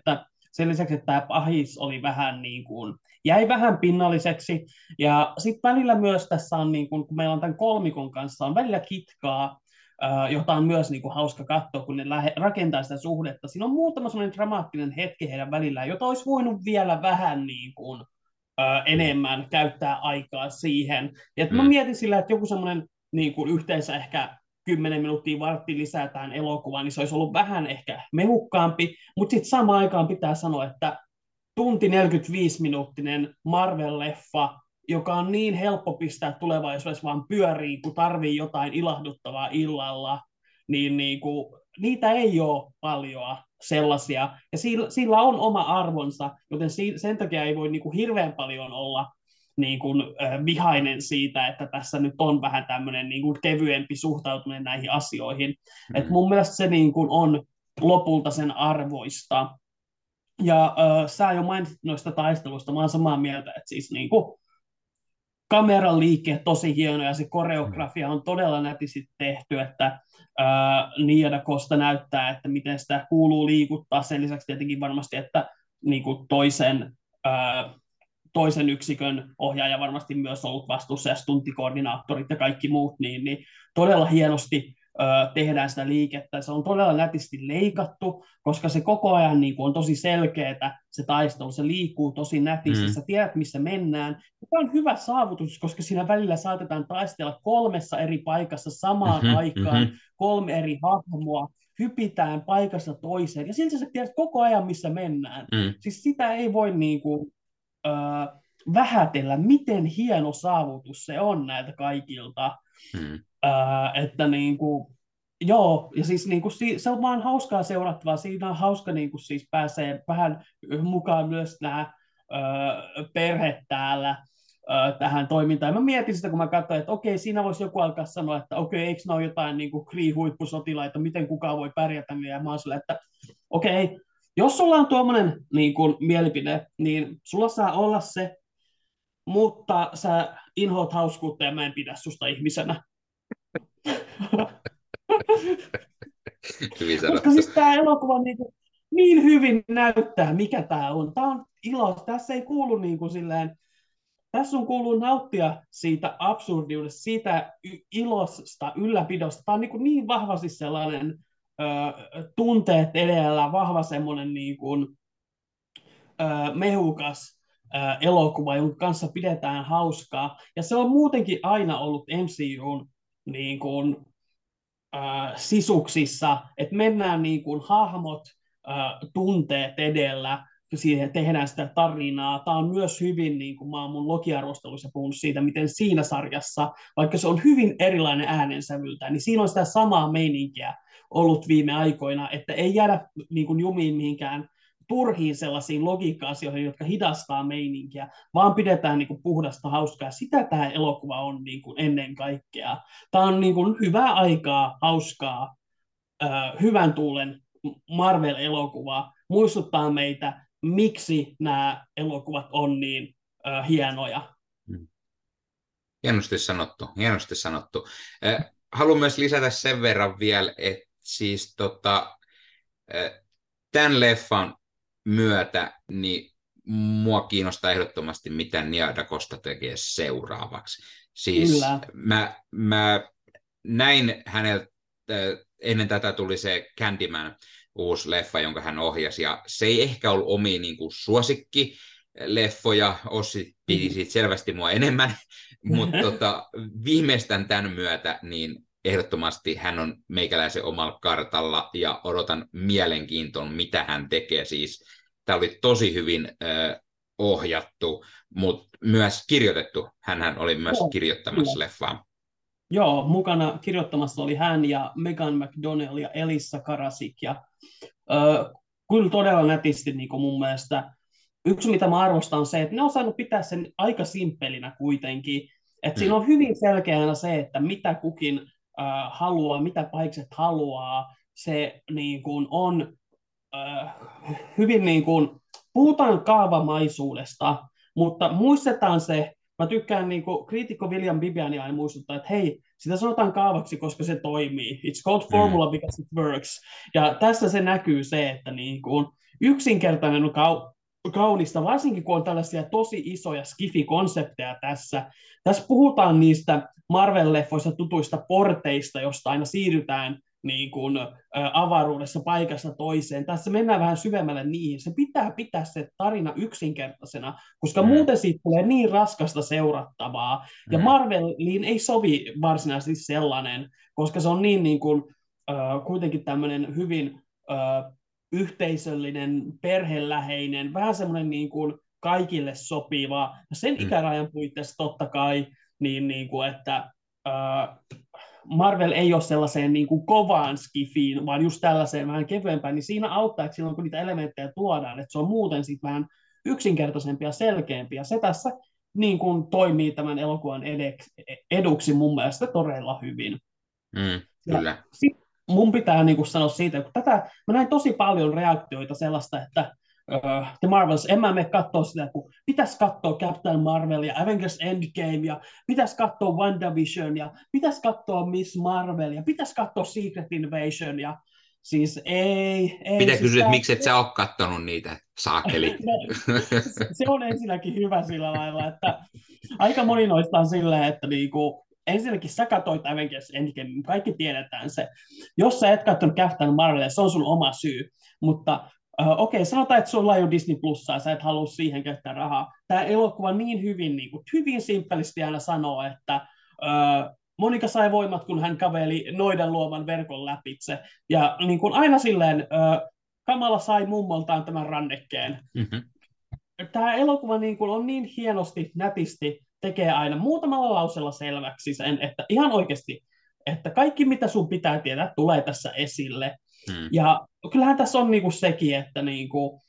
sen lisäksi, että tämä pahis oli vähän niin kuin, jäi vähän pinnalliseksi. Ja sitten välillä myös tässä on, niin kuin, kun meillä on tämän kolmikon kanssa, on välillä kitkaa, jota on myös niin kuin, hauska katsoa, kun ne rakentaa sitä suhdetta. Siinä on muutama sellainen dramaattinen hetki heidän välillään, jota olisi voinut vielä vähän niin kuin, enemmän käyttää aikaa siihen. Ja että mä Mm. mietin sillä, että joku semmoinen niin kuin yhteensä ehkä 10 minuuttia, vartti lisätään elokuvaan, niin se olisi ollut vähän ehkä mehukkaampi, mutta sitten samaan aikaan pitää sanoa, että tunti 45-minuuttinen Marvel-leffa, joka on niin helppo pistää tulevaisuudessa vaan pyöriin, kun tarvii jotain ilahduttavaa illalla, niin kuin, niitä ei ole paljon sellaisia, ja sillä on oma arvonsa, joten sen takia ei voi niin kuin hirveän paljon olla niin kuin, vihainen siitä, että tässä nyt on vähän tämmöinen niin kuin kevyempi suhtautuminen näihin asioihin. Et mun mielestä se niin kuin on lopulta sen arvoista. Ja sä jo mainitsit noista taisteluista, mä oon samaa mieltä, että siis niin kuin, kameran liikkeet tosi hieno ja se Mm. koreografia on todella nätisti tehty, että Nia da Costa näyttää, että miten sitä kuuluu liikuttaa. Sen lisäksi tietenkin varmasti, että niin kuin toisen yksikön ohjaaja varmasti myös ollut vastuussa ja stuntikoordinaattorit ja kaikki muut, niin todella hienosti tehdään sitä liikettä. Se on todella nätisti leikattu, koska se koko ajan niin kuin on tosi selkeää, se taistelu, se liikkuu tosi nätisti, Mm. sä tiedät missä mennään. Tämä on hyvä saavutus, koska siinä välillä saatetaan taistella 3 eri paikassa samaan Mhm, aikaan, mhm, 3 eri hahmoa, hypitään paikasta toiseen, ja silti sä tiedät koko ajan, missä mennään. mm, Siis sitä ei voi niin kuin, vähätellä, miten hieno saavutus se on näiltä kaikilta. mm. Että niin kuin, joo, ja siis niin kuin, se on vaan hauskaa seurattavaa. Siinä on hauska niin kuin, siis pääsee vähän mukaan myös nämä perhe täällä tähän toimintaan. Mä mietin sitä, kun mä katsoin, että okei, siinä voisi joku alkaa sanoa, että okei, eikö ne ole jotain niin kuin Kree-huippusotilaita, miten kukaan voi pärjätä, ja mä oon sillä, että okei, jos sulla on tuommoinen niin kuin, mielipide, niin sulla saa olla se, mutta sä inhoat hauskuutta ja mä en pidä susta ihmisenä. Hyvin Koska sanottu. siis tämä elokuva niin hyvin näyttää, mikä tämä on. Tämä on ilo. Tässä ei kuulu niin kuin silleen, tässä on kuuluu nauttia siitä absurdiudesta, siitä ilosta, ylläpidosta. Tämä on niin vahvasti sellainen tunteet edellä, vahva semmoinen niin kuin, mehukas elokuva, jonka kanssa pidetään hauskaa. Ja se on muutenkin aina ollut MCUn niin kuin, sisuksissa, että mennään niin kuin hahmot, tunteet edellä, siihen tehdään sitä tarinaa. Tämä on myös hyvin, niin kuin mä oon mun logiarvostelussa puhunut siitä, miten siinä sarjassa, vaikka se on hyvin erilainen äänensävyltä, niin siinä on sitä samaa meininkiä ollut viime aikoina, että ei jäädä niin kuin jumiin mihinkään turhiin sellaisiin logiikka-asioihin, jotka hidastaa meininkiä, vaan pidetään niin kuin puhdasta hauskaa. Sitä tämä elokuva on niin kuin ennen kaikkea. Tämä on niin kuin hyvää aikaa, hauskaa, hyvän tuulen Marvel-elokuvaa. Muistuttaa meitä, miksi nämä elokuvat on niin hienoja. Mm. Hienosti sanottu, hienosti sanottu. Haluan myös lisätä sen verran vielä, että siis tämän leffan myötä niin mua kiinnostaa ehdottomasti, mitä Nia da Costa tekee seuraavaksi. Siis Kyllä. mä näin häneltä, ennen tätä tuli se Candyman, uusi leffa, jonka hän ohjasi, ja se ei ehkä ollut omia niin kuin suosikki leffoja, Ossi piti siitä selvästi mua enemmän, mutta viimeistään tämän myötä niin ehdottomasti hän on meikäläisen omalla kartalla ja odotan mielenkiintoon, mitä hän tekee. Siis tämä oli tosi hyvin ohjattu, mutta myös kirjoitettu. Hänhän oli myös Joo, kirjoittamassa kyllä. leffaa. Joo, mukana kirjoittamassa oli hän ja Megan McDonnell ja Elissa Karasik. Ja, kyllä todella nätisti niin kuin mun mielestä. Yksi, mitä mä arvostan, on se, että ne on saanut pitää sen aika simppelinä kuitenkin. Että siinä Mm, on hyvin selkeänä se, että mitä kukin haluaa, mitä paikset haluaa. Se niin kuin on äh, hyvin niin kuin, puhutaan kaavamaisuudesta, mutta muistetaan se, mä tykkään niin kuin, kriitikko William Bibiani aina muistuttaa, että hei, sitä sanotaan kaavaksi, koska se toimii. It's called Mm, formula because it works. Ja tässä se näkyy se, että niin kuin, yksinkertainen on kaunista, varsinkin kun on tällaisia tosi isoja skifi-konsepteja tässä. Tässä puhutaan niistä Marvel-leffoissa tutuista porteista, josta aina siirrytään niin kuin, avaruudessa paikasta toiseen. Tässä mennään vähän syvemmälle niihin. Se pitää se tarina yksinkertaisena, koska mm, muuten siitä tulee niin raskasta seurattavaa. Ja mm, Marveliin ei sovi varsinaisesti sellainen, koska se on niin kuin, kuitenkin tämmöinen hyvin yhteisöllinen, perheläheinen, vähän semmoinen niin kuin kaikille sopiva. Ja sen mm, ikärajan puitteissa totta kai, niin kuin, että Marvel ei ole sellaiseen niin kuin kovaan skifiin, vaan just tällaiseen vähän kevyempään, niin siinä auttaa, että silloin kun niitä elementtejä tuodaan, että se on muuten sitten vähän yksinkertaisempi ja selkeämpi. Ja se tässä niin kuin toimii tämän elokuvan eduksi mun mielestä todella hyvin. Ja kyllä. sit mun pitää niin kuin sanoa siitä, kun mä näin tosi paljon reaktioita sellaista, että The Marvels, en mä mene katsoa sitä, kun pitäisi katsoa Captain Marvel ja Avengers Endgame ja pitäisi katsoa WandaVision ja pitäisi katsoa Miss Marvel ja pitäisi katsoa Secret Invasion ja siis ei Pitää siis kysyä, että miksi et sä ole kattonut niitä, saakeli. no, se on ensinnäkin hyvä sillä lailla, että aika moni noista on silleen, että niinku, ensinnäkin sä katsoit Avengers Endgame, kaikki tiedetään se. Jos sä et katsonut Captain Marvelia, se on sun oma syy. Mutta okei, sanotaan, että sulla on jo Disney Plusaa, sä et halua siihen käyttää rahaa. Tämä elokuva niin hyvin, niinku, hyvin simppelisti aina sanoo, että Monika sai voimat, kun hän kaveli noidan luovan verkon läpitse. Ja niin kuin aina silleen, Kamala sai mummoltaan tämän rannekkeen. Mhm. Tämä elokuva niin kuin on niin hienosti, nätisti, tekee aina muutamalla lausella selväksi sen, että ihan oikeasti, että kaikki mitä sun pitää tietää tulee tässä esille. Mm, Ja kyllähän tässä on niin kuin sekin, että niin kuin,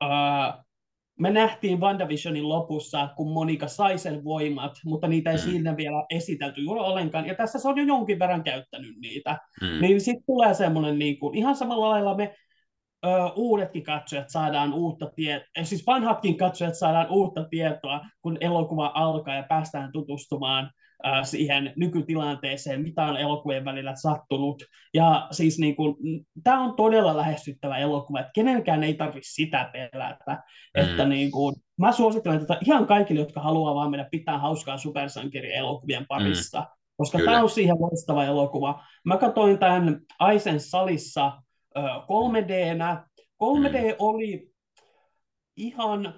me nähtiin WandaVisionin lopussa, kun Monika sai sen voimat, mutta niitä ei mm, siinä vielä esitelty juuri ollenkaan. Ja tässä se on jo jonkin verran käyttänyt niitä. mm, Niin sitten tulee semmoinen, niin kuin, ihan samalla lailla me uudetkin katsojat saadaan uutta tietoa, siis vanhatkin katsojat saadaan uutta tietoa, kun elokuva alkaa ja päästään tutustumaan siihen nykytilanteeseen, mitä on elokuvien välillä sattunut. Ja siis niin kuin, tämä on todella lähestyttävä elokuva, että kenenkään ei tarvitse sitä pelätä. Että mm, niin kuin, mä suosittelen tätä ihan kaikille, jotka haluaa vaan mennä pitää hauskaa supersankarielokuvien mm, parissa, koska tämä kyllä. on siihen loistava elokuva. Mä katsoin tämän Aisen salissa 3D:nä. Mm, 3D oli ihan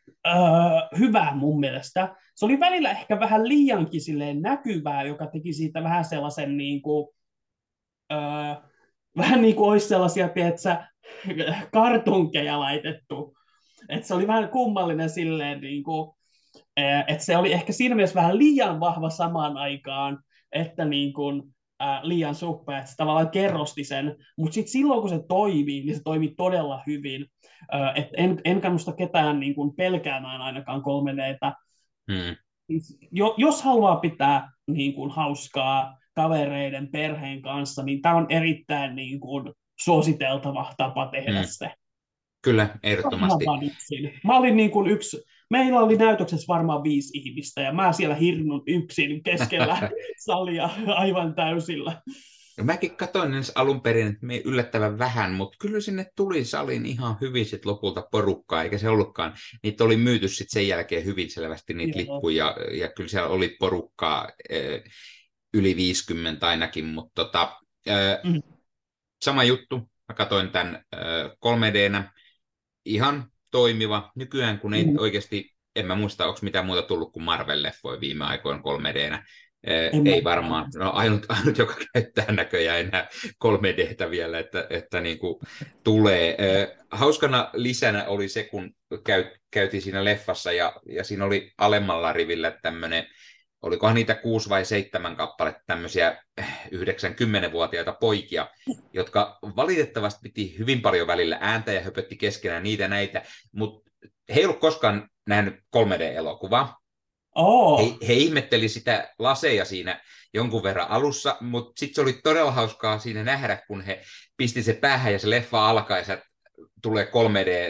hyvä mun mielestä. Se oli välillä ehkä vähän liiankin silleen näkyvää, joka teki siitä vähän sellaisen niin kuin, öö, vähän niin kuin olisi sellaisia, tiedätkö, kartunkeja laitettu. Et se oli vähän kummallinen silleen, niin kuin, että se oli ehkä siinä mielessä vähän liian vahva samaan aikaan, että niin kuin, liian suppea, että se tavallaan kerrosti sen, mutta sitten silloin kun se toimii, niin se toimii todella hyvin. En kannusta ketään niin kuin pelkäämään ainakaan 3Dtä. mm, Jos haluaa pitää niin kuin, hauskaa kavereiden, perheen kanssa, niin tämä on erittäin niin kuin, suositeltava tapa tehdä mm. se. Kyllä, Mä ehdottomasti. valitsin. Mä olin niin kuin meillä oli näytöksessä varmaan 5 ihmistä ja mä siellä hirnun yksin keskellä salia aivan täysillä. Ja mäkin katsoin ensin alun perin, että me yllättävän vähän, mutta kyllä sinne tuli salin ihan hyvin sit lopulta porukkaa, eikä se ollutkaan. Niitä oli myyty sitten sen jälkeen hyvin selvästi niitä Joo. lippuja, ja kyllä siellä oli porukkaa yli 50 ainakin, mutta Mm. sama juttu. Mä katsoin tämän 3D:nä, ihan toimiva. Nykyään kun ei Mm. oikeasti, en mä muista, onko mitään muuta tullut kuin Marvel-leffoja viime aikoina 3D:nä. En Ei mäkään. varmaan. No, ainut, joka käyttää näköjään enää 3D:tä vielä, että niin kuin tulee. Hauskana lisänä oli se, kun käytiin siinä leffassa ja siinä oli alemmalla rivillä tämmöinen, olikohan niitä 6 vai 7 kappaletta tämmöisiä 90-vuotiaita poikia, jotka valitettavasti piti hyvin paljon välillä ääntä ja höpötti keskenään niitä näitä, mutta he ei ollut koskaan nähnyt 3D-elokuvaa. He ihmetteli sitä laseja siinä jonkun verran alussa, mutta sitten se oli todella hauskaa siinä nähdä, kun he pisti se päähän ja se leffa alkaa ja tulee 3Dtä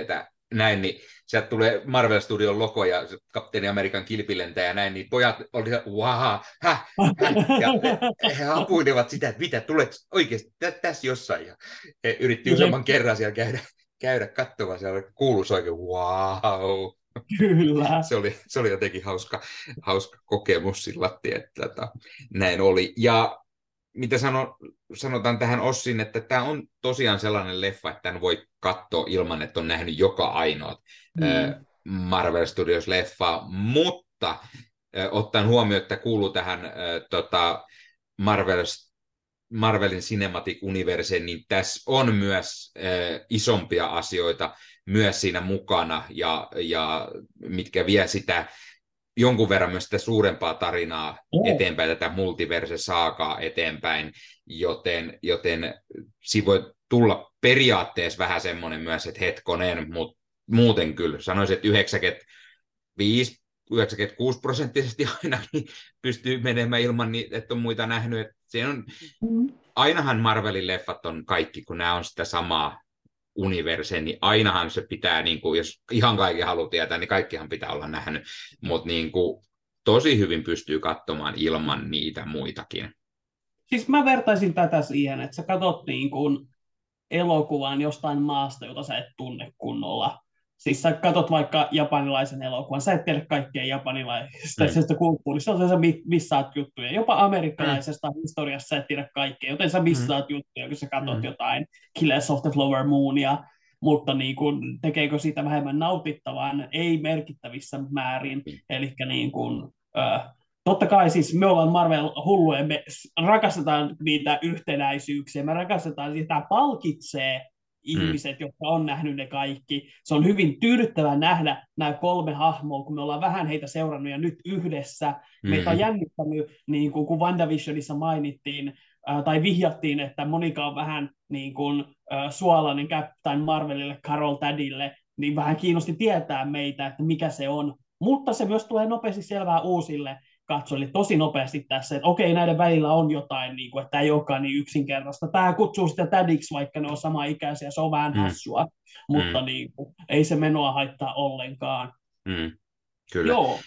näin, niin sieltä tulee Marvel Studion logo ja Kapteeni Amerikan kilpilentäjä ja näin, niin pojat olivat, waha, ja he hapuilivat sitä, että mitä, tuleeko oikeasti tässä jossain, ja he yritti useamman kerran siellä käydä katsomaan, siellä kuuluisi oikein, wow. Kyllä. Se oli jotenkin hauska kokemus sillä, että näin oli. Ja mitä sanotaan tähän Ossin, että tämä on tosiaan sellainen leffa, että tämän voi katsoa ilman, että on nähnyt joka ainoa Mm. Marvel Studios-leffa, mutta ottaen huomioon, että kuuluu tähän Marvelin Cinematic Universeen, niin tässä on myös isompia asioita myös siinä mukana, ja mitkä vie sitä jonkun verran myös sitä suurempaa tarinaa eteenpäin, tätä multiverse-saakaa eteenpäin, joten siinä voi tulla periaatteessa vähän semmoinen myös, että hetkonen, mutta muuten kyllä sanoisin, että 96% ainakin pystyy menemään ilman, että on muita nähnyt. Että siinä on, ainahan Marvelin leffat on kaikki, kun nämä on sitä samaa universeen, niin ainahan se pitää, niin kuin, jos ihan kaikki haluaa tietää, niin kaikkihan pitää olla nähnyt, mutta niin kuin, tosi hyvin pystyy katsomaan ilman niitä muitakin. Siis mä vertaisin tätä siihen, että sä katsot niin kuin elokuvan jostain maasta, jota sä et tunne kunnolla. Siis sä katsot vaikka japanilaisen elokuvan, sä et tiedä kaikkea japanilaisesta kulttuurista, sä missaat juttuja. Jopa amerikkalaisesta historiasta sä et tiedä kaikkea, joten sä missaat juttuja, kun sä katsot jotain Killers of the Flower Moonia, mutta niin kuin, tekeekö siitä vähemmän nautittavaa? Ei merkittävissä määrin. Eli niin kuin, totta kai siis me ollaan Marvel-hulluja, me rakastetaan niitä yhtenäisyyksiä, me rakastetaan sitä, palkitsee ihmiset, jotka on nähnyt ne kaikki. Se on hyvin tyydyttävää nähdä nämä 3 hahmoa, kun me ollaan vähän heitä seurannut ja nyt yhdessä. Meitä on jännittänyt, niin kun WandaVisionissa mainittiin, tai vihjattiin, että Monika on vähän niin kuin suolainen Captain Marvelille, Carol Tadille, niin vähän kiinnosti tietää meitä, että mikä se on. Mutta se myös tulee nopeasti selvää uusille katsojille tosi nopeasti tässä, että okei, näiden välillä on jotain, niin kuin, että tämä ei olekaan niin yksinkertaista. Tämä kutsuu sitä tädiksi, vaikka ne on sama ikäisiä, se on vähän hassua, mutta niin kuin, ei se menoa haittaa ollenkaan. Kyllä. Joo.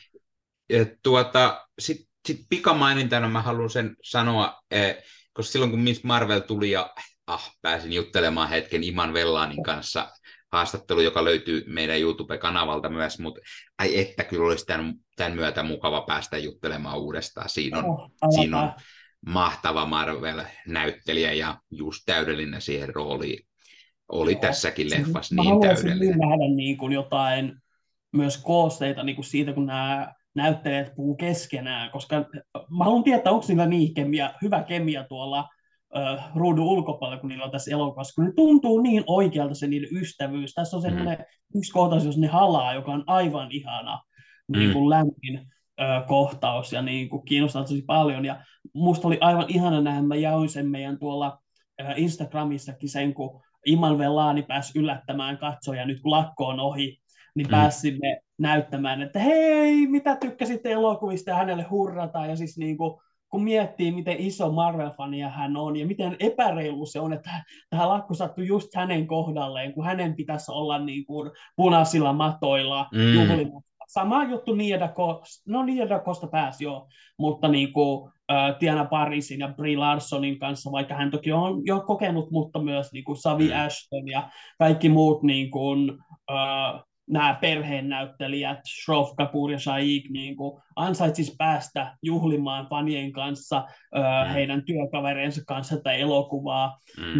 Sitten pikamainintana mä haluan sen sanoa, koska silloin kun Miss Marvel tuli ja pääsin juttelemaan hetken Iman Vellanin kanssa, haastattelu, joka löytyy meidän YouTube-kanavalta myös, mutta ai että kyllä olisi tämän myötä mukava päästä juttelemaan uudestaan. Siinä on mahtava Marvel-näyttelijä ja just täydellinen siihen rooliin. Oli tässäkin leffassa niin täydellinen. Mä nähdä niin kuin jotain myös koosteita niin kuin siitä, kun nämä näyttelijät puhuu keskenään, koska mä haluan tietää, onko niillä niin hyvä kemia tuolla ruudun ulkopuolella, kun niillä on tässä elokuvassa, kun ne tuntuu niin oikealta se niiden ystävyys. Tässä on semmoinen yksi kohtaus, jos ne halaa, joka on aivan ihana, niin kuin lämmin kohtaus ja niin kuin kiinnostaa tosi paljon. Ja musta oli aivan ihana nähdä, mä jaoin sen meidän tuolla Instagramissakin sen, kun Iman Vellani pääsi yllättämään katsoja nyt kun lakko on ohi, niin pääsi sinne näyttämään, että hei, mitä tykkäsitte elokuvista ja hänelle hurrataan. Ja siis niin kuin, kun miettii, miten iso Marvel-fania hän on ja miten epäreilu se on, että tähän lakko sattui just hänen kohdalleen, kun hänen pitäisi olla niin kuin punaisilla matoilla juhlimassa. Sama juttu Nia da Costa pääsi jo, mutta niin kuin, Tiana Parisin ja Brie Larsonin kanssa, vaikka hän toki on jo kokenut, mutta myös niin kuin Savi Ashton ja kaikki muut niin kuin, nämä perheen näyttelijät, Shroff Kapoor ja Shaik, niin ansaitsisi päästä juhlimaan fanien kanssa, heidän työkavereensa kanssa tätä elokuvaa,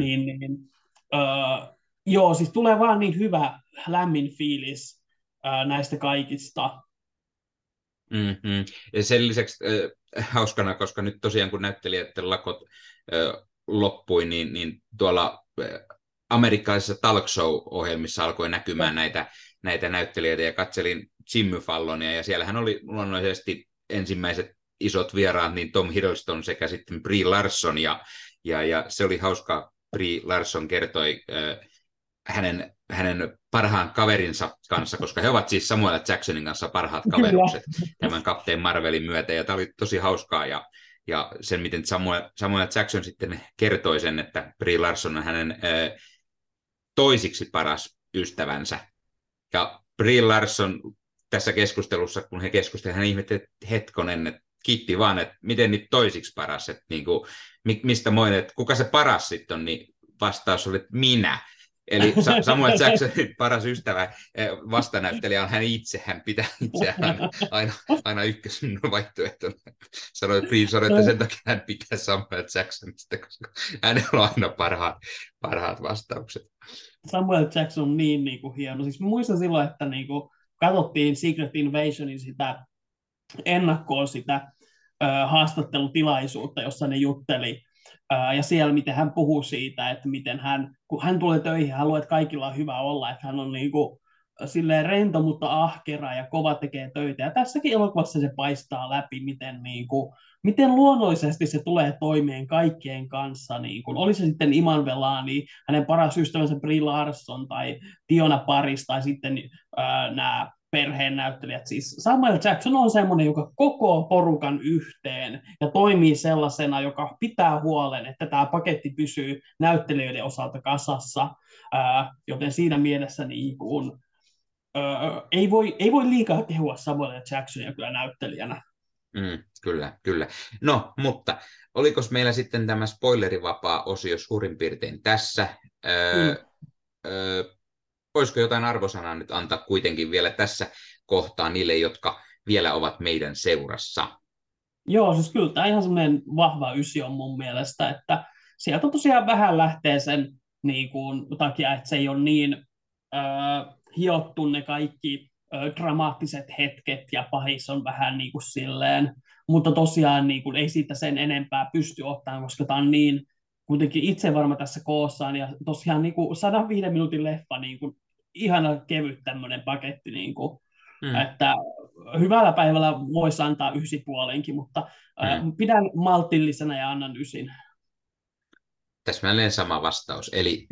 joo, siis tulee vaan niin hyvä, lämmin fiilis näistä kaikista. Ja sen lisäksi hauskana, koska nyt tosiaan kun näyttelijöiden lakot loppui, niin tuolla amerikkalaisissa talk show-ohjelmissa alkoi näkymään näitä näyttelijöitä ja katselin Jimmy Fallonia ja siellähän oli luonnollisesti ensimmäiset isot vieraat, niin Tom Hiddleston sekä sitten Brie Larson ja se oli hauska. Brie Larson kertoi hänen parhaan kaverinsa kanssa, koska he ovat siis Samuel Jacksonin kanssa parhaat kaverukset tämän Captain Marvelin myötä ja tämä oli tosi hauskaa ja sen miten Samuel Jackson sitten kertoi sen, että Brie Larson on hänen toisiksi paras ystävänsä. Ja Brie Larson tässä keskustelussa, kun he keskustelivat, hän ihmetteli, että hetkonen, että kiitti vaan, että miten nyt toisiksi paras, että niin kuin, mistä moinen, että kuka se paras sitten on, niin vastaus oli, että minä. Eli Samuel Jacksonin paras ystävä, vastanäyttelijä on hän itse, hän pitää itseään aina ykkösen vaihtoehtona. Sanoi, että sen takia hän pitää Samuel Jacksonista, koska hänellä on aina parhaat vastaukset. Samuel Jackson on niin kuin hieno. Siis muistan silloin, että niin kuin katsottiin Secret Invasionin sitä ennakkoon sitä haastattelutilaisuutta, jossa ne jutteli. Ja siellä, miten hän puhuu siitä, että miten kun hän tulee töihin, hän luulee, että kaikilla on hyvä olla, että hän on niin kuin, silleen rento, mutta ahkera ja kova tekee töitä. Ja tässäkin elokuvassa se paistaa läpi, miten luonnollisesti se tulee toimeen kaikkien kanssa. Niin kuin, oli se sitten Iman Velani, hänen paras ystävänsä Brie Larson tai Tiona Paris tai sitten nämä perheen näyttelijät. Siis Samuel Jackson on semmoinen, joka koko porukan yhteen ja toimii sellaisena, joka pitää huolen, että tämä paketti pysyy näyttelijöiden osalta kasassa. Joten siinä mielessä niin kuin, ei voi liikaa kehua Samuel Jacksonia kyllä näyttelijänä. Kyllä. No, mutta oliko meillä sitten tämä spoilerivapaa osio suurin piirtein tässä? Olisiko jotain arvosanaa nyt antaa kuitenkin vielä tässä kohtaa niille, jotka vielä ovat meidän seurassa? Joo, siis kyllä tämä ihan semmoinen vahva ysi on mun mielestä, että sieltä tosiaan vähän lähtee sen niin kuin, takia, että se ei ole niin hiottu ne kaikki dramaattiset hetket ja pahis on vähän niin kuin silleen, mutta tosiaan niin kuin, ei siitä sen enempää pysty ottamaan, koska tämä on niin kuitenkin itse varma tässä koossaan ja tosiaan niin kuin 105 minuutin leffa, niin kuin, ihana kevyt tämmöinen paketti, niin kuin, että hyvällä päivällä voisi antaa 9,5, mutta pidän maltillisena ja annan 9. Täsmälleen sama vastaus, eli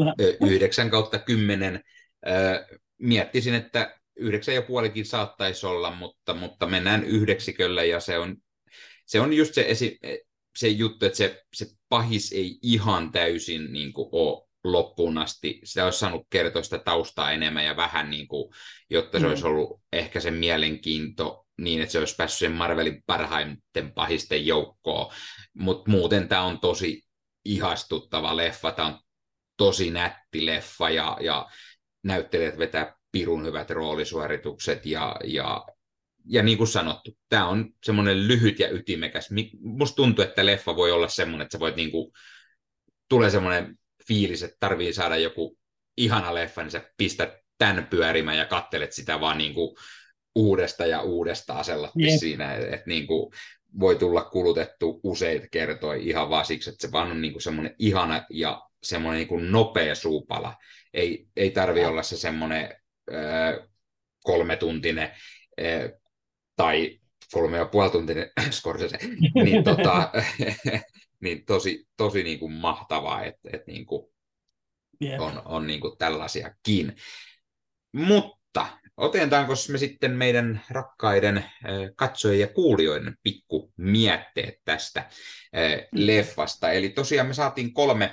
9/10. Miettisin, että 9,5 saattaisi olla, mutta mennään 9 ja se on just se juttu, että se pahis ei ihan täysin niin kuin ole loppuun asti. Sitä olisi saanut kertoa sitä taustaa enemmän ja vähän, niin kuin, jotta se olisi ollut ehkä se mielenkiinto niin, että se olisi päässyt sen Marvelin parhaiten pahisten joukkoon. Mutta muuten tämä on tosi ihastuttava leffa, tämä on tosi nätti leffa ja näyttelijät vetää pirun hyvät roolisuoritukset ja niin kuin sanottu, tämä on semmoinen lyhyt ja ytimekäs. Musta tuntuu, että leffa voi olla semmoinen, että sä voit niinku, tulee semmoinen fiilis, että tarvii saada joku ihana leffa, niin sä pistät tämän pyörimään ja kattelet sitä vaan niinku uudesta ja uudestaan sellatti siinä, että niinku voi tulla kulutettu useita kertoja ihan vaan siksi, että se vaan on niinku semmoinen ihana ja semmoinen niinku nopea suupala. Ei tarvi olla se semmoinen 3-tuntinen tai 3,5-tuntinen Scorsese, niin, niin tosi niin kuin mahtavaa, että niin kuin on niin kuin tällaisiakin. Mutta otetaanko me sitten meidän rakkaiden katsojien ja kuulijoiden pikku mietteet tästä leffasta. Eli tosiaan me saatiin kolme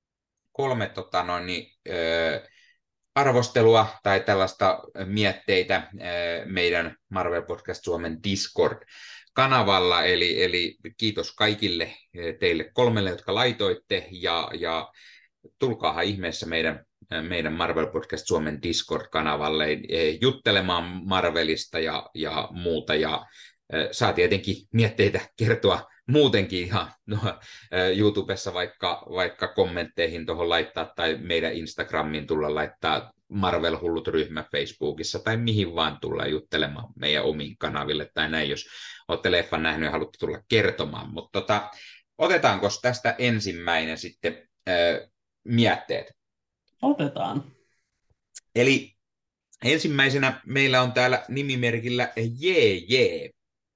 arvostelua tai tällaista mietteitä meidän Marvel Podcast Suomen Discord-kanavalla, eli kiitos kaikille teille 3, jotka laitoitte, ja tulkaahan ihmeessä meidän Marvel Podcast Suomen Discord-kanavalle juttelemaan Marvelista ja muuta, ja saa tietenkin mietteitä kertoa muutenkin ihan YouTubessa vaikka kommentteihin tuohon laittaa tai meidän Instagramiin tulla laittaa Marvel-hullut-ryhmä Facebookissa tai mihin vaan tulla juttelemaan meidän omiin kanaville tai näin, jos olette leffan nähnyt ja haluatte tulla kertomaan. Mutta otetaanko tästä ensimmäinen sitten mietteet? Otetaan. Eli ensimmäisenä meillä on täällä nimimerkillä Jee.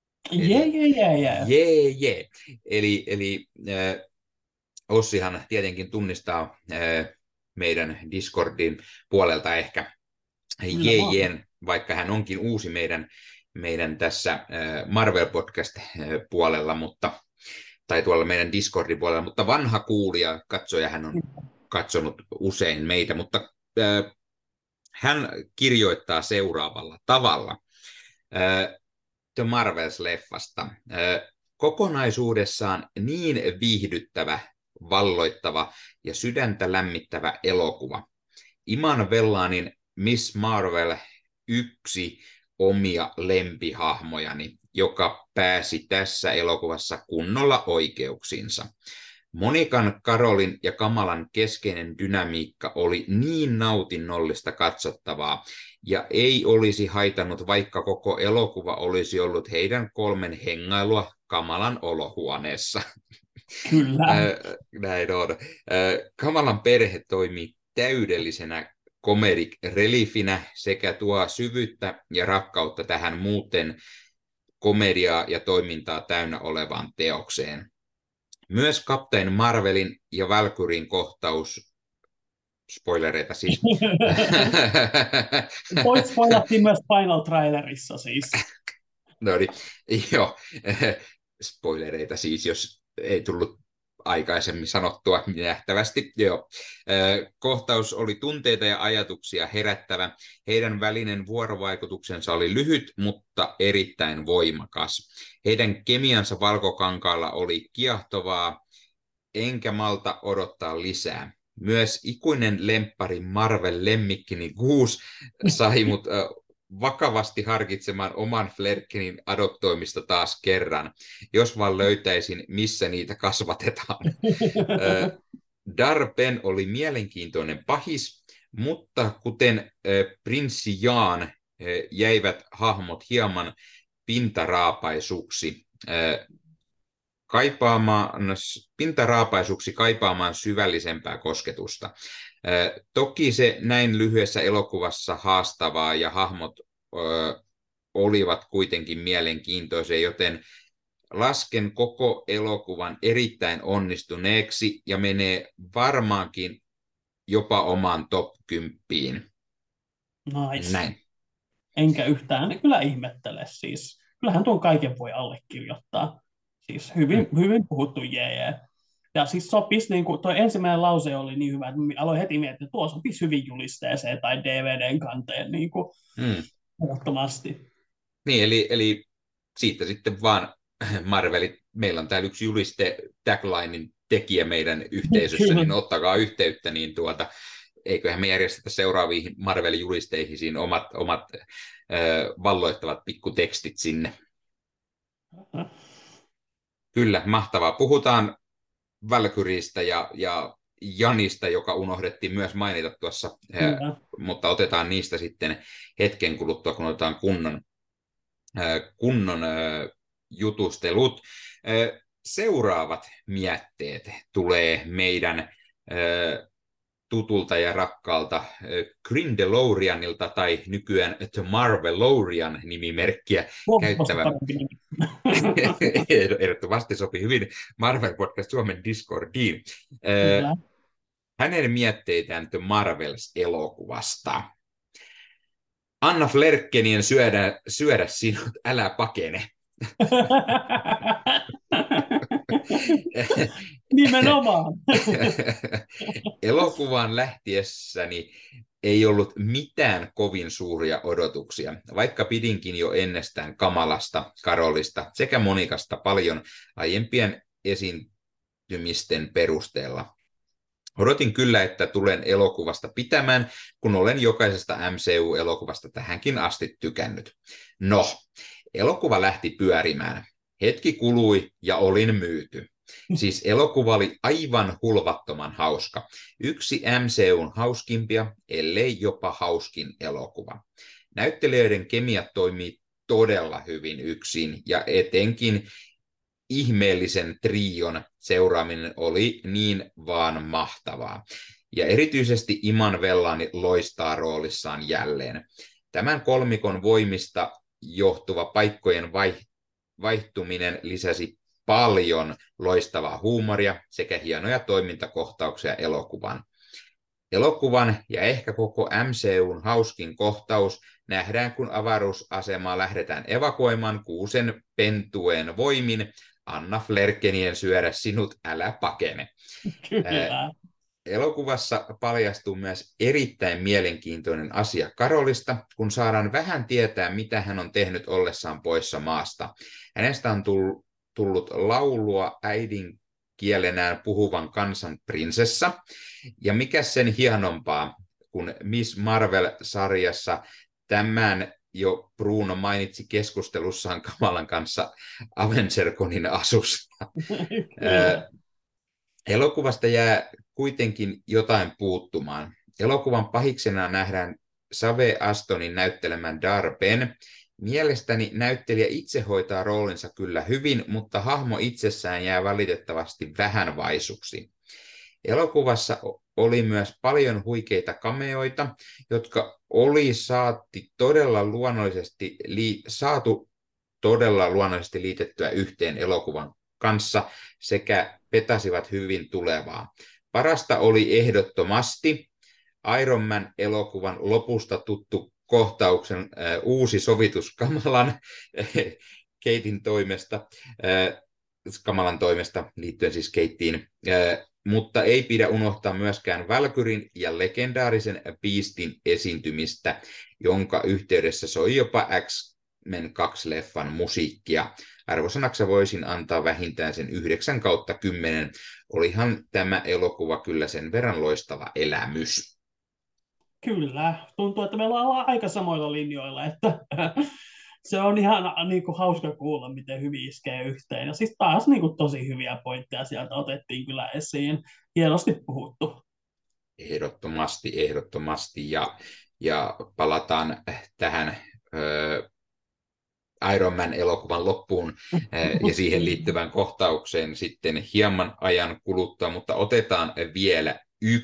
Jee. Eli Ossihan tietenkin tunnistaa meidän Discordin puolelta ehkä Jeen, vaikka hän onkin uusi meidän tässä Marvel Podcast puolella, tai tuolla meidän Discordin puolella, mutta vanha kuulija, katsoja hän on katsonut usein meitä, mutta Hän kirjoittaa seuraavalla tavalla The Marvels-leffasta. Kokonaisuudessaan niin viihdyttävä, valloittava ja sydäntä lämmittävä elokuva. Iman Vellanin Miss Marvel yksi omia lempihahmojani, joka pääsi tässä elokuvassa kunnolla oikeuksiinsa. Monikan, Karolin ja Kamalan keskeinen dynamiikka oli niin nautinnollista katsottavaa, ja ei olisi haitannut, vaikka koko elokuva olisi ollut heidän kolmen hengailua Kamalan olohuoneessa. Kyllä. Näin on. Kamalan perhe toimii täydellisenä comedic reliefinä sekä tuo syvyyttä ja rakkautta tähän muuten komediaa ja toimintaa täynnä olevaan teokseen. Myös Captain Marvelin ja Valkyrien kohtaus, spoilereita siis. Spoilattiin myös Final Trailerissa siis. No niin, joo, spoilereita siis, jos ei tullut aikaisemmin sanottua nähtävästi. Joo. Kohtaus oli tunteita ja ajatuksia herättävä. Heidän välinen vuorovaikutuksensa oli lyhyt, mutta erittäin voimakas. Heidän kemiansa valkokankaalla oli kiehtovaa, enkä malta odottaa lisää. Myös ikuinen lemppari Marvel-lemmikkini Goose sai mut vakavasti harkitsemaan oman Flerkenin adoptoimista taas kerran, jos vaan löytäisin, missä niitä kasvatetaan. Darben oli mielenkiintoinen pahis, mutta kuten prinssi Jaan jäivät hahmot hieman pintaraapaisuksi kaipaamaan syvällisempää kosketusta. Toki se näin lyhyessä elokuvassa haastavaa ja hahmot olivat kuitenkin mielenkiintoisia, joten lasken koko elokuvan erittäin onnistuneeksi ja menee varmaankin jopa omaan top 10. Nice. Näin. Enkä yhtään kyllä ihmettele siis. Kyllähän tuon kaiken voi allekirjoittaa. Siis hyvin puhuttu jee. Ja siis sopisi, niin kuin tuo ensimmäinen lause oli niin hyvä, että aloin heti miettiä, että tuo sopisi hyvin julisteeseen tai DVDn kanteen niin kuin ehdottomasti. Niin, eli siitä sitten vaan Marvelit, meillä on täällä yksi juliste taglinein tekijä meidän yhteisössä, niin ottakaa yhteyttä, niin eiköhän me järjestetä seuraaviin Marvel-julisteihin omat valloittavat pikkutekstit sinne. Kyllä, mahtavaa. Puhutaan Valkyristä ja Janista, joka unohdettiin myös mainita tuossa, mutta otetaan niistä sitten hetken kuluttua, kun otetaan kunnon jutustelut. Seuraavat mietteet tulee meidän tutulta ja rakkaalta Grindelorianilta tai nykyään The Marvelorian nimimerkkiä käyttävä. Ehdottomasti sopii hyvin Marvel Podcast Suomen Discordiin. Hänen mietteitään The Marvels-elokuvasta. Anna Flerkenien syödä sinut, älä pakene. Nimenomaan. Elokuvaan lähtiessäni ei ollut mitään kovin suuria odotuksia, vaikka pidinkin jo ennestään Kamalasta, Karolista sekä Monikasta paljon aiempien esiintymisten perusteella. Odotin kyllä, että tulen elokuvasta pitämään, kun olen jokaisesta MCU-elokuvasta tähänkin asti tykännyt. No, elokuva lähti pyörimään. Hetki kului ja olin myyty. Siis elokuva oli aivan hulvattoman hauska. Yksi MCUn hauskimpia, ellei jopa hauskin elokuva. Näyttelijöiden kemiat toimii todella hyvin yksin ja etenkin ihmeellisen trion seuraaminen oli niin vaan mahtavaa. Ja erityisesti Iman Vellani loistaa roolissaan jälleen. Tämän kolmikon voimista johtuva paikkojen vaihtuminen lisäsi paljon loistavaa huumoria sekä hienoja toimintakohtauksia elokuvan. Elokuvan ja ehkä koko MCUn hauskin kohtaus nähdään, kun avaruusasemaa lähdetään evakuoimaan kuusen pentueen voimin. Anna Flerkenien syödä sinut, älä pakene. Kyllä. Elokuvassa paljastuu myös erittäin mielenkiintoinen asia Karolista, kun saadaan vähän tietää, mitä hän on tehnyt ollessaan poissa maasta. Hänestä on tullut laulua äidinkielenään puhuvan kansan prinsessa. Ja mikä sen hienompaa, kun Miss Marvel-sarjassa tämän jo Bruno mainitsi keskustelussaan Kamalan kanssa Avengerconin asusta. Kyllä. Elokuvasta jää kuitenkin jotain puuttumaan. Elokuvan pahiksena nähdään Save Astonin näyttelemän Darben. Mielestäni näyttelijä itse hoitaa roolinsa kyllä hyvin, mutta hahmo itsessään jää valitettavasti vähän vaisuksi. Elokuvassa oli myös paljon huikeita cameoita, jotka oli saatu todella luonnollisesti liitettyä yhteen elokuvan kanssa sekä petasivat hyvin tulevaa. Parasta oli ehdottomasti Iron Man-elokuvan lopusta tuttu kohtauksen uusi sovitus Kamalan toimesta liittyen siis Kateen, mutta ei pidä unohtaa myöskään Valkyrin ja legendaarisen Beastin esiintymistä, jonka yhteydessä soi jopa X-Men 2-leffan musiikkia. Arvosanaksi voisin antaa vähintään sen 9/10. Olihan tämä elokuva kyllä sen verran loistava elämys. Kyllä, tuntuu, että meillä ollaan aika samoilla linjoilla, että se on ihan niin kuin, hauska kuulla, miten hyvin iskee yhteen. Ja siis taas niin kuin, tosi hyviä pointteja sieltä otettiin kyllä esiin. Hienosti puhuttu. Ehdottomasti. Ja palataan tähän Iron Man-elokuvan loppuun ja siihen liittyvään kohtaukseen sitten hieman ajan kuluttua, mutta otetaan vielä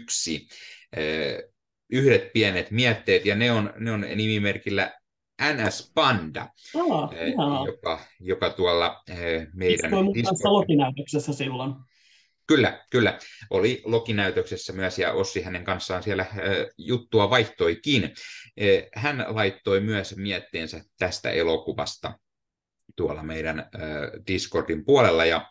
yhdet pienet mietteet, ja ne on nimimerkillä NS Panda, joka tuolla meidän Loki-näytöksessä silloin. Kyllä. Oli Loki-näytöksessä myös, ja Ossi hänen kanssaan siellä juttua vaihtoikin. Hän laittoi myös mietteensä tästä elokuvasta tuolla meidän Discordin puolella, ja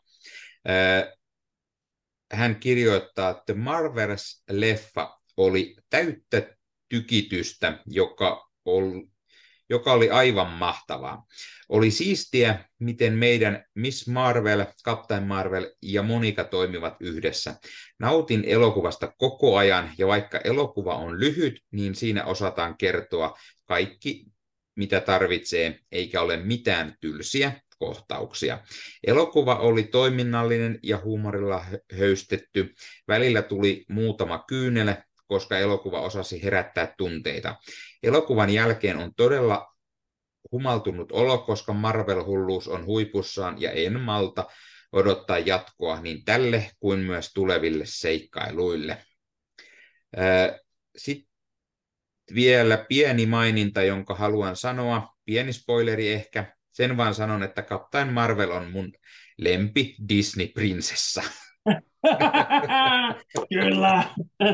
hän kirjoittaa, että Marvels-leffa oli täyttä tykitystä, joka oli aivan mahtavaa. Oli siistiä, miten meidän Miss Marvel, Captain Marvel ja Monica toimivat yhdessä. Nautin elokuvasta koko ajan, ja vaikka elokuva on lyhyt, niin siinä osataan kertoa kaikki, mitä tarvitsee, eikä ole mitään tylsiä kohtauksia. Elokuva oli toiminnallinen ja huumorilla höystetty. Välillä tuli muutama kyynele, koska elokuva osasi herättää tunteita. Elokuvan jälkeen on todella humaltunut olo, koska Marvel-hulluus on huipussaan ja en malta odottaa jatkoa niin tälle kuin myös tuleville seikkailuille. Sitten vielä pieni maininta, jonka haluan sanoa. Pieni spoileri ehkä. Sen vaan sanon, että Captain Marvel on mun lempi Disney-prinsessa. Kyllä.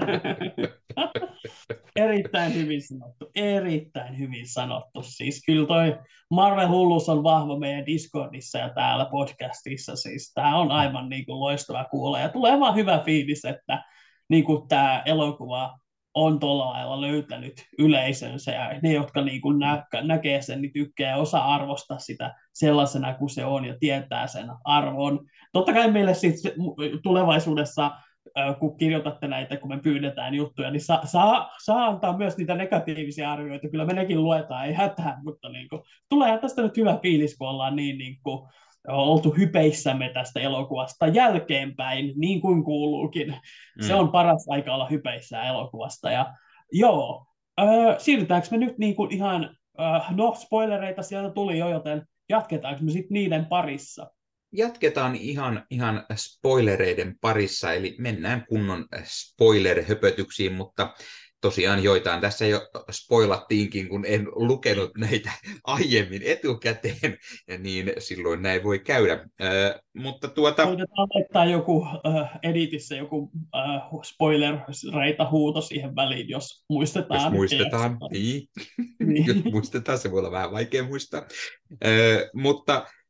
Erittäin hyvin sanottu. Siis kyllä toi Marvel-hulluus on vahva meidän Discordissa ja täällä podcastissa. Siis tää on aivan niin kuin loistava kuulla. Ja tulee vaan hyvä fiilis, että niin kuin tämä elokuva on tuolla lailla löytänyt yleisönsä, ja ne, jotka niin kuin näkee sen, niin tykkää ja osaa arvostaa sitä sellaisena kuin se on ja tietää sen arvon. Totta kai meille sitten tulevaisuudessa, kun kirjoitatte näitä, kun me pyydetään juttuja, niin saa antaa myös niitä negatiivisia arvioita. Kyllä me nekin luetaan, ei hätää, mutta niin kuin, tulee tästä nyt hyvä fiilis, kun ollaan niin kuin, oltu hypeissämme tästä elokuvasta jälkeenpäin, niin kuin kuuluukin. Se on paras aika olla hypeissä elokuvasta. Ja joo, siirrytäänkö me nyt niin kuin ihan, no spoilereita sieltä tuli jo, joten jatketaanko me sitten niiden parissa? Jatketaan ihan spoilereiden parissa, eli mennään kunnon spoiler-höpötyksiin, mutta tosiaan joitain tässä jo spoilattiinkin, kun en lukenut näitä aiemmin etukäteen, niin silloin näin voi käydä. Mutta Voitetaan laittaa joku editissä joku spoiler-reita huuto siihen väliin, jos muistetaan. Jos muistetaan, niin. Jos muistetaan, se voi olla vähän vaikea muistaa. Mutta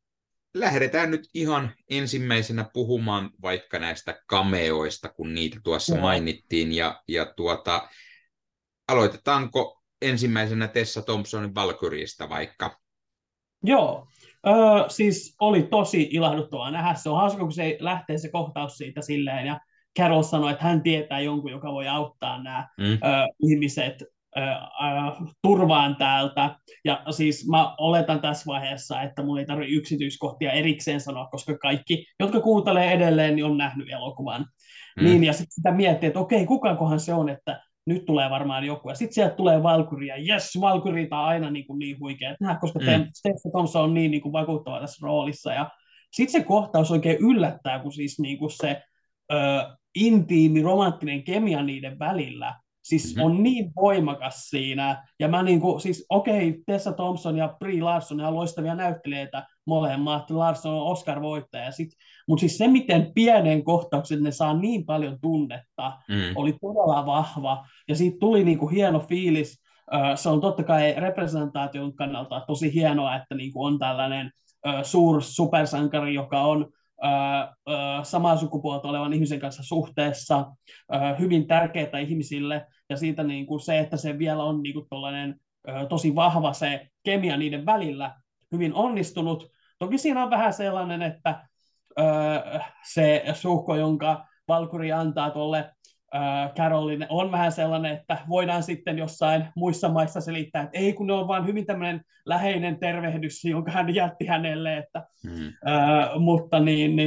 lähdetään nyt ihan ensimmäisenä puhumaan vaikka näistä cameoista, kun niitä tuossa Joo. mainittiin, ja aloitetaanko ensimmäisenä Tessa Thompsonin Valkyriesta vaikka? Joo, siis oli tosi ilahduttavaa nähdä. Se on hauska, kun se lähtee se kohtaus siitä silleen, ja Carol sanoi, että hän tietää jonkun, joka voi auttaa nämä Mm, ihmiset turvaan täältä. Ja siis mä oletan tässä vaiheessa, että mun ei tarvitse yksityiskohtia erikseen sanoa, koska kaikki, jotka kuuntelee edelleen, niin on nähnyt elokuvan. mm, Niin, ja sitten sitä miettii, että okei, kukakohan se on, että nyt tulee varmaan joku. Ja sitten sieltä tulee Valkyria. Yes, Valkyrita on aina niin huikea nähdä, koska mm, Tessa Thompson on niin vakuuttava tässä roolissa. Ja sitten se kohtaus oikein yllättää, kun siis niin kuin se ö, intiimi, romanttinen kemia niiden välillä siis mm, on niin voimakas siinä. Ja mä niin kuin, siis okei, Tessa Thompson ja Brie Larson on loistavia näyttelijöitä molemmat. Larson on Oscar-voittaja. Mutta siis se, miten pienen kohtauksen ne saa niin paljon tunnetta, mm, oli todella vahva. Ja siitä tuli niin kuin hieno fiilis. Se on totta kai representaation kannalta tosi hienoa, että niin kuin on tällainen suur supersankari, joka on samaa sukupuolta olevan ihmisen kanssa suhteessa, hyvin tärkeää ihmisille, ja siitä niin kuin se, että se vielä on niin kuin tosi vahva se kemia niiden välillä, hyvin onnistunut. Toki siinä on vähän sellainen, että se suhko, jonka Valkyri antaa tuolle Caroline, on vähän sellainen, että voidaan sitten jossain muissa maissa selittää, että ei kun ne on vain hyvin tämmöinen läheinen tervehdys, jonka hän jätti hänelle, että, mm, mutta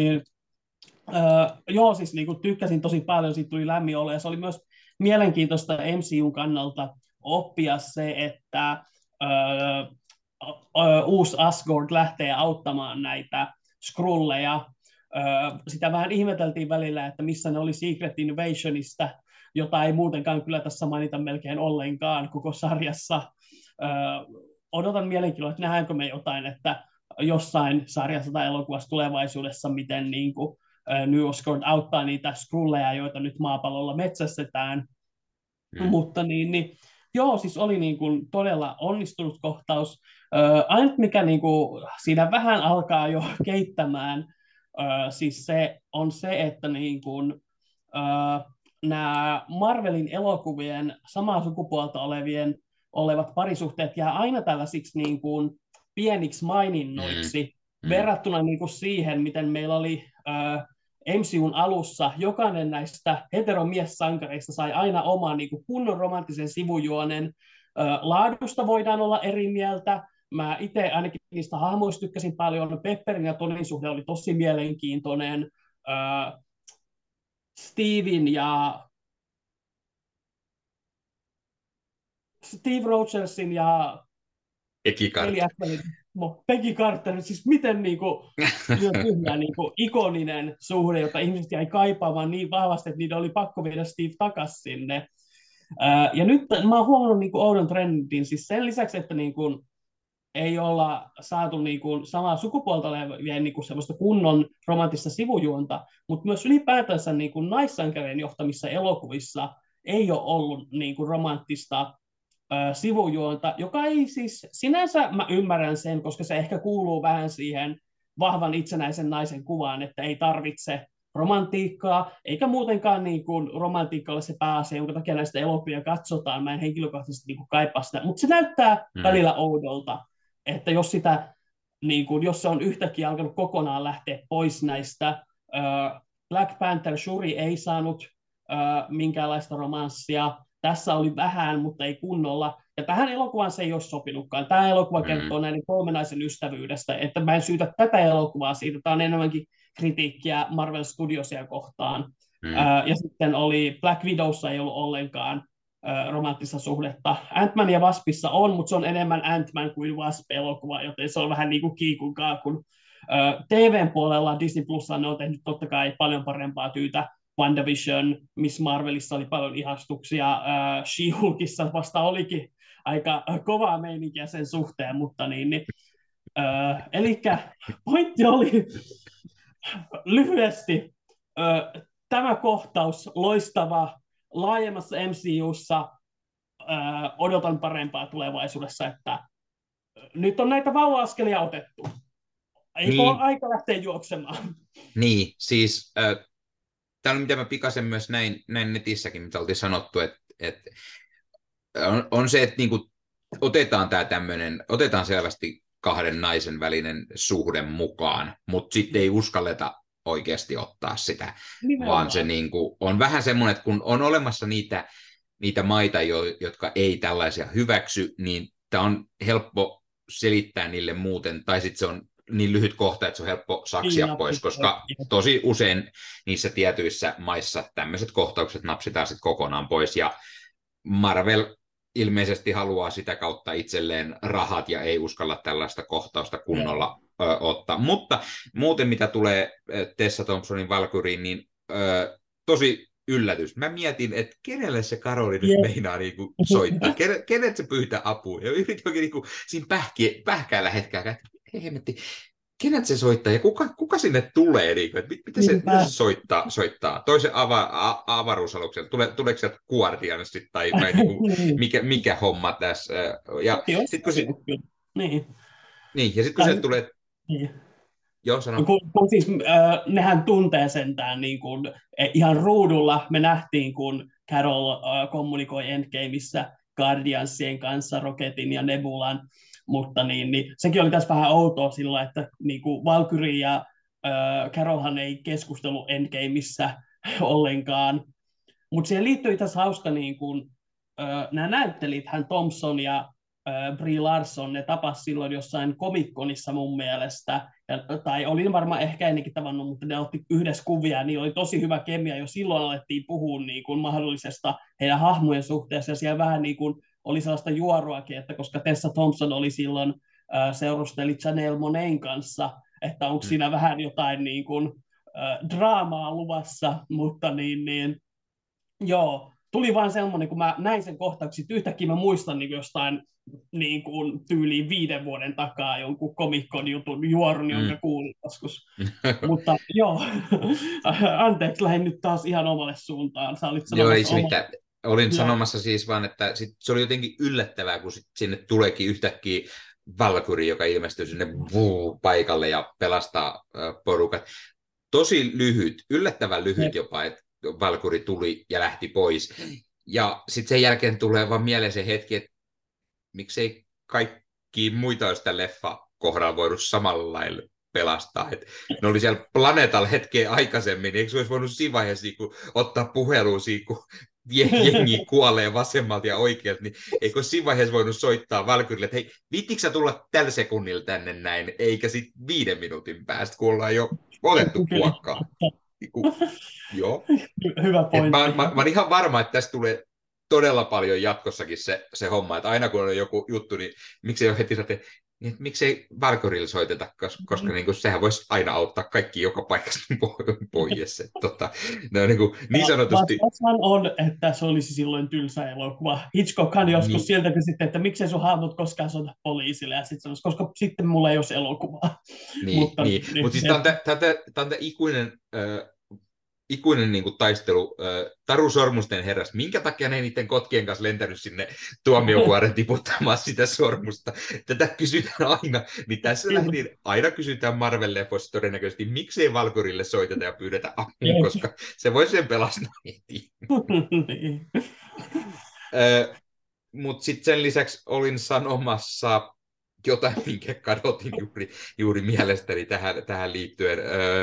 joo, siis niin kuin tykkäsin tosi paljon, siitä tuli lämmin olo, ja se oli myös mielenkiintoista MCUn kannalta oppia se, että uusi Asgard lähtee auttamaan näitä Skrulleja. Sitä vähän ihmeteltiin välillä, että missä ne oli Secret Invasionista, jota ei muutenkaan kyllä tässä mainita melkein ollenkaan koko sarjassa. Odotan mielenkiinnolla, että nähdäänkö me jotain, että jossain sarjassa tai elokuvassa tulevaisuudessa, miten niin kuin, New Asgard auttaa niitä Skrulleja, joita nyt maapallolla metsästetään. mm. Mutta joo, siis oli niin kuin todella onnistunut kohtaus. Ainut mikä niin kuin siinä vähän alkaa jo keittämään, siis se on se, että niin kuin, nämä Marvelin elokuvien samaa sukupuolta olevat parisuhteet jää aina tällaisiksi niin kuin pieniksi Mm, maininnoiksi mm, verrattuna niin kuin siihen, miten meillä oli MCUn alussa jokainen näistä heteromies-sankareista sai aina oman niin kuin kunnon romanttisen sivujuonen. Laadusta voidaan olla eri mieltä. Mä itse ainakin niistä hahmoista tykkäsin paljon. Pepperin ja Tonin suhde oli tosi mielenkiintoinen. Steven ja Steve Rogersin ja Ekikart. Kelly Acklin, Peggy Carter, siis miten lyö tyhjää ikoninen suhde, jota ihmiset jäi kaipaamaan niin vahvasti, että niiden oli pakko viedä Steve takaisin sinne. Ja nyt mä oon huomannut oudon trendin, siis sen lisäksi, että ei olla saatu samaa sukupuolta olevien semmoista kunnon romanttista sivujuonta, mutta myös ylipäätänsä naissankarien johtamissa elokuvissa ei ole ollut romanttista sivujuonta, joka ei siis, sinänsä mä ymmärrän sen, koska se ehkä kuuluu vähän siihen vahvan itsenäisen naisen kuvaan, että ei tarvitse romantiikkaa, eikä muutenkaan romantiikka ole se pääasia, jonka takia näistä elokuvia katsotaan. Mä en henkilökohtaisesti kaipaa sitä, mutta se näyttää Mm, välillä oudolta, että jos sitä, jos se on yhtäkkiä alkanut kokonaan lähteä pois näistä, Black Panther Shuri ei saanut minkäänlaista romanssia, tässä oli vähän, mutta ei kunnolla. Ja tähän elokuvaan se ei olisi sopinutkaan. Tämä elokuva mm, kertoo näiden kolmenaisen ystävyydestä, että mä en syytä tätä elokuvaa siitä. Tämä on enemmänkin kritiikkiä Marvel Studiosia kohtaan. mm, Ja sitten oli Black Widowssa ei ollut ollenkaan romanttista suhdetta. Ant-Man ja Waspissa on, mutta se on enemmän Ant-Man kuin Wasp-elokuva, joten se on vähän niin kuin kiikun kaakun. TVn puolella Disney Plussa ne on tehnyt totta kai paljon parempaa työtä. WandaVision, Miss Marvelissa oli paljon ihastuksia, She-Hulkissa vasta olikin aika kovaa meininkiä sen suhteen, mutta eli pointti oli lyhyesti, tämä kohtaus loistava laajemmassa MCUssa, odotan parempaa tulevaisuudessa, että nyt on näitä vauva-askelia otettu. Eikö ole Niin, aika lähteä juoksemaan? niin siis tämä on mitä mä pikaisen myös näin netissäkin, mitä oltiin sanottu, että on se, että niinku otetaan tämä tämmöinen, otetaan selvästi kahden naisen välinen suhde mukaan, mutta sitten ei uskalleta oikeasti ottaa sitä, vaan se Nimenomaan. niinku on vähän semmoinen, että kun on olemassa niitä maita, jotka ei tällaisia hyväksy, niin tämä on helppo selittää niille muuten, tai sitten se on niin lyhyt kohta, että se on helppo Niin saksia pois, napsit. koska tosi usein niissä tietyissä maissa tämmöiset kohtaukset napsitaan sitten kokonaan pois, ja Marvel ilmeisesti haluaa sitä kautta itselleen rahat ja ei uskalla tällaista kohtausta kunnolla ottaa. Mutta muuten mitä tulee Tessa Thompsonin Valkyriin, niin tosi yllätys. Mä mietin, että kenelle se Karoli nyt Jep. meinaa niinku soittaa, kenet se pyytää apua. Ja yritin oikein niinku siinä pähkäillä hetkeä, että hemmetti, kenet se soittaa ja kuka sinne tulee? Niin, että mitä se Niinpä. soittaa? Toisen avaruusaluksen, tuleeko sieltä Guardianssit vai niin kuin, Niin. mikä homma tässä? Ja Sekin olisi sitten kun, kyllä. Niin. kun Tai, se tulee, niin. joo sano, Kun siis, nehän tuntee sentään niin kuin, ihan ruudulla. Me nähtiin, kun Carol kommunikoi Endgameissa Guardiansien kanssa, Rocketin ja Nebulan, mutta niin, sekin oli tässä vähän outoa silloin, että niin kuin Valkyrie ja Carolhan ei keskustelu Endgameissa ollenkaan. Mutta siihen liittyy itse asiassa hauska, niin kun, nämä näyttelijät, hän Thompson ja Brie Larson, ne tapas silloin jossain Comic-Conissa mun mielestä, tai olin varmaan ehkä ennenkin tavannut, mutta ne otti yhdessä kuvia, niin oli tosi hyvä kemia, jo silloin alettiin puhua niin kuin mahdollisesta heidän hahmojen suhteessa, ja siellä vähän niin kuin oli sellaista juoruakin, että koska Tessa Thompson oli silloin seurusteli Janelle Monaen kanssa, että onko mm, siinä vähän jotain niin kuin, draamaa luvassa, mutta joo, tuli vaan semmoinen, kun mä näin sen kohtauksen, yhtäkkiä mä muistan niin jostain niin kuin tyyliin 5 vuoden takaa jonkun komikkon jutun juorun, jonka mm. kuulin joskus. Mutta joo, anteeksi, lähdin nyt taas ihan omalle suuntaan. Sä olit Joo, ei sanomassa se oma. mitään. Olin Joo, sanomassa siis vaan, että se oli jotenkin yllättävää, kun sinne tuleekin yhtäkkiä Valkyrie, joka ilmestyy sinne paikalle ja pelastaa porukat. Tosi lyhyt, yllättävän lyhyt jep, jopa, että Valkyrie tuli ja lähti pois. Ja sitten sen jälkeen tulee vaan mieleen se hetki, että miksei kaikki muita olisi tämän leffa kohdalla voinut samalla lailla pelastaa. Et ne oli siellä planeetalla hetkeä aikaisemmin, eikö se olisi voinut siinä vaiheessa ottaa puheluun kun jengi kuolee vasemmalta ja oikealta, niin eikö olisi siinä vaiheessa voinut soittaa Valkyrille, että hei, viittikö sä tulla tällä sekunnilla tänne näin, eikä sitten 5 minuutin päästä, kun ollaan jo otettu kyllä. kuokkaa. Joo. Hyvä Et pointti. mä olen ihan varma, että tästä tulee todella paljon jatkossakin se homma, että aina kun on joku juttu, niin miksei ole heti sanoa, niin, että miksei Valkyrille soiteta, koska niin kuin, sehän voisi aina auttaa kaikki joka paikasta pois. Ne on niin sanotusti, Vastaushan on, että se olisi silloin tylsä elokuva. Hitchcockhan joskus niin, sieltä kysyi, että miksei sun hahmot koskaan soita poliisille, ja sitten sanoisi, koska sitten mulla ei olisi elokuvaa. Mutta niin. Mutta siis tämä on tämä ikuinen niin kuin taistelu Taru Sormusten herras. Minkä takia ne niiden kotkien kanssa lentänyt sinne tuomiovuoren tiputtamaan sitä sormusta? Tätä kysytään aina. Niin tässä lähdin, aina kysytään Marvel-leffoissa todennäköisesti, miksei Valkyrille soiteta ja pyydetä apua, koska se voi sen pelastaa heti. Niin. Mutta sitten sen lisäksi olin sanomassa jotain, minkä kadotin juuri mielestäni tähän liittyen.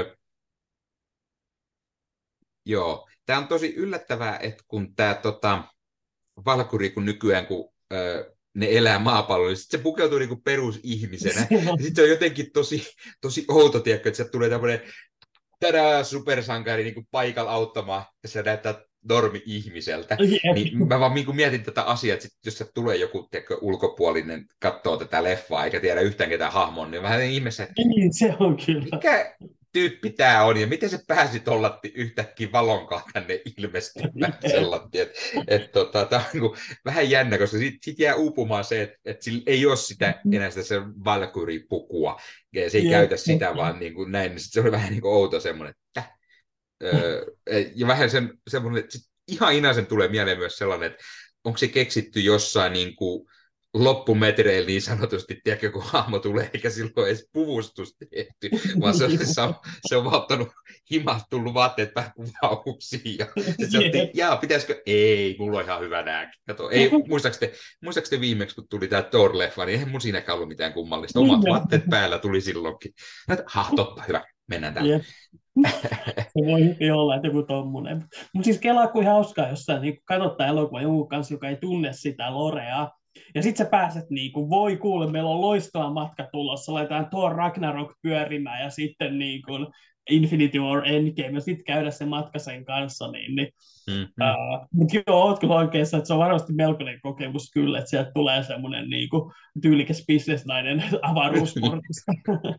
Joo, tämä on tosi yllättävää, että kun tämä Valkyrie, kun nykyään kun ne elää maapallolla, niin sit se pukeutuu niinku perusihmisenä. Ja sitten se on jotenkin tosi outo, tiedätkö, että sieltä tulee tämmöinen supersankari niinku paikalla auttamaan, ja se näyttää normi-ihmiseltä. Niin mä vaan niin mietin tätä asiaa, että jos se tulee joku tiedätkö, ulkopuolinen katsoo tätä leffaa, eikä tiedä yhtään ketään hahmon, niin vähän ihmeessä, että Niin, se on kyllä. mikä tyyppi tämä on, ja miten se pääsi tuolla yhtäkkiä valonkaan tänne ilmestymään sellainen. Tämä on niin vähän jännä, koska siitä jää uupumaan se, että sillä ei ole enää sitä se Valkyrie-pukua, ja se ei käytä sitä vaan niin kuin näin, niin se oli vähän niin kuin outo semmoinen, että ja vähän semmoinen, että ihan inaisen tulee mieleen myös sellainen, että onko se keksitty jossain niin kuin loppumetreillä niin sanotusti, tiedätkö, kun hahmo tulee, eikä silloin edes puvustus tehty, vaan se on vaan ottanut himat, tullut vaatteet päähän kuvauksiin, ja sitten se otti, Jep. pitäisikö, ei, mulla on ihan hyvä nääkin. Kato, ei, muistaakseni viimeksi, kun tuli tämä Thor-leffa, niin eihän mun siinäkään ollut mitään kummallista. Omat vaatteet päällä tuli silloinkin. Totta, hyvä, mennään tällä. Jep. Se voi hyvin olla, että joku tommonen. Mutta siis kelaa kuin hauskaa, jos sä niin katsottaa elokuvaa jonkun kanssa, joka ei tunne sitä Lorea. Ja sit sä pääset voi kuule, meillä on loistava matka tulossa, laitetaan Thor Ragnarok pyörimään ja sitten Infinity War Endgame ja sitten käydä se matka sen kanssa. Mm-hmm. Mutta joo, oot kyllä oikeassa, että se on varmasti melkoinen kokemus kyllä, että sieltä tulee semmoinen tyylikäs bisnesnainen avaruusportista.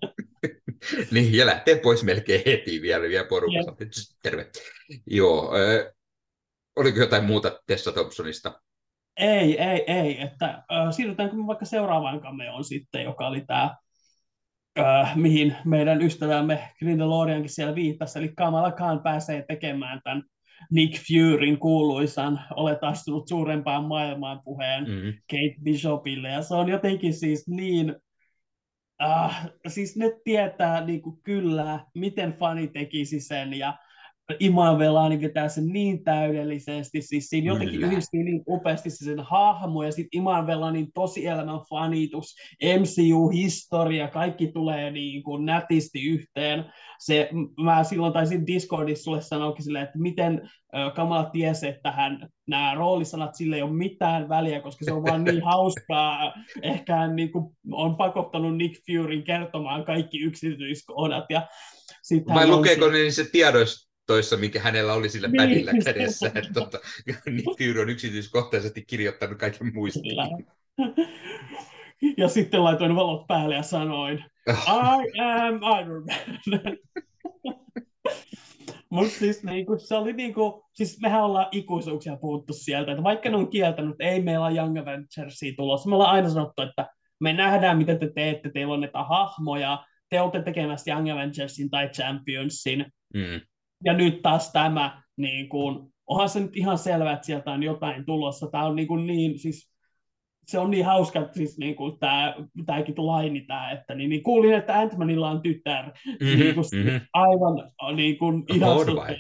Niin, ja lähtee pois melkein heti vielä porukassa. Terve. Joo, oliko jotain muuta Tessa Thompsonista? Ei. Että, siirrytäänkö me vaikka seuraavaan cameoon sitten, joka oli tämä, mihin meidän ystävämme Grindeloriankin siellä viittasi, eli Kamala Khan pääsee tekemään tämän Nick Furyn kuuluisan Olet astunut suurempaan maailmaan puheen Kate Bishopille, ja se on jotenkin siis niin, siis ne tietää kyllä, miten fani tekisi sen, ja Iman Velani vetää sen niin täydellisesti, siis siinä jotenkin yhdistyy niin upeasti se sen hahmo, ja sitten Iman Velanin tosielämän fanitus, MCU-historia, kaikki tulee niin kuin nätisti yhteen. Mä silloin taisin Discordissa sulle sanoakin silleen, että miten Kamala tiesi, että nämä roolisanat sille ei ole mitään väliä, koska se on vaan niin hauskaa. Ehkä hän on pakottanut Nick Furyn kertomaan kaikki yksityiskohdat. Ja vai lukeeko niin se tiedostoissa, mikä hänellä oli sillä pädillä kädessä, että Nick Fury on yksityiskohtaisesti kirjoittanut kaiken muistiin. Ja sitten laitoin valot päälle ja sanoin, I am Iron Man. Mutta siis, se oli siis mehän ollaan ikuisuuksia puhuttu sieltä, että vaikka ne on kieltänyt, että ei meillä ole Young Avengersia tulossa, me ollaan aina sanottu, että me nähdään, mitä te teette, teillä on näitä hahmoja, te olette tekemässä Young Avengersin tai Championsin, ja nyt taas tämä, onhan se nyt ihan selvä, että sieltä on jotain tulossa, tämä on siis se on niin hauska, että siis tämäkin laini tämä, että kuulin, että Ant-Manilla on tytär, aivan ihastuttu.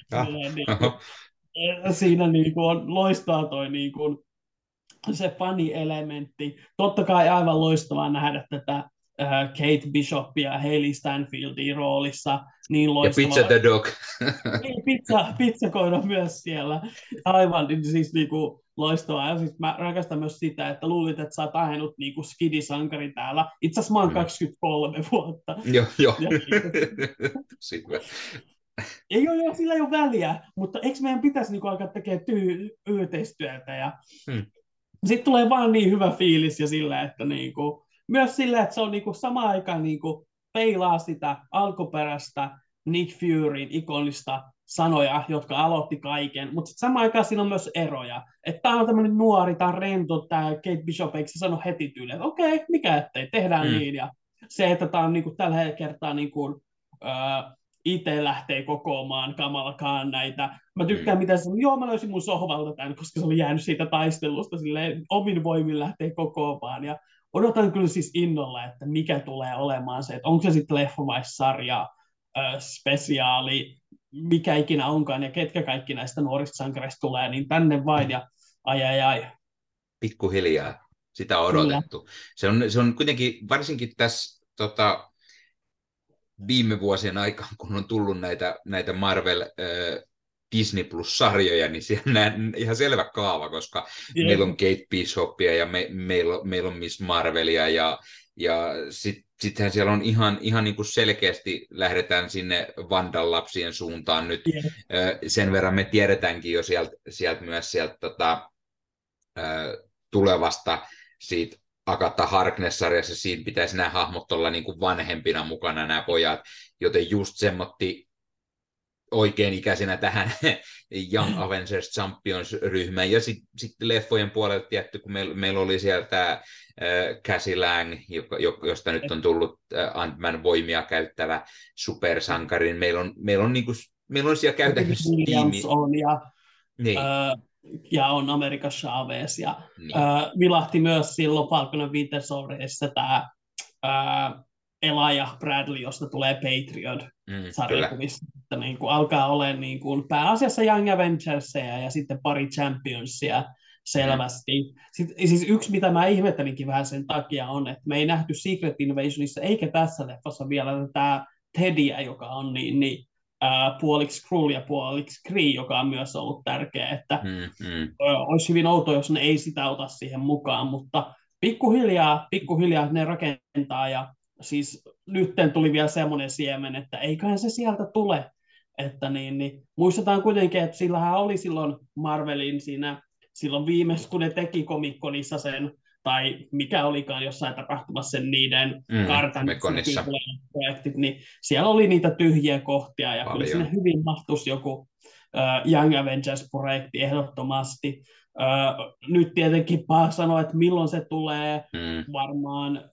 Siinä on loistaa toi se funny-elementti. Totta kai aivan loistavaa nähdä tätä Kate Bishopia ja Hailey Stanfieldia roolissa. Niin loistavaa. Ja Pizza the Dog. Pizzakoira myös siellä. Aivan siis loistavaa. Ja siis mä rakastan myös sitä, että luulit, että sä oot ainut skidisankari täällä. Itse asiassa mä oon 23 vuotta. Joo. Tosi hyvä. Joo, sillä ei ole väliä, mutta eikö meidän pitäisi alkaa tekemään yhteistyötä ja sitten tulee vaan niin hyvä fiilis ja sillä, että myös sillä, että se on samaan aikaan peilaa sitä alkuperäistä Nick Furyn ikonista sanoja, jotka aloitti kaiken, mutta sitten samaan aikaan siinä on myös eroja. Että tämä on tämmöinen nuori, tämä on rento, tämä Kate Bishop, eikö se sano heti tyyliin, että okei, mikä ettei, tehdään niin. Ja se, että tämä on tällä kertaa itse lähtee kokoamaan Kamala Khan näitä. Mä tykkään, mitä se on. Joo, mä löysin mun sohvalta tämän, koska se oli jäänyt siitä taistelusta silleen, omin voimin lähtee kokoamaan. Ja odotan kyllä siis innolla, että mikä tulee olemaan se, että onko se sitten leffa vai sarja, spesiaali, mikä ikinä onkaan, ja ketkä kaikki näistä nuorista sankareista tulee, niin tänne vain, ja ai. Pikkuhiljaa. Sitä on odotettu. Se on kuitenkin, varsinkin tässä viime vuosien aikaan, kun on tullut näitä Marvel Disney Plus-sarjoja, niin siellä on ihan selvä kaava, koska meillä on Kate Bishopia ja meillä on Miss Marvelia ja sittenhän siellä on ihan niin kuin selkeästi lähdetään sinne Vandan lapsien suuntaan nyt. Sen verran me tiedetäänkin jo sieltä myös tulevasta siitä Agatha Harkness-sarjassa, siinä pitäisi nämä hahmot olla niin kuin vanhempina mukana, nämä pojat, joten just semmoitti oikein ikäisenä tähän Young Avengers Champions-ryhmään. Ja sitten leffojen puolelta tietty, kun meillä oli siellä tämä Cassie Lang, josta nyt on tullut Ant-Man voimia käyttävä supersankari. Meillä on siellä käytännössä Williams on, ja niin. ja on America Chavez, ja Niin. vilahti myös silloin Falcon and Winter Soldierissa tämä Elijah Bradley, josta tulee Patriot Kyllä. sarjakuvissa, että niin kuin alkaa olemaan niin kuin pääasiassa Young Avengersia ja sitten pari Championsia Mm. selvästi. Sitten, siis yksi, mitä mä ihmettelinkin vähän sen takia on, että me ei nähty Secret Invasionissa eikä tässä leffassa vielä tätä Teddyä, joka on puoliksi Skrull ja puoliksi Kree, joka on myös ollut tärkeä, että Mm. olisi hyvin outoa, jos ne ei sitä ota siihen mukaan, mutta pikkuhiljaa ne rakentaa ja siis nyt tuli vielä semmoinen siemen, että eiköhän se sieltä tule. Että muistetaan kuitenkin, että sillähän oli silloin Marvelin siinä silloin viimeis, kun ne teki Comic-Conissa sen, tai mikä olikaan jossain tapahtumassa sen niiden kartan Mekonissa projektit, niin siellä oli niitä tyhjiä kohtia, ja kyllä paljon. sinne hyvin mahtuisi joku Young Avengers-projekti ehdottomasti. Nyt tietenkin paha sanoa, että milloin se tulee, varmaan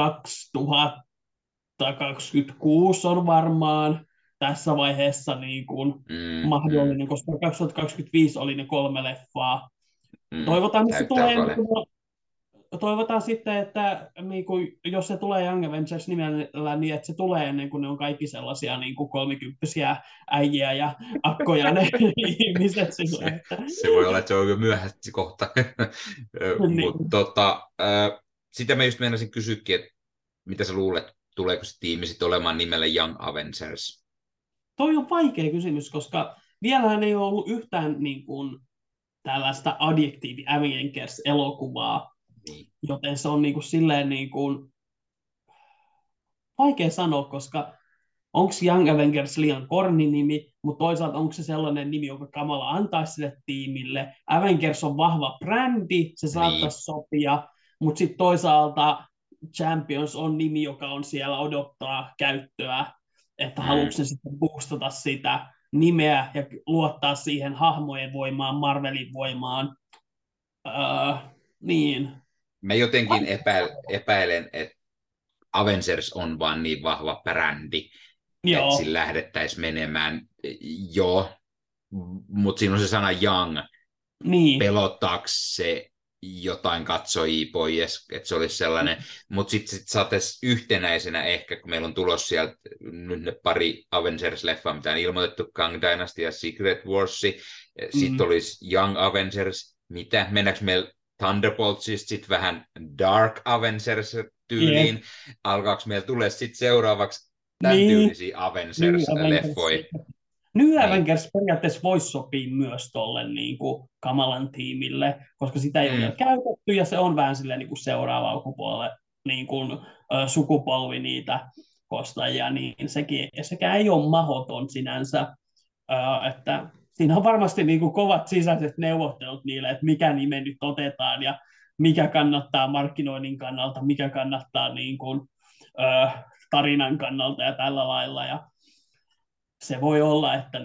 2026 on varmaan tässä vaiheessa niin kuin mahdollinen, koska 2025 oli ne 3 leffaa. Toivotaan, että se tulee toivotaan sitten, että niin kuin, jos se tulee Young Avengers nimellä, niin että se tulee ennen kuin ne on kaikki sellaisia niin kuin 30-vuotiaita äijiä ja akkoja ne ihmiset. Se voi olla, että se on jo myöhästi kohta. Mutta sitä mä just meinasin kysyäkin, että mitä sä luulet, tuleeko se tiimi sitten olemaan nimellä Young Avengers? Toi on vaikea kysymys, koska vielähän ei ole ollut yhtään niin kuin, tällaista adjektiivi Avengers-elokuvaa, joten se on niin kuin, silleen niin kuin, vaikea sanoa, koska onko Young Avengers liian korni nimi, mutta toisaalta onko se sellainen nimi, joka Kamala antaisi sille tiimille. Avengers on vahva brändi, se saattaisi sopia, mutta sitten toisaalta Champions on nimi, joka on siellä odottaa käyttöä, että haluatko se sitten boostata sitä nimeä ja luottaa siihen hahmojen voimaan, Marvelin voimaan. Niin. Mä jotenkin epäilen, että Avengers on vaan niin vahva brändi, että sillä lähdettäisiin menemään. Joo, mutta siinä on se sana young. Niin. Pelottaako se jotain katsojia pois, että se olisi sellainen. Mutta sitten saataisiin yhtenäisenä ehkä, kun meillä on tulossa sieltä nyt ne pari Avengers-leffaa, mitä on ilmoitettu, Kang Dynasty ja Secret Wars. Sitten olisi Young Avengers. Mitä? Mennäänkö meillä Thunderboltsista sitten vähän Dark Avengers-tyyliin? Alkaako meillä tulee sitten seuraavaksi tämän tyylisiä Avengers-leffoja? New Avengers periaatteessa voisi sopia myös tuolle niin kuin Kamalan tiimille, koska sitä ei ole vielä käytetty, ja se on vähän silleen niin kuin seuraava niin kuin, sukupolvi niitä koostajia, niin sekään ei ole mahdoton sinänsä, että siinä on varmasti niin kuin kovat sisäiset neuvottelut niille, että mikä nime nyt otetaan, ja mikä kannattaa markkinoinnin kannalta, mikä kannattaa niin kuin, tarinan kannalta ja tällä lailla, ja se voi olla, että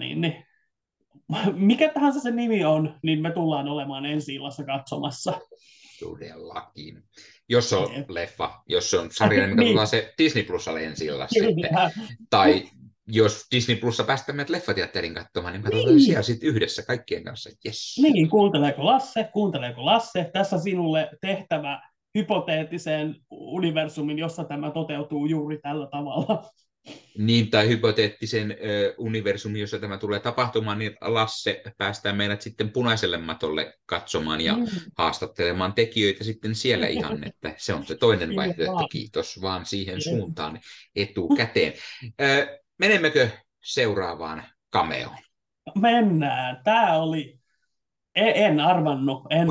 mikä tahansa se nimi on, niin me tullaan olemaan ensi illassa katsomassa. Todellakin. Jos on leffa, jos se on sarja, niin katsotaan se Disney Plusalle ensi illassa sitten. Tai jos Disney Plussa päästään meidät leffateatterin katsomaan, niin katsotaan siellä sitten yhdessä kaikkien kanssa. Yes. Niin, kuunteleeko Lasse? Tässä sinulle tehtävä hypoteettiseen universumin, jossa tämä toteutuu juuri tällä tavalla. Niin, tai hypoteettisen universumin, jossa tämä tulee tapahtumaan, niin Lasse päästään meidät sitten punaiselle matolle katsomaan ja haastattelemaan tekijöitä sitten siellä ihan, että se on se toinen vaihtoehto. Kiitos vaan siihen suuntaan etukäteen. Menemmekö seuraavaan cameoon? Mennään. Tämä oli... En arvannut. En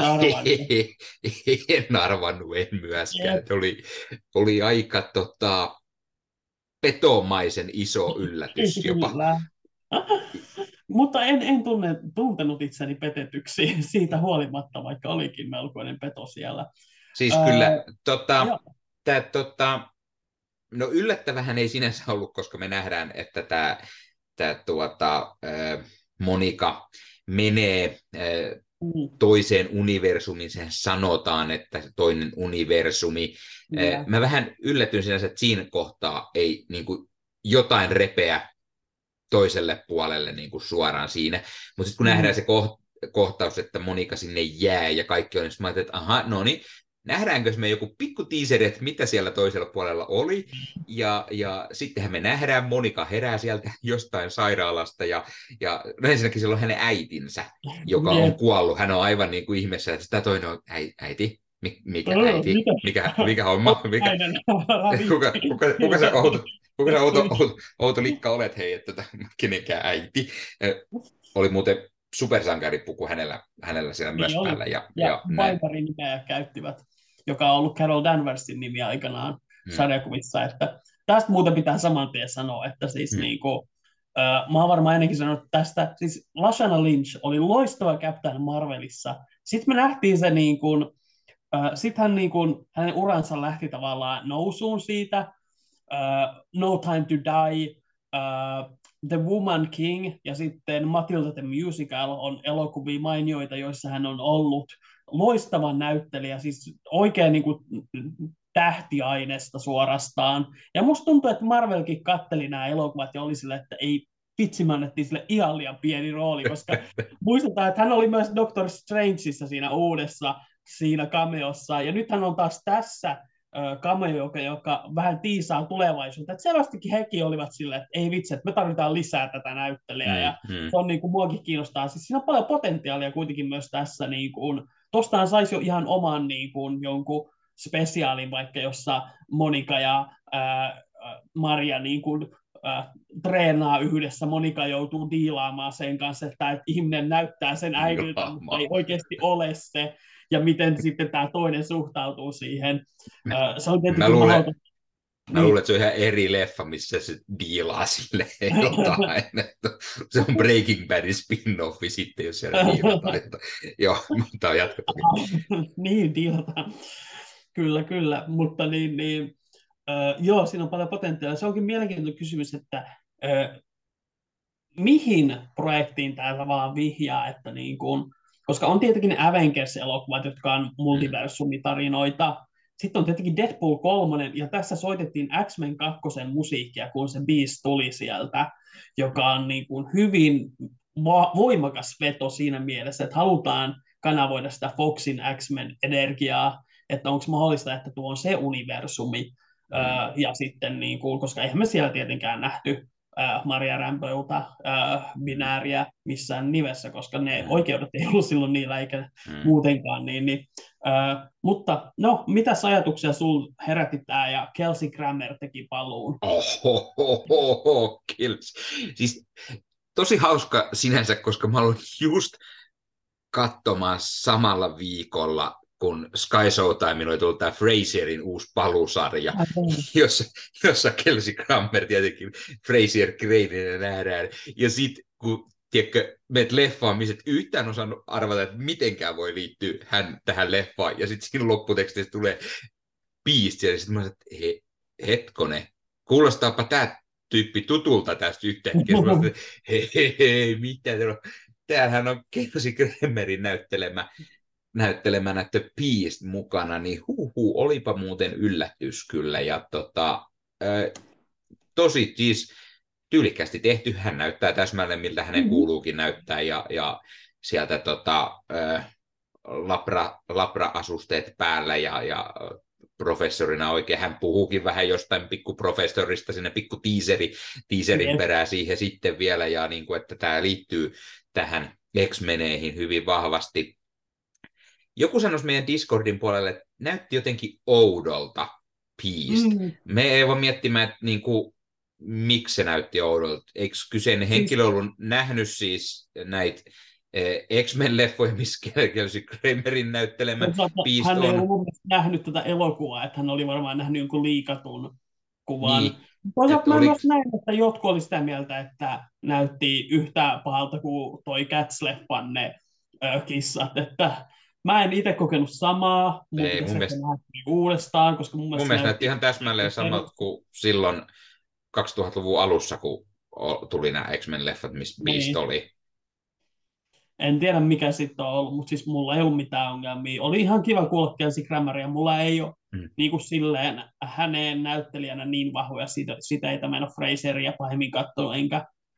arvannut, en myöskään. Oli aika petomaisen iso yllätys jopa. Mutta en tuntenut itseni petetyksi siitä huolimatta, vaikka olikin melkoinen peto siellä. Siis kyllä, no yllättävähän ei sinänsä ollut, koska me nähdään, että tämä Monika menee toiseen universumiin, sen sanotaan, että se toinen universumi. Mä vähän yllätyin sinänsä, että siinä kohtaa ei niin kuin, jotain repeä toiselle puolelle niin kuin suoraan siinä, mutta sitten kun nähdään se kohtaus, että Monika sinne jää ja kaikki on, niin mä ajattelin, että aha, no niin, nähdäänkö me joku pikku teaseri, että mitä siellä toisella puolella oli, ja sittenhän me nähdään, Monika herää sieltä jostain sairaalasta, ja no ensinnäkin silloin hänen äitinsä, joka on Jep. kuollut, hän on aivan niin kuin ihmeessä, että sitä toinen on, äiti, mikä äiti, Mitä? mikä homma, Nainen kuka, ravitti. kuka se outo likka olet, hei, että kenenkään äiti. Oli muuten supersankaripuku hänellä siellä Niin myös oli. päällä Ja ja näin. Viperin-nimeä käyttivät, joka on ollut Carol Danversin nimi aikanaan Hmm. sarjakuvissa. Että tästä muuten pitää saman tien sanoa, että siis Hmm. niin kuin, mä oon varmaan ennenkin sanonut että tästä, siis Lashana Lynch oli loistava Captain Marvelissa. Sitten me nähtiin se niin kuin, sitten hän niin kuin, hänen uransa lähti tavallaan nousuun siitä, No Time to Die, The Woman King ja sitten Matilda the Musical on elokuvia mainioita, joissa hän on ollut loistava näyttelijä, siis oikein niin kuin tähtiainesta suorastaan. Ja musta tuntuu, että Marvelkin katteli nämä elokuvat ja oli sille, että ei vitsi, me annettiin sille ihan liian pieni rooli, koska muistetaan, että hän oli myös Doctor Strangeissa siinä uudessa siinä cameossa, ja nyt hän on taas tässä cameo, joka vähän tiisaa tulevaisuutta. Että selvästikin hekin olivat silleen, että ei vitsi, että me tarvitaan lisää tätä näyttelijää, ja se on niin kuin muakin kiinnostaa. Siis siinä on paljon potentiaalia kuitenkin myös tässä, niin kuin, tostaan saisi jo ihan oman niin kuin, jonkun spesiaalin, vaikka jossa Monika ja Maria niin kuin, treenaa yhdessä, Monika joutuu diilaamaan sen kanssa, että ihminen näyttää sen äidiltä, mutta ei oikeasti ole se, ja miten sitten tämä toinen suhtautuu siihen. Se on tietenkin mahdoton. Mä luulen, että se on ihan eri leffa, missä se diilaa sille jotain. Se on Breaking Badin spin-offi sitten, jos siellä diilataan. Joo, mutta jatketaan. Niin, diilataan. Kyllä. Mutta joo, siinä on paljon potentiaalia. Se onkin mielenkiintoinen kysymys, että mihin projektiin tämä tavallaan vihjaa, että niin kuin, koska on tietenkin ne Avengers-elokuvat, jotka on multiversumitarinoita. Sitten on tietenkin Deadpool 3, ja tässä soitettiin X-Men 2 musiikkia, kun se biisi tuli sieltä, joka on niin kuin hyvin voimakas veto siinä mielessä, että halutaan kanavoida sitä Foxin X-Men-energiaa, että onko mahdollista, että tuo on se universumi, ja sitten, niin kuin, koska eihän me siellä tietenkään nähty Maria Rambeauta, binääriä missään nimessä, koska ne oikeudet ei ollut silloin niillä eikä muutenkaan. Mutta no, mitäs ajatuksia sul herätti tämä ja Kelsey Grammer teki paluun? Siis tosi hauska sinänsä, koska mä aloin just katsomaan samalla viikolla, kun Sky Showtime oli tullut tämä Frasierin uusi palusarja, jossa Kelsey Grammer tietenkin Frasier Graynina nähdään. Ja sitten kun tiedätkö, meet leffaan, missä et yhtään osannut arvata, että mitenkään voi liittyä hän tähän leffaan. Ja sitten siinä lopputekstissä tulee Beast, ja sitten mä sanoin, että hetkonen, kuulostaapa tämä tyyppi tutulta tästä yhtäkkiä. Hei, mitä? Tämähän on Kelsey Grammerin näyttelemänä The Beast mukana, niin olipa muuten yllätys kyllä. Ja tosi siis tyylikkästi tehty. Hän näyttää täsmälleen, miltä hänen kuuluukin näyttää, ja sieltä labra-asusteet päällä, ja professorina oikein. Hän puhuukin vähän jostain pikkuprofessorista, sinne pikku teaserin perää siihen sitten vielä, ja niin kuin, että tämä liittyy tähän X-meneihin hyvin vahvasti. Joku sanoisi meidän Discordin puolelle, että näytti jotenkin oudolta Beast. Me ei voi miettimään, että niin kuin, miksi se näytti oudolta. Eikö kyseinen henkilö ollut nähnyt siis näitä X-Men-leffoja, missä Kelsey Grammerin näyttelemä Beast hän on? ei ollut nähnyt tätä elokuvaa, että hän oli varmaan nähnyt jonkun liikatun kuvan. Niin. Toisaalta mä myös näin, että jotkut oli sitä mieltä, että näytti yhtä pahalta kuin toi Cats-leffan ne kissat, että mä en itse kokenut samaa, mutta ei, mun mielestä uudestaan, koska mun mielestä näytti ihan täsmälleen samalta kuin silloin 2000-luvun alussa, kun tuli nämä X-Men-leffat, missä Beast oli. En tiedä, mikä sitten on ollut, mutta siis mulla ei ollut mitään ongelmia. Oli ihan kiva kuulla Kelsey Grammeria. Mulla ei ole niin kuin silleen hänen näyttelijänä niin vahvoja siteitä. Mä en ole Frasieria pahemmin katsonut, enkä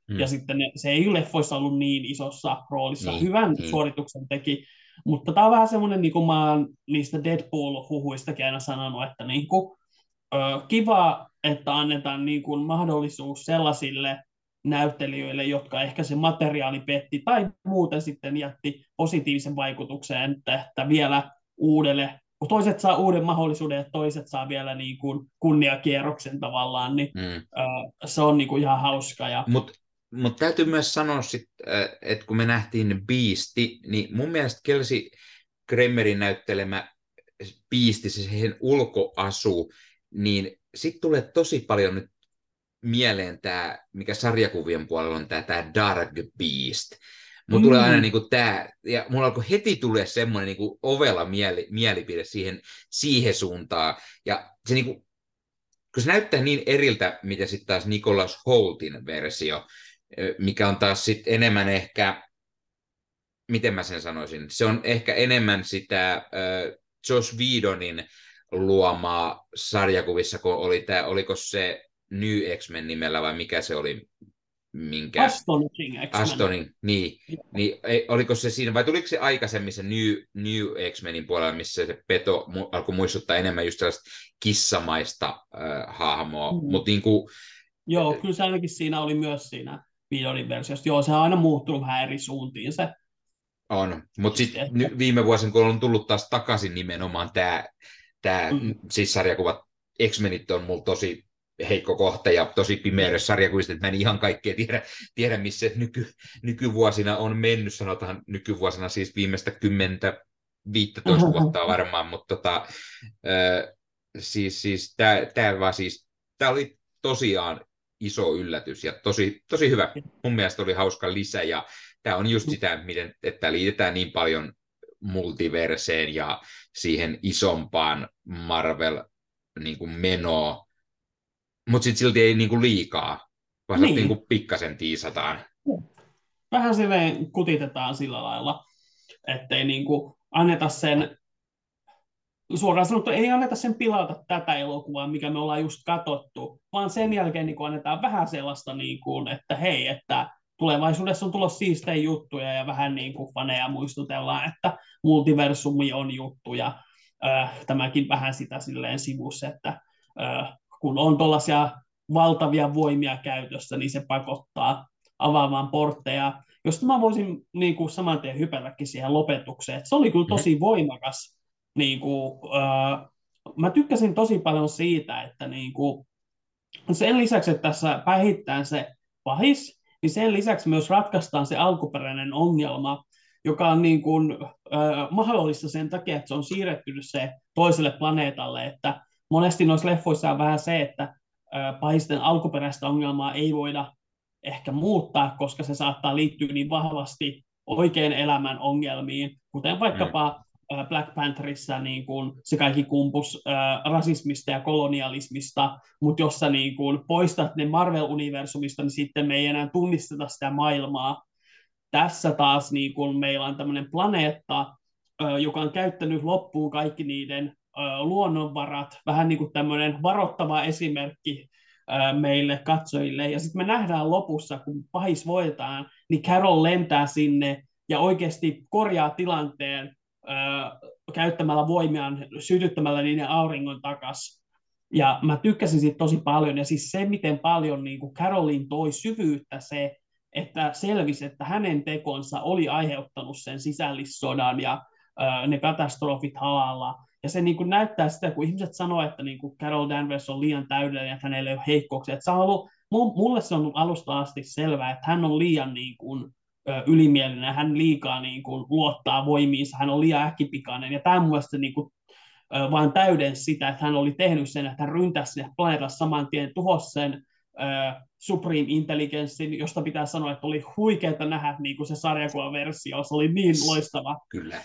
ja sitten se ei leffoissa ollut niin isossa roolissa. Niin, Hyvän niin. suorituksen teki, mutta tämä on vähän semmoinen, niin kuin mä oon niistä Deadpool-huhuistakin aina sanonut, että niin kuin, kiva, että annetaan niin kuin mahdollisuus sellaisille näyttelijöille, jotka ehkä se materiaali petti tai muuten sitten jätti positiivisen vaikutuksen, että vielä uudelle, kun toiset saa uuden mahdollisuuden ja toiset saa vielä niin kuin kunniakierroksen tavallaan, niin Mm. se on niin kuin ihan hauska. Ja Mutta täytyy myös sanoa, että kun me nähtiin Beasti, niin mun mielestä Kelsey Grammerin näyttelemä Beasti, se siihen ulkoasu, niin sitten tulee tosi paljon nyt mieleen tämä, mikä sarjakuvien puolella on tämä Dark Beast. Mulla tulee aina mm, niinku tämä, ja mulla alkoi heti tulee semmoinen niinku ovela mielipide siihen suuntaan. Ja se niinku, kun se näyttää niin eriltä, mitä sitten taas Nicholas Holtin versio, mikä on taas sitten enemmän ehkä, miten mä sen sanoisin, se on ehkä enemmän sitä Joss Whedonin luomaa sarjakuvissa, kun oli oliko se New X-Men nimellä vai mikä se oli, minkä Astonishing X-Men. Astonin, niin oliko se siinä, vai tuliko se aikaisemmin se New X-Menin puolella, missä se peto alkoi muistuttaa enemmän just sellaista kissamaista hahmoa, Mm. mutta niin kuin, Joo, kyllä se ainakin siinä oli myös siinä Whedonin versiossa. Joo, se on aina muuttunut vähän eri suuntiin se. on, mutta sitten Että, viime vuosina, kun on tullut taas takaisin nimenomaan tämä mm. siis sarjakuvat, X-Menit on mulla tosi heikko kohta ja tosi pimeydessä sarjakuvista, että mä en ihan kaikkea tiedä missä nykyvuosina on mennyt, sanotaan nykyvuosina siis viimeistä 10-15 vuotta varmaan, mutta siis tämä oli tosiaan iso yllätys ja tosi hyvä. Mun mielestä oli hauska lisä ja tämä on just sitä, että liitetään niin paljon multiverseen ja siihen isompaan Marvel niin kuin menoon, mutta sitten silti ei niin kuin liikaa, vaan niin Niin, kuin pikkasen tiisataan. vähän silleen kutitetaan sillä lailla, ettei niin kuin anneta sen, suoraan sanottu, ei anneta sen pilata tätä elokuvaa, mikä me ollaan just katsottu, vaan sen jälkeen niin kuin annetaan vähän sellaista, niin kuin, että hei, että tulevaisuudessa on tulossa siistejä juttuja ja vähän niin kuin faneja muistutellaan, että multiversumi on juttu ja tämäkin vähän sitä silleen sivussa, että kun on tuollaisia valtavia voimia käytössä, niin se pakottaa avaamaan portteja, josta mä voisin niin kuin saman tien hypätäkin siihen lopetukseen. Että se oli kyllä Mm-hmm. tosi voimakas. Niin kuin, mä tykkäsin tosi paljon siitä, että niin kuin, sen lisäksi, että tässä päihittää se pahis, niin sen lisäksi myös ratkaistaan se alkuperäinen ongelma, joka on niin kuin, mahdollista sen takia, että se on siirretty se toiselle planeetalle, että monesti noissa leffoissa on vähän se, että pahisten alkuperäistä ongelmaa ei voida ehkä muuttaa, koska se saattaa liittyä niin vahvasti oikean elämän ongelmiin, kuten vaikkapa Black Pantherissa niin kun se kaikki kumpus rasismista ja kolonialismista, mutta jos sä niin kun poistat ne Marvel-universumista, niin sitten me ei enää tunnisteta sitä maailmaa. Tässä taas niin kun meillä on tämmöinen planeetta, joka on käyttänyt loppuun kaikki niiden luonnonvarat, vähän niin kuin tämmöinen varoittava esimerkki meille katsojille. Ja sitten me nähdään lopussa, kun pahis voitetaan, niin Carol lentää sinne ja oikeasti korjaa tilanteen käyttämällä voimiaan, sytyttämällä niiden auringon takas. Ja mä tykkäsin siitä tosi paljon. Ja siis se, miten paljon niin kuin Carolin toi syvyyttä se, että selvisi, että hänen tekonsa oli aiheuttanut sen sisällissodan ja ne katastrofit halalla. Ja se niin kuin näyttää sitä, kun ihmiset sanoo, että niin kuin Carol Danvers on liian täydellinen, että hänellä ei ole heikkouksia. Että se on ollut, mulle se on ollut alusta asti selvää, että hän on liian niin kuin, ylimielinen, hän liikaa niin kuin, luottaa voimiinsa, hän on liian äkkipikainen. Ja tämä mun mielestä niin kuin, vaan täydensi sitä, että hän oli tehnyt sen, että hän ryntäsi sinne planeetalle saman tien, tuhosi sen Supreme Intelligencein, josta pitää sanoa, että oli huikeaa nähdä niin kuin se sarjakuvaversio, se oli niin loistava. Kyllä.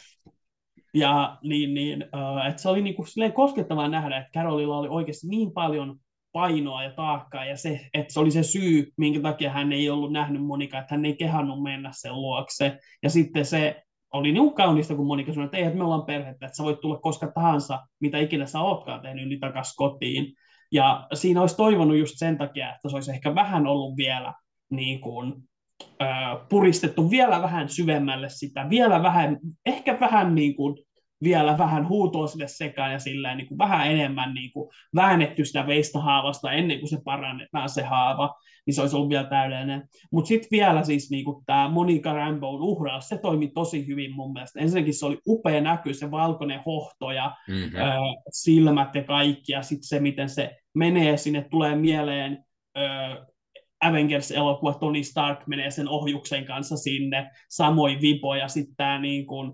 Ja että se oli niin kuin silleen koskettavaa nähdä, että Carolilla oli oikeasti niin paljon painoa ja taakkaa, ja se, että se oli se syy, minkä takia hän ei ollut nähnyt Monikaa, että hän ei kehannut mennä sen luokse. Ja sitten se oli niin kaunista, kun Monika sanoi, että ei, että me ollaan perhettä, että sä voit tulla koska tahansa, mitä ikinä sä ootkaan tehnyt, niin takaisin kotiin. Ja siinä olisi toivonut just sen takia, että se olisi ehkä vähän ollut vielä niin kuin, puristettu vielä vähän syvemmälle sitä, vielä vähän, ehkä vähän niin kuin, vielä vähän huutoa sinne sekaan ja sillä niin kuin vähän enemmän niin kuin väännetty sitä veistä haavasta ennen kuin se parannetaan se haava, niin se olisi ollut vielä täydellinen. Mutta sitten vielä siis niin kuin tämä Monica Rambeaun uhraus, se toimi tosi hyvin mun mielestä. Ensinnäkin se oli upea näky, se valkoinen hohto ja Mm-hmm. silmät ja kaikki, ja sitten se, miten se menee sinne, tulee mieleen Avengers-elokuva, Tony Stark menee sen ohjuksen kanssa sinne, samoin Vipo, ja sitten tämä niin kuin,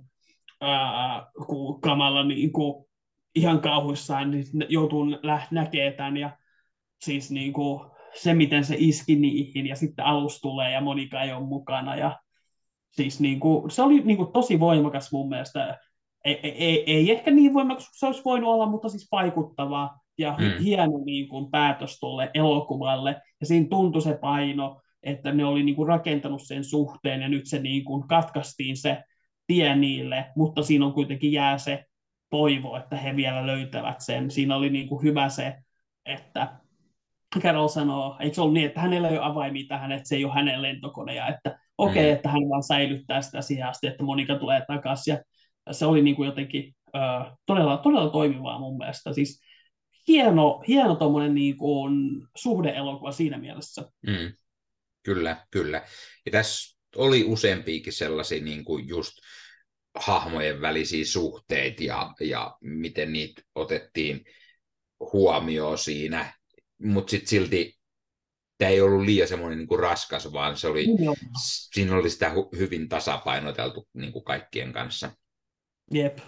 kun Kamala niin kuin, ihan kauhuissaan niin joutuu näkemään tämän, ja siis niin kuin, se, miten se iski niihin, ja sitten alus tulee, ja Monika ei ole mukana, ja siis niin kuin, se oli niin kuin, tosi voimakas mun mielestä, ei ehkä niin voimakas kuin se olisi voinut olla, mutta siis vaikuttavaa ja Mm. hieno niin kuin, päätös tuolle elokuvalle. Ja siinä tuntui se paino, että ne oli niin kuin, rakentanut sen suhteen ja nyt se niin kuin, katkaistiin se tie niille, mutta siinä on kuitenkin jää se toivo, että he vielä löytävät sen. Siinä oli niin kuin, hyvä se, että Carol sanoo, eikö se ollut niin, että hänellä ei ole avaimia tähän, että se ei ole hänen lentokoneja, että okei, Mm. että hän vaan säilyttää sitä siihen asti, että Monika tulee takaisin. Ja se oli niin kuin jotenkin todella, todella toimivaa mun mielestä. Siis hieno tuommoinen niin kuin suhde-elokuva siinä mielessä. Mm. Kyllä, kyllä. Ja tässä oli useampiakin sellaisia niin kuin just hahmojen välisiä suhteita ja miten niitä otettiin huomioon siinä. Mutta sitten silti tämä ei ollut liian semmoinen niin kuin raskas, vaan se oli, Nimenomaan. siinä oli sitä hyvin tasapainoteltu niin kuin kaikkien kanssa. Jep.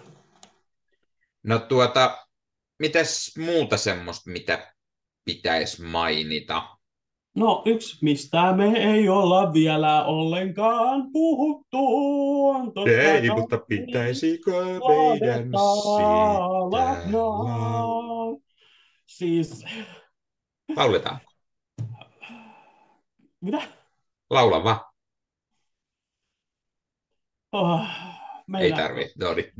No mitäs muuta semmoista, mitä pitäisi mainita? No yksi, mistä me ei olla vielä ollenkaan puhuttu, on totta Ei, kai mutta pitäisikö meidän lauleta siitä lagnaa. Siis, lauletaanko? mitä? Laula vaan. Oh, Ei meinaatko? tarvi, no niin.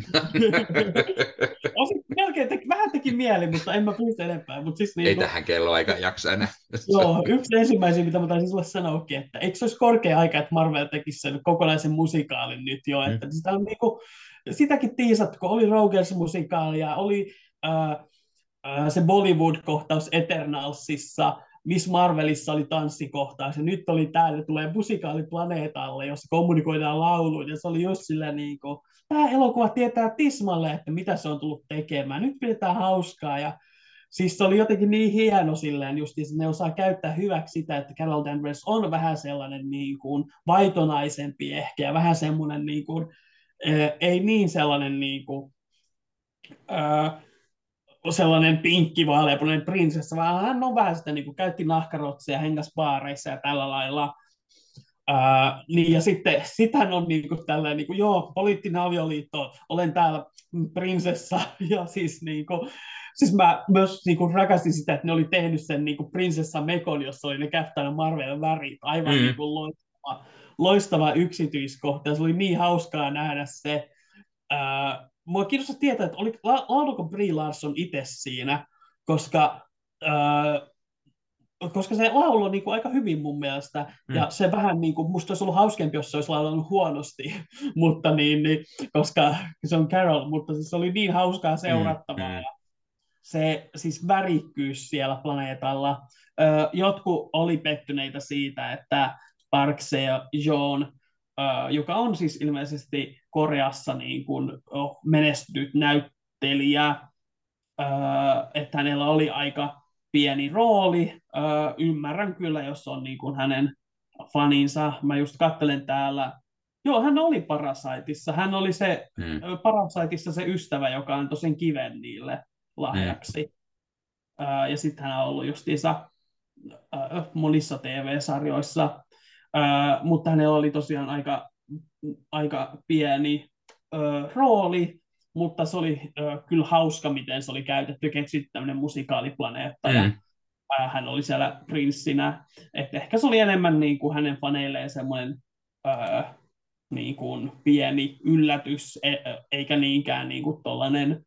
Vähän teki mieli, mutta en mä pysty enempää. Mutta siis Ei niinku, tähän kelloaika jaksa enää. joo, yksi ensimmäisiä, mitä mä taisin sulle sanoakin, että eikö se olisi korkea aika, että Marvel tekisi sen kokonaisen musikaalin nyt jo, Mm. että sitä on niinku, sitäkin tiisattu, kun oli Rogers-musikaali ja oli se Bollywood-kohtaus Eternalsissa, Miss Marvelissa oli tanssikohtaus, ja nyt oli täällä, tulee musikaali planeetalle, jossa kommunikoidaan lauluun, ja se oli just sillä niin kuin, tämä elokuva tietää tismalle, että mitä se on tullut tekemään, nyt pidetään hauskaa, ja siis se oli jotenkin niin hieno silleen, just ne osaa käyttää hyväksi sitä, että Carol Danvers on vähän sellainen niin kuin vaitonaisempi ehkä, ja vähän semmoinen niin kuin, ei niin sellainen niin kuin, sellainen pinkki vaaleapunainen prinsessa, vaan hän on vähän sitä, niin kuin käytti nahkarotseja, hengas baareissa ja tällä lailla. Niin ja sitten hän on niin kuin tällä, niin kuin, joo, poliittinen avioliitto, olen täällä prinsessa, ja siis, niin kuin, siis mä myös niin kuin rakastin sitä, että ne oli tehnyt sen niin kuin prinsessa Mekon, jossa oli ne Captain Marvelin värit, aivan niin Mm. kuin loistava yksityiskohta, ja se oli niin hauskaa nähdä se, mua kiinnostaa tietää, että lauluiko Brie Larson itse siinä, koska, koska se laulu on niin kuin aika hyvin mun mielestä, ja Mm. se vähän niin kuin, musta olisi ollut hauskempi, jos se olisi laulanut huonosti, mutta koska se on Carol, mutta siis se oli niin hauskaa Mm. seurattavaa, Mm. se siis värikkyys siellä planeetalla. Jotkut oli pettyneitä siitä, että Park Seo-joon, joka on siis ilmeisesti Koreassa niin kuin menestynyt näyttelijä, että hänellä oli aika pieni rooli. Ymmärrän kyllä, jos on niin kuin hänen faninsa. Mä just katselen täällä. Joo, hän oli Parasiteissa. Hän oli se Mm. Parasiteissa se ystävä, joka antoi sen kiven niille Mm. lahjaksi. Ja sitten hän on ollut justiinsa monissa TV-sarjoissa, mutta hänellä oli tosiaan aika pieni rooli, mutta se oli kyllä hauska, miten se oli käytetty, keksitty tämmöinen musikaaliplaneetta, ja Mm. hän oli siellä prinssinä, että ehkä se oli enemmän niin kuin hänen faneilleen semmoinen niin kuin pieni yllätys, eikä niinkään niin kuin tollainen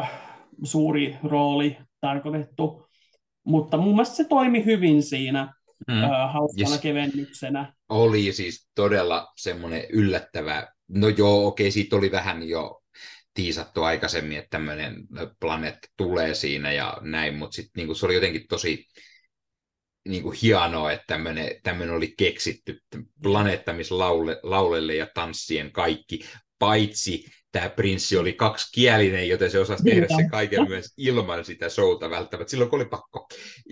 suuri rooli tarkoitettu, mutta mun mielestä se toimi hyvin siinä. Mm. hauskana Yes. kevennyksenä. Oli siis todella semmoinen yllättävä, no joo, okei, siitä oli vähän jo tiisattu aikaisemmin, että tämmöinen planeetta tulee siinä ja näin, mutta sitten niin se oli jotenkin tosi niin kuin hienoa, että tämmöinen oli keksitty Jep. planeetta, missä laulelle ja tanssien kaikki, paitsi tämä prinssi oli kaksikielinen, joten se osasi tehdä Niinpä. se kaiken myös ilman sitä showta välttämättä, silloin kun oli pakko.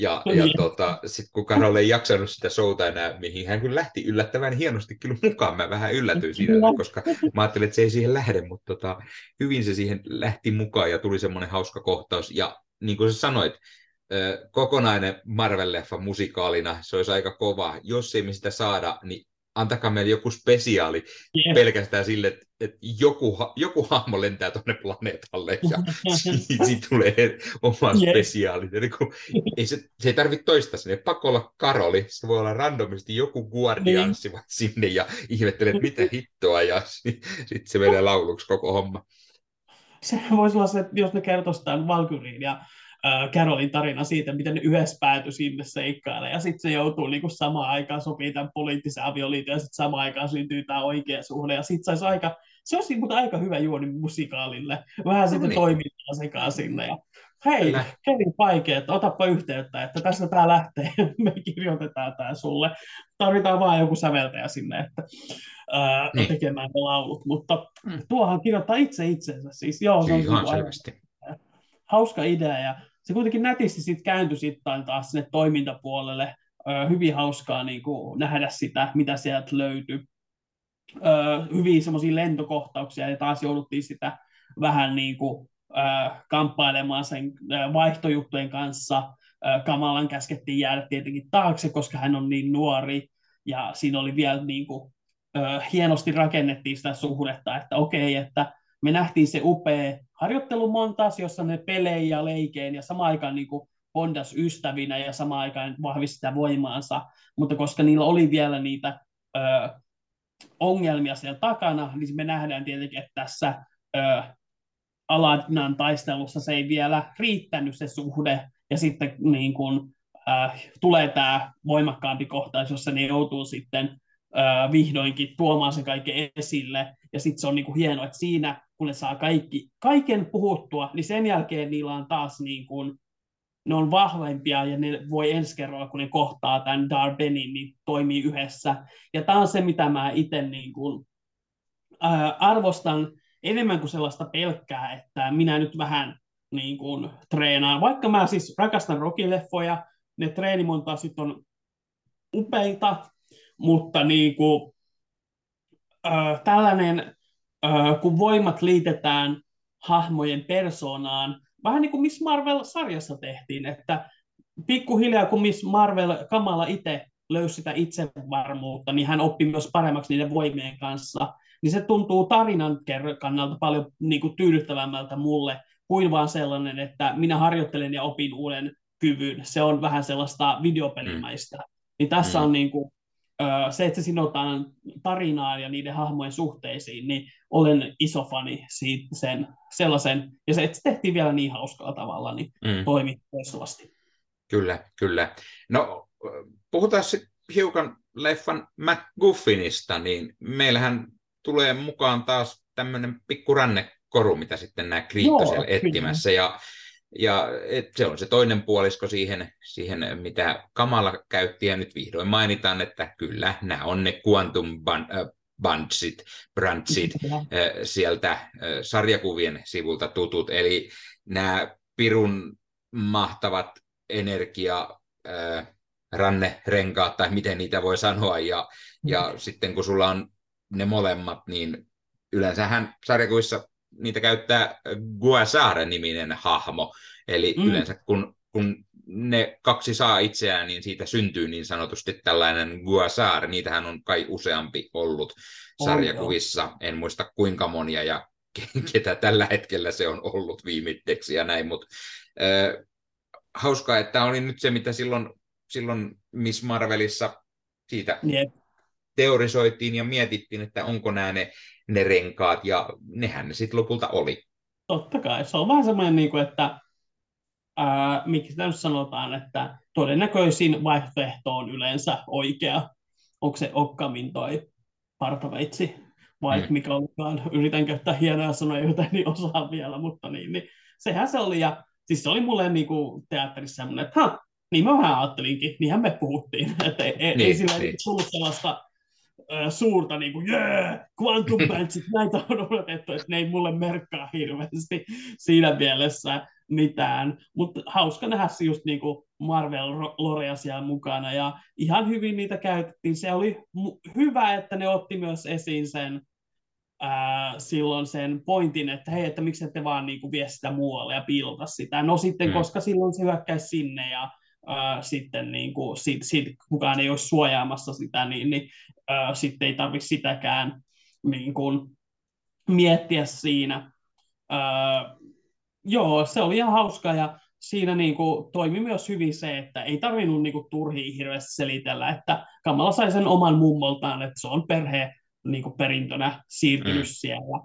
Sitten kun Karol ei jaksanut sitä showta enää, mihin hän kyllä lähti yllättävän hienosti kyllä mukaan, mä vähän yllätyin siinä, koska mä ajattelin, että se ei siihen lähde, mutta hyvin se siihen lähti mukaan ja tuli semmoinen hauska kohtaus. Ja niin kuin sä sanoit, kokonainen Marvel-leffa musikaalina, se olisi aika kova. Jos ei me sitä saada, niin antakaa meille joku spesiaali Jep. pelkästään sille, että joku hahmo lentää tuonne planeetalle ja siitä tulee oma Jep. spesiaali. Eli se ei tarvitse toista sinne. Pakko olla Karoli, se voi olla randomisti joku Niin. guardianssi sinne ja ihmettelee, että mitä hittoa ja sitten se menee lauluksi koko homma. Se voisi olla se, että jos ne kertoisivat tämän Valkyrien ja Carolin tarina siitä, miten ne yhdessä päätyi sinne seikkailemaan, ja sitten se joutuu niinku samaan aikaan sopii tämän poliittisen avioliiton, ja sitten samaan aikaan syntyy tämä oikea suhde, ja sitten saisi aika, se olisi niinku aika hyvä juoni musikaalille, vähän No sitten niin, toimintaa sekaan sinne, ja hei, kyllä. Kevin Paike, että otappa yhteyttä, että tässä tämä lähtee, me kirjoitetaan tämä sulle, tarvitaan vaan joku säveltäjä sinne, että Niin, tekemään ne laulut, mutta mm. tuohan kirjoittaa itse itsensä, siis joo, se on Ihan niinku aivan selvästi. hauska idea ja se kuitenkin nätisti sitten kääntyi sitten taas sinne toimintapuolelle. Hyvin hauskaa niin kuin nähdä sitä, mitä sieltä löytyi. Hyvin semmoisia lentokohtauksia ja taas jouduttiin sitä vähän niin kuin, kamppailemaan sen vaihtojuttujen kanssa. Kamalan käskettiin jäädä tietenkin taakse, koska hän on niin nuori ja siinä oli vielä niin kuin, hienosti rakennettiin sitä suhdetta, että okei, että me nähtiin se upea harjoittelumontaas, jossa ne pelejä ja leikeen ja samaan aikaan niin kuin bondas ystävinä ja samaan aikaan vahvisti sitä voimaansa, mutta koska niillä oli vielä niitä ongelmia siellä takana, niin me nähdään tietenkin, että tässä Aladinan taistelussa se ei vielä riittänyt se suhde, ja sitten niin kun, tulee tämä voimakkaampi kohtaus, jossa ne joutuu sitten vihdoinkin tuomaan sen kaiken esille, ja sitten se on niin kuin hienoa, että siinä, kun ne saa kaiken puhuttua, niin sen jälkeen niillä on taas niin kuin, ne on vahvempia ja ne voi ensi kerralla, kun ne kohtaa tämän Darbenin, niin toimii yhdessä. Ja tämä on se, mitä mä itse niin kuin, arvostan enemmän kuin sellaista pelkkää, että minä nyt vähän niin kuin, treenaan. Vaikka mä siis rakastan rockileffoja, ne treenimontasit on upeita, mutta niin kuin, tällainen, kun voimat liitetään hahmojen persoonaan, vähän niin kuin Miss Marvel-sarjassa tehtiin, että pikkuhiljaa kun Miss Marvel Kamala itse löysi sitä itsevarmuutta, niin hän oppi myös paremmaksi niiden voimien kanssa. Niin se tuntuu tarinan kannalta paljon niin kuin tyydyttävämmältä mulle kuin vaan sellainen, että minä harjoittelen ja opin uuden kyvyn. Se on vähän sellaista Mm. videopelimäistä. Niin tässä Mm. on niin kuin, se, että se sinotaan tarinaan ja niiden hahmojen suhteisiin, niin olen iso fani siitä sellaisen. Ja se, että se tehtiin vielä niin hauskalla tavalla, niin Mm. toimi loistavasti. Kyllä, kyllä. No, puhutaan sitten hiukan leffan MacGuffinista, niin meillähän tulee mukaan taas tämmöinen pikku rannekoru, mitä sitten nämä Kriitto siellä Joo, kyllä. etsimässä, se on se toinen puolisko siihen, mitä Kamala käytti, ja nyt vihdoin mainitaan, että kyllä, nämä on ne Brandsit, sieltä sarjakuvien sivulta tutut, eli nämä pirun mahtavat energia rannerenkaat tai miten niitä voi sanoa ja sitten kun sulla on ne molemmat, niin yleensähän sarjakuvissa niitä käyttää Guasare-niminen hahmo, eli Mm, yleensä kun ne kaksi saa itseään, niin siitä syntyy niin sanotusti tällainen Guasare, niitähän on kai useampi ollut on joo. sarjakuvissa, en muista kuinka monia ja ketä tällä hetkellä se on ollut viimitteeksi ja näin, mutta hauskaa, että oli nyt se, mitä silloin Miss Marvelissa siitä Jep, teorisoitiin ja mietittiin, että onko nämä ne renkaat, ja nehän ne sitten lopulta oli. totta kai. Se on vähän semmoinen, niin kuin, että miksi sitä nyt sanotaan, että todennäköisin vaihtoehto on yleensä oikea. Onko se Okkamin toi partaveitsi vai Mm. mikä olikaan. Yritän käyttää hienoja sanoja, joita en niin osaa vielä, mutta niin. Sehän se oli. Ja siis se oli mulle niin kuin teatterissa semmoinen, että niin mä vähän ajattelinkin, niinhän me puhuttiin. Että ei Niin, sillä niin. tullut sellaista suurta niin kuin, Quantum Bandsit, näitä on odotettu, että ne ei mulle merkkaa hirveästi siinä mielessä mitään. Mutta hauska nähdä se just niin kuin Marvel-lorea siellä mukana, ja ihan hyvin niitä käytettiin. Se oli hyvä, että ne otti myös esiin sen silloin sen pointin, että hei, että miksi ette vaan niin kuin vie sitä muualle ja piilota sitä. No sitten, Mm. koska silloin se hyökkäisi sinne ja sitten niin kuin, kukaan ei olisi suojaamassa sitä, niin sitten ei tarvitse sitäkään niin kuin, miettiä siinä. Ää, joo, se oli ihan hauska ja siinä niin kuin, toimi myös hyvin se, että ei tarvinnut niin kuin, turhiin hirveästi selitellä, että Kamala sai sen oman mummoltaan, että se on perhe niin kuin, perintönä siirtynyt Mm. siellä.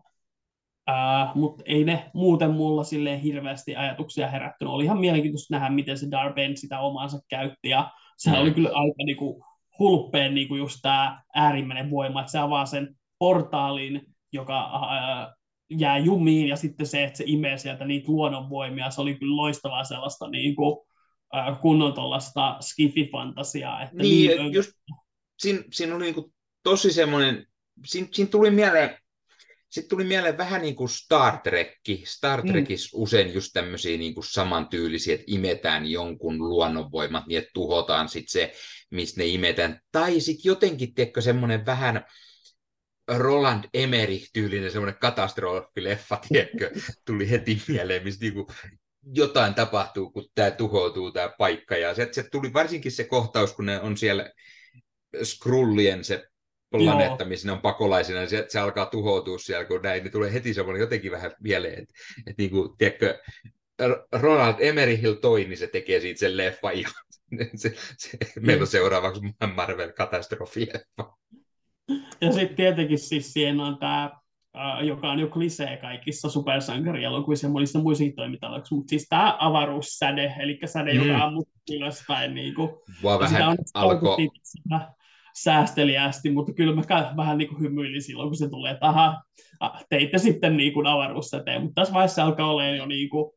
Mutta ei ne muuten mulla silleen hirveästi ajatuksia herättänyt. Oli ihan mielenkiintoista nähdä, miten se Darben sitä omaansa käytti, ja sehän oli Mm. kyllä aika niinku hulppeen niinku just tämä äärimmäinen voima, että se avaa sen portaalin, joka jää jumiin, ja sitten se, että se imee sieltä niitä luonnonvoimia, se oli kyllä loistavaa sellaista niinku, kunnon tuollaista skifi-fantasiaa, että Niin, niin. et just siinä oli niinku tosi semmoinen, siinä tuli mieleen, sitten tuli mieleen vähän niin kuin Star Trek. Star Mm, Trekissa usein just tämmöisiä niin kuin samantyylisiä, että imetään jonkun luonnonvoimat niin, että tuhotaan sitten se, mistä ne imetään. Tai sitten jotenkin, tiedätkö, semmoinen vähän Roland Emmerich-tyylinen semmoinen katastrofileffa, tiedätkö, tuli heti mieleen, missä niin kuin jotain tapahtuu, kun tämä tuhoutuu, tämä paikka. Ja se tuli varsinkin se kohtaus, kun ne on siellä Skrullien se joo. planeetta, missä ne on pakolaisina, niin se alkaa tuhoutua siellä, kun näin, niin tulee heti semmoinen jotenkin vähän mieleen, että niin kuin, tiedätkö, Ronald Emmerichil toi, niin se tekee siitä sen leffa ihan. Meillä on seuraavaksi Marvel-katastrofileffa. Ja sitten tietenkin siis siinä on tämä, joka on jo klisee kaikissa supersankarielokuvissa ja monissa muissakin toimintaloissa, mutta siis tämä avaruussäde, eli säde, joka Mm. ammut ylöspäin, niin kuin, Vaan ja sitä vähän on alkoi, käytettiin säästeliäästi, mutta kyllä mä vähän niin kuin hymyilin silloin, kun se tulee, että teitte sitten niin kuin avaruussäteen, mutta tässä vaiheessa alkaa olemaan jo niin kuin,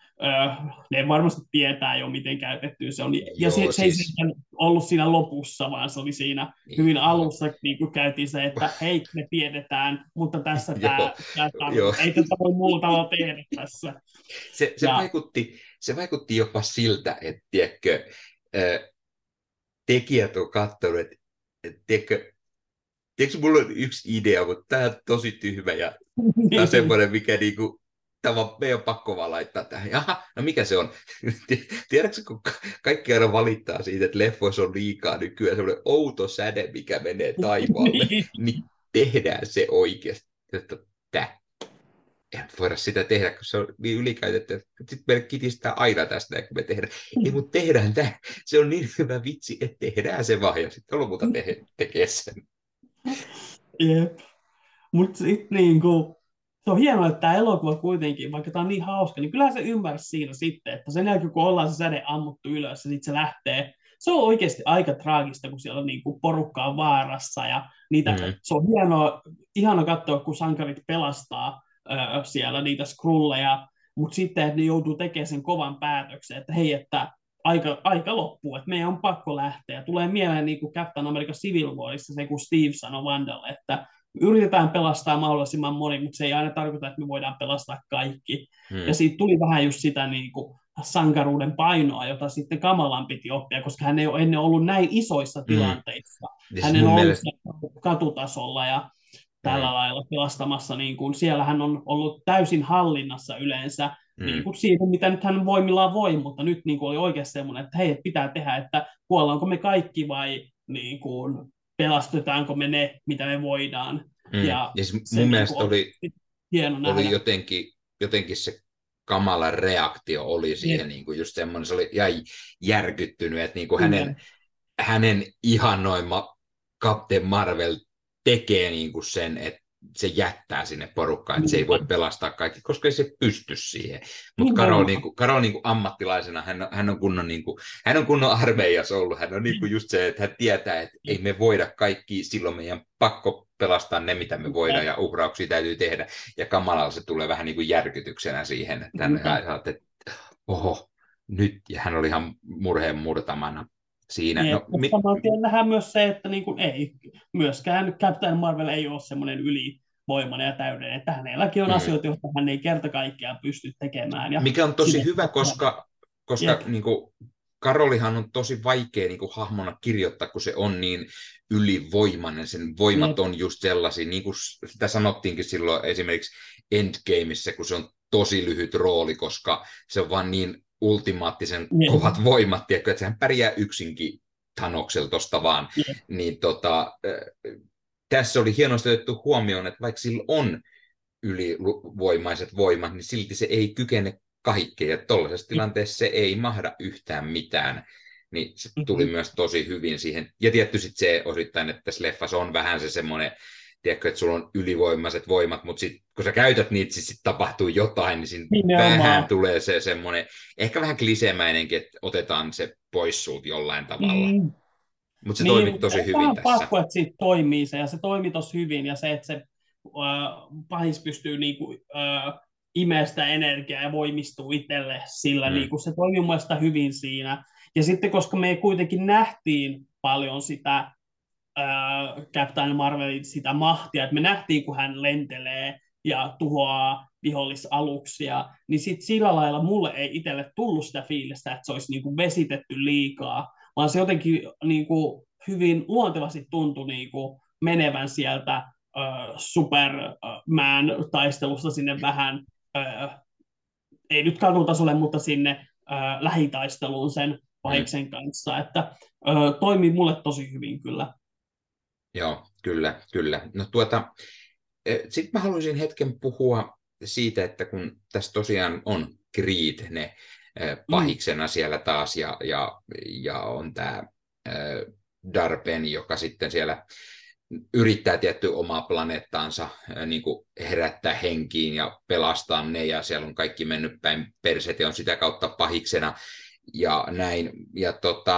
ne varmasti tietää jo, miten käytetty se on. Ja joo se ei siis, sitten ollut siinä lopussa, vaan se oli siinä hyvin niin, alussa, niin kuin käytiin se, että hei, me tiedetään, mutta tässä joo, tämä joo. tarkoittaa. Ei tätä voi muulla tavalla tehdä tässä. Ja Se vaikutti jopa siltä, että tiedätkö, tekijät on katsonut, että tiedätkö, mulla on yksi idea, mutta tämä on tosi tyhmä ja tämä on niin, semmoinen, mikä niinku, meidän on pakko vaan laittaa tähän. Jaha, no mikä se on? Tiedätkö, kun kaikki aina valittaa siitä, että leffoissa on liikaa nykyään semmoinen outo säde, mikä menee taivaalle, niin, niin tehdään se oikeasti. Että eihän voida sitä tehdä, kun se on niin ylikäytetty. Sitten meille kitistää aina tästä, kun me tehdään. Ei, mutta tehdään tämä. Se on niin hyvä vitsi, että tehdään se vaan. Ja sitten lopulta tekee sen. jep. Mutta sitten niinku, se on hienoa, että tämä elokuva kuitenkin, vaikka tämä on niin hauska, niin kyllähän se ymmärsi siinä sitten, että sen jälkeen kun ollaan se säde ammuttu ylös ja sitten se lähtee, se on oikeasti aika traagista, kun siellä on niinku porukkaa vaarassa ja niitä, Mm. se on ihana katsoa, kun sankarit pelastaa siellä niitä skrulleja, mutta sitten että ne joutuu tekemään sen kovan päätöksen, että hei, että aika loppuu, että meidän on pakko lähteä. Tulee mieleen niin kuin Captain America Civil Warissa se, kun Steve sanoi Vandalle, että yritetään pelastaa mahdollisimman moni, mutta se ei aina tarkoita, että me voidaan pelastaa kaikki. Ja Mm. siitä tuli vähän just sitä niin kuin sankaruuden painoa, jota sitten Kamalan piti oppia, koska hän ei ole ennen ollut näin isoissa Mm. tilanteissa. Ja siis Hän on mun ollut mielestä, siellä katutasolla ja tällä mm. lailla pelastamassa, niin kuin, siellä hän on ollut täysin hallinnassa yleensä, niin Mm. kuin siitä, mitä nyt hän voimillaan voi, mutta nyt niin kuin oli oikeasti semmoinen, että hei, pitää tehdä, että kuollaanko me kaikki vai niin kuin, pelastetaanko me ne, mitä me voidaan. Mm. Ja Ja siis se mun niin mielestä kuin, oli hieno oli nähdä. jotenkin se kamala reaktio oli siihen, Jep, niin kuin just semmoinen, se oli ihan järkyttynyt, että niin kuin jep, hänen ihannoima Captain Marvel tekee niin kuin sen, että se jättää sinne porukkaan, että se ei Niinpä. voi pelastaa kaikki, koska ei se pysty siihen. Mutta Nimenomaan. Karol niin kuin ammattilaisena, hän on kunnon armeijassa ollut. Hän on niin kuin just se, että hän tietää, että ei me voida kaikki, silloin meidän pakko pelastaa ne, mitä me voidaan, ja uhrauksia täytyy tehdä. Ja kamalalla se tulee vähän niin kuin järkytyksenä siihen, että hän Niinpä. ajattelee, että oho, nyt, ja hän oli ihan murheen murtamana siinä. Niin, No, että saman tien nähdään myös se, että niin kuin ei, myöskään Captain Marvel ei ole semmoinen ylivoimainen ja täydellinen, että hänelläkin on mm. asioita, joita hän ei kerta kaikkiaan pysty tekemään. Ja Mikä on sitä, tosi hyvä, koska jep, niin kuin, Karolihan on tosi vaikea niin kuin, hahmona kirjoittaa, kun se on niin ylivoimainen. Sen voimat jep, on just sellaisia, niin kuin sitä sanottiinkin silloin esimerkiksi Endgameissa, kun se on tosi lyhyt rooli, koska se on vaan niin ultimaattisen jep, kovat voimat, tiedätkö, että sehän pärjää yksinkin Thanoksella tosta vaan. jep, Niin tässä oli hienosti otettu huomioon, että vaikka sillä on ylivoimaiset voimat, niin silti se ei kykene kaikkeen. Ja tuollaisessa jep. tilanteessa se ei mahda yhtään mitään. Niin se tuli Mhm. myös tosi hyvin siihen. Ja tietysti se osittain, että tässä leffassa on vähän se semmoinen, tiedätkö, että sulla on ylivoimaiset voimat, mutta sit, kun sä käytät niitä, sit tapahtuu jotain, niin siinä vähän Nimenomaan. tulee se semmoinen, ehkä vähän kliseemäinenkin, että otetaan se pois sulta jollain tavalla. Mm. Mutta se Niin, toimi mutta tosi ei hyvin vähän tässä. pakko, että siitä toimii se, ja se toimi tosi hyvin, ja se, että se pahis pystyy niinku, imee sitä energiaa ja voimistuu itselle sillä, Mm, niinku, se toimi mun mielestä hyvin siinä. Ja sitten, koska me kuitenkin nähtiin paljon sitä Captain Marvelin sitä mahtia, että me nähtiin, kun hän lentelee ja tuhoaa vihollisaluksia, niin sit sillä lailla mulle ei itselle tullut sitä fiilistä, että se olisi niinku vesitetty liikaa, vaan se jotenkin niinku hyvin luontevasti tuntui niinku menevän sieltä Superman taistelusta sinne vähän, ei nyt kadutasolle, mutta sinne lähitaisteluun sen mm. pahiksen kanssa, että toimii mulle tosi hyvin kyllä. Joo, kyllä, kyllä. No sitten mä haluaisin hetken puhua siitä, että kun tässä tosiaan on Creed ne Mm, pahiksena siellä taas ja on tämä Darben, joka sitten siellä yrittää tietty omaa planeettaansa niin kuin herättää henkiin ja pelastaa ne, ja siellä on kaikki mennyt päin perset ja on sitä kautta pahiksena ja näin. Ja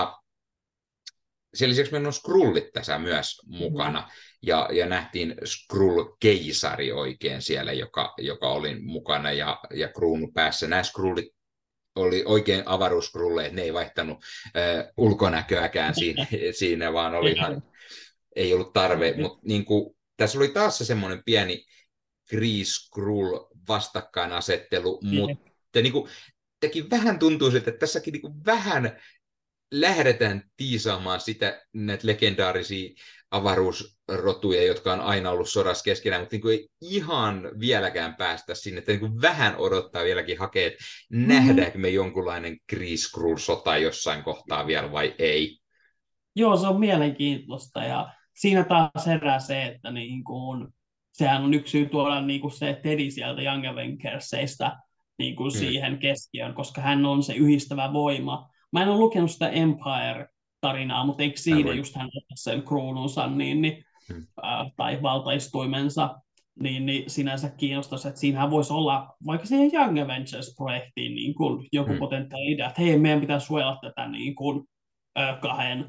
sen lisäksi meillä on Skrullit tässä myös kyllä. mukana, ja nähtiin Skrull-keisari oikein siellä, joka oli mukana, ja kruunu päässä. Nämä Skrullit oli oikein avaruuskrulleja, ne ei vaihtanut ulkonäköäkään siinä vaan oli ihan, ei ollut tarve, mutta niin kuin, tässä oli taas se semmoinen pieni Kree-Skrull vastakkainasettelu, mutta niin kuin, teki vähän tuntuu siltä, että tässäkin niin kuin vähän lähdetään tiisaamaan sitä, näitä legendaarisia avaruusrotuja, jotka on aina ollut sodassa keskenään, mutta niin kuin ei ihan vieläkään päästä sinne, että niin kuin vähän odottaa vieläkin hakea, että Mm, nähdäänkö me jonkunlainen Kree-Skrull-sota jossain kohtaa vielä vai ei. joo, se on mielenkiintoista ja siinä taas herää se, että niin kuin, sehän on yksi syy tuoda niin kuin se Teddy sieltä Young Avengersista niin kuin Hmm. siihen keskiöön, koska hän on se yhdistävä voima. Mä en ole lukenut sitä Empire-tarinaa, mutta eikö Mä siinä luin. just hän ota sen kruununsa Hmm. tai valtaistuimensa, niin sinänsä kiinnostaisi, että siinähän voisi olla vaikka siihen Young Avengers-projektiin niin kuin joku Hmm. potentiaali idea, että hei, meidän pitää suojella tätä niin kuin, kahden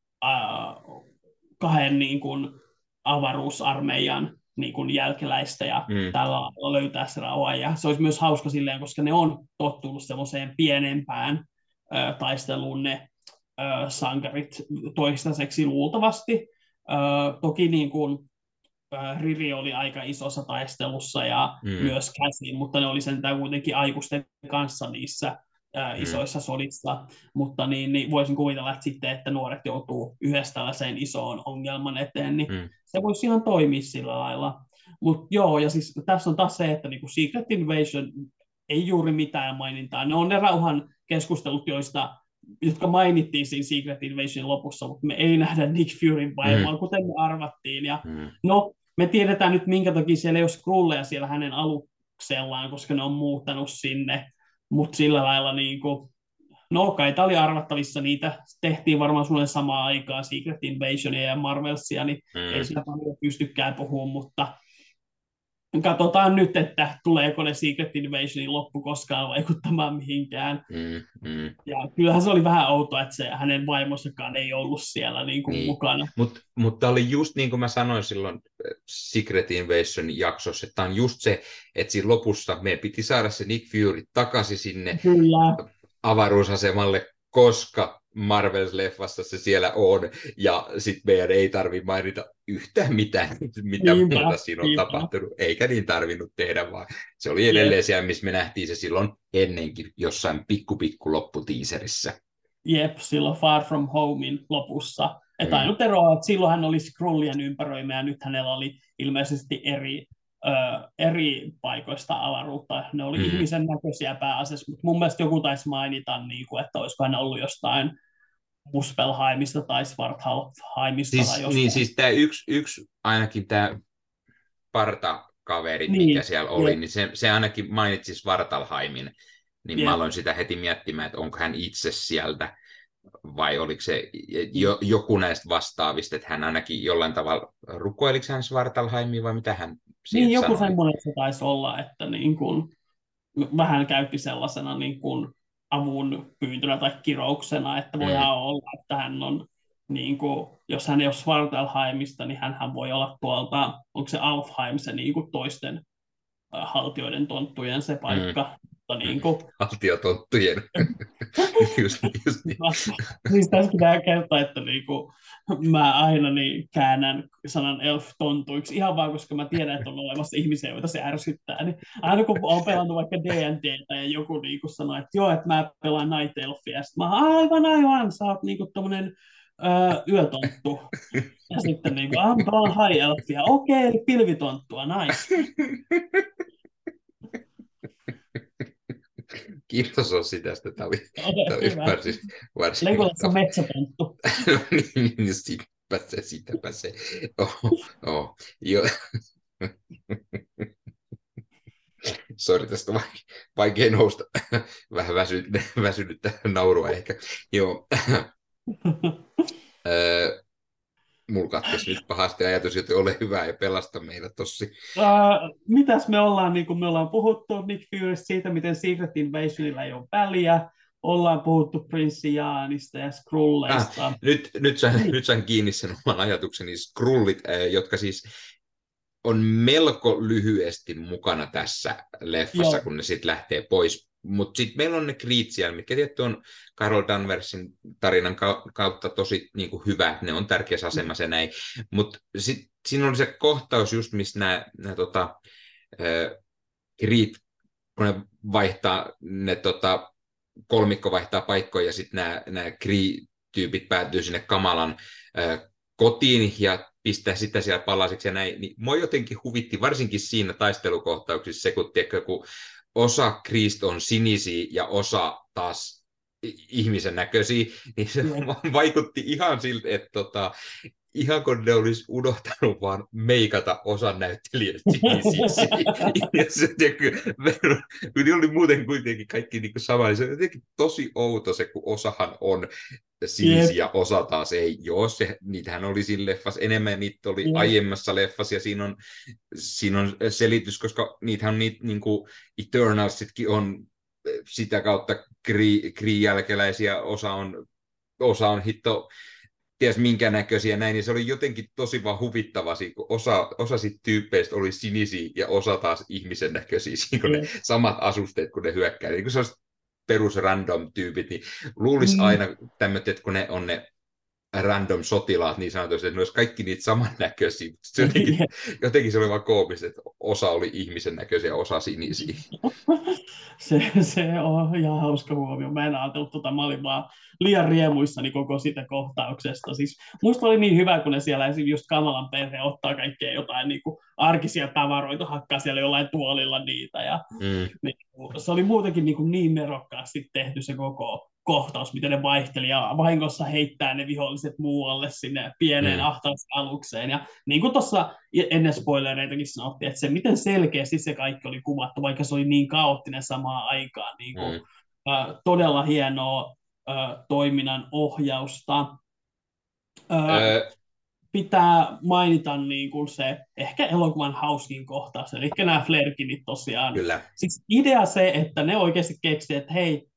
kahden niin kuin avaruusarmeijan niin kuin jälkeläistä ja Hmm. tällä lailla löytää se rauha. Ja se olisi myös hauska silleen, koska ne on tottunut semmoiseen pienempään taisteluun ne sankarit toistaiseksi luultavasti. Toki niin kuin, Riri oli aika isossa taistelussa ja Hmm. myös käsin, mutta ne oli sentään kuitenkin aikuisten kanssa niissä Hmm. isoissa sodissa, mutta niin voisin kuvitella, että sitten, että nuoret joutuu yhdessä tällaiseen isoon ongelman eteen, niin Hmm. se voisi ihan toimia sillä lailla. Mutta joo, ja siis tässä on taas se, että niinku Secret Invasion ei juuri mitään mainintaa. Ne on ne rauhan keskustelut, jotka mainittiin siinä Secret Invasionin lopussa, mutta me ei nähdä Nick Furyn Hmm. vaimoa, kuten me arvattiin. Ja Hmm. no, me tiedetään nyt, minkä takia siellä ei ole Skrulleja siellä hänen aluksellaan, koska ne on muuttanut sinne. Mutta sillä lailla, niin kuin, no kai tämä oli arvattavissa, niitä tehtiin varmaan sulle samaan aikaan, Secret Invasionia ja Marvelsia, niin ei Hmm. sillä paljon pystykään puhumaan, mutta katsotaan nyt, että tuleeko ne Secret Invasionin loppu koskaan vaikuttamaan mihinkään. Ja kyllähän se oli vähän outoa, että se hänen vaimossakaan ei ollut siellä niin kuin Niin, mukana. mutta oli just niin kuin mä sanoin silloin Secret Invasion jaksossa, että on just se, että siinä lopussa meidän piti saada se Nick Fury takaisin sinne Kyllä, avaruusasemalle, koska Marvels-leffassa se siellä on, ja sitten meidän ei tarvitse mainita yhtään mitään, mitä muuta niinpä, siinä on niinpä. tapahtunut, eikä niin tarvinnut tehdä, vaan se oli Jep, edelleen siellä, missä me nähtiin se silloin ennenkin jossain pikku lopputiiserissä. jep, silloin Far From Homein lopussa. Että Mm. ainut ero on, että silloin hän oli Skrullien ympäröimä ja nyt hänellä oli ilmeisesti eri paikoista avaruutta. Ne oli Mm. ihmisen näköisiä pääasiassa, mutta mun mielestä joku taisi mainita, niin kuin, että olisiko hän ollut jostain Muspelheimista tai Svartalfheimista tai Niin jostain. siis tämä yksi ainakin tämä partakaveri, mikä Niin, siellä oli, jep, niin se ainakin mainitsi Svartalhaimin, niin mä jep. aloin sitä heti miettimään, että onko hän itse sieltä, vai oliko se Niin, joku näistä vastaavista, että hän ainakin jollain tavalla, rukoiliko hän Svartalhaimia vai mitä hän niin siihen joku sanoi? semmoinen se taisi olla, että niin kuin, vähän käytti sellaisena niin kuin avun pyyntönä tai kirouksena, että Mm. voihan olla, että hän on, niin kuin, jos hän ei ole Svartalheimista, niin hän voi olla tuolta, onko se Alfheim se niin kuin toisten haltioiden tonttujen se Mm. paikka. Mutta Mm. niin kuin, Altiotonttujen. just niin. siis tässä pitää kertoa, että niinku, mä aina niin käännän sanan elf tontuiksi, ihan vaan koska mä tiedän, että on olemassa ihmisiä, joita se ärsyttää. Niin aina kun olen pelannut vaikka D&Dtä ja joku niinku sanoo, että joo, että mä pelaan Night Elfia, sitten mä aivan, sä oot niinku tommonen yötonttu. Ja sitten niinku, mä pelaan High Elfia, okei, eli pilvitonttua, nice. Kiitos Ossi tästä. Tämä Ole oli hyvä. varsin Legolas on mahtavaa. metsätonttu. No niin, sitäpä se. Oh, oh. Jo. Sori, tästä on vaikea nousta. Vähän väsynyttä naurua ehkä. Joo. Mulla katkesi nyt pahasti ajatus, että ole hyvä ja pelasta meidät tossi. Mitäs me ollaan, niin kuin me ollaan puhuttu Nick Furystä siitä, miten Secret Invasionilla ei ole väliä, ollaan puhuttu Prince Jaanista ja Skrulleista. Niin, Nyt sain kiinni sen oman ajatukseni. Skrullit, jotka siis on melko lyhyesti mukana tässä leffassa, joo, kun ne sitten lähtee pois. Mutta sitten meillä on ne Kreed siellä, mitkä tietty on Carol Danversin tarinan kautta tosi niin kuin hyvä, että ne on tärkeässä asemassa ja näin. Mutta sitten siinä oli se kohtaus just, missä nämä Kreed, kun ne vaihtaa, kolmikko vaihtaa paikkoja ja sitten nämä Kree-tyypit päätyy sinne kamalan kotiin ja pistää sitä siellä palasiksi ja näin, niin mua jotenkin huvitti, varsinkin siinä taistelukohtauksissa se, kun osa Kreestä on sinisiä ja osa taas ihmisen näköisiä, niin se joo. vaikutti ihan siltä, että ihan kun ne olisi unohtanut vaan meikata osan näyttelijöistä sinisiksi. Ja se, kun ne oli muuten kuitenkin kaikki niin sama, niin se on jotenkin tosi outo se, kun osahan on Jep, sinisiä, osa taas ei. Joo, niitähän oli siinä leffassa enemmän, niitä oli jep, aiemmassa leffassa, ja siinä on selitys, koska niitähän on niitä niin kuin Eternalsitkin on sitä kautta Kree-jälkeläisiä, osa on hitto ties minkä näköisiä näin, niin se oli jotenkin tosi vaan huvittava, kun osa sit tyyppeistä oli sinisiä ja osa taas ihmisen näköisiä, kun ne jep. samat asusteet, kun ne hyökkää, niin kun se olisi perus random tyypit, niin luulisi Mm, aina tämmöiset, että kun ne on ne random sotilaat niin sanotusti, että ne olisi kaikki niitä samannäköisiä, mutta se jotenkin se oli vaan koomista, että osa oli ihmisen näköisiä ja osa sinisiä. se on ihan hauska huomio. Mä en ajatellut mä olin vaan liian riemuissani koko sitä kohtauksesta. Siis, musta oli niin hyvä, kun ne siellä esimerkiksi just Kamalan perhe ottaa kaikkea jotain niin kuin arkisia tavaroita, hakkaa siellä jollain tuolilla niitä. Ja, Mm, niin, se oli muutenkin niin merokkaasti tehty se koko kohtaus, miten ne vaihteli ja vahingossa heittää ne viholliset muualle sinne pieneen mm, ahtausalukseen. Ja niin kuin tuossa ennen spoilereitakin sanottiin, että se miten selkeästi se kaikki oli kuvattu, vaikka se oli niin kaoottinen samaan aikaan. Niin kuin, mm. todella hienoa toiminnan ohjausta. Ää, Öö, pitää mainita niin kuin se ehkä elokuvan hauskin kohtaus, eli nämä Flerkinit tosiaan. Kyllä. Siis idea se, että ne oikeasti keksivät, että hei,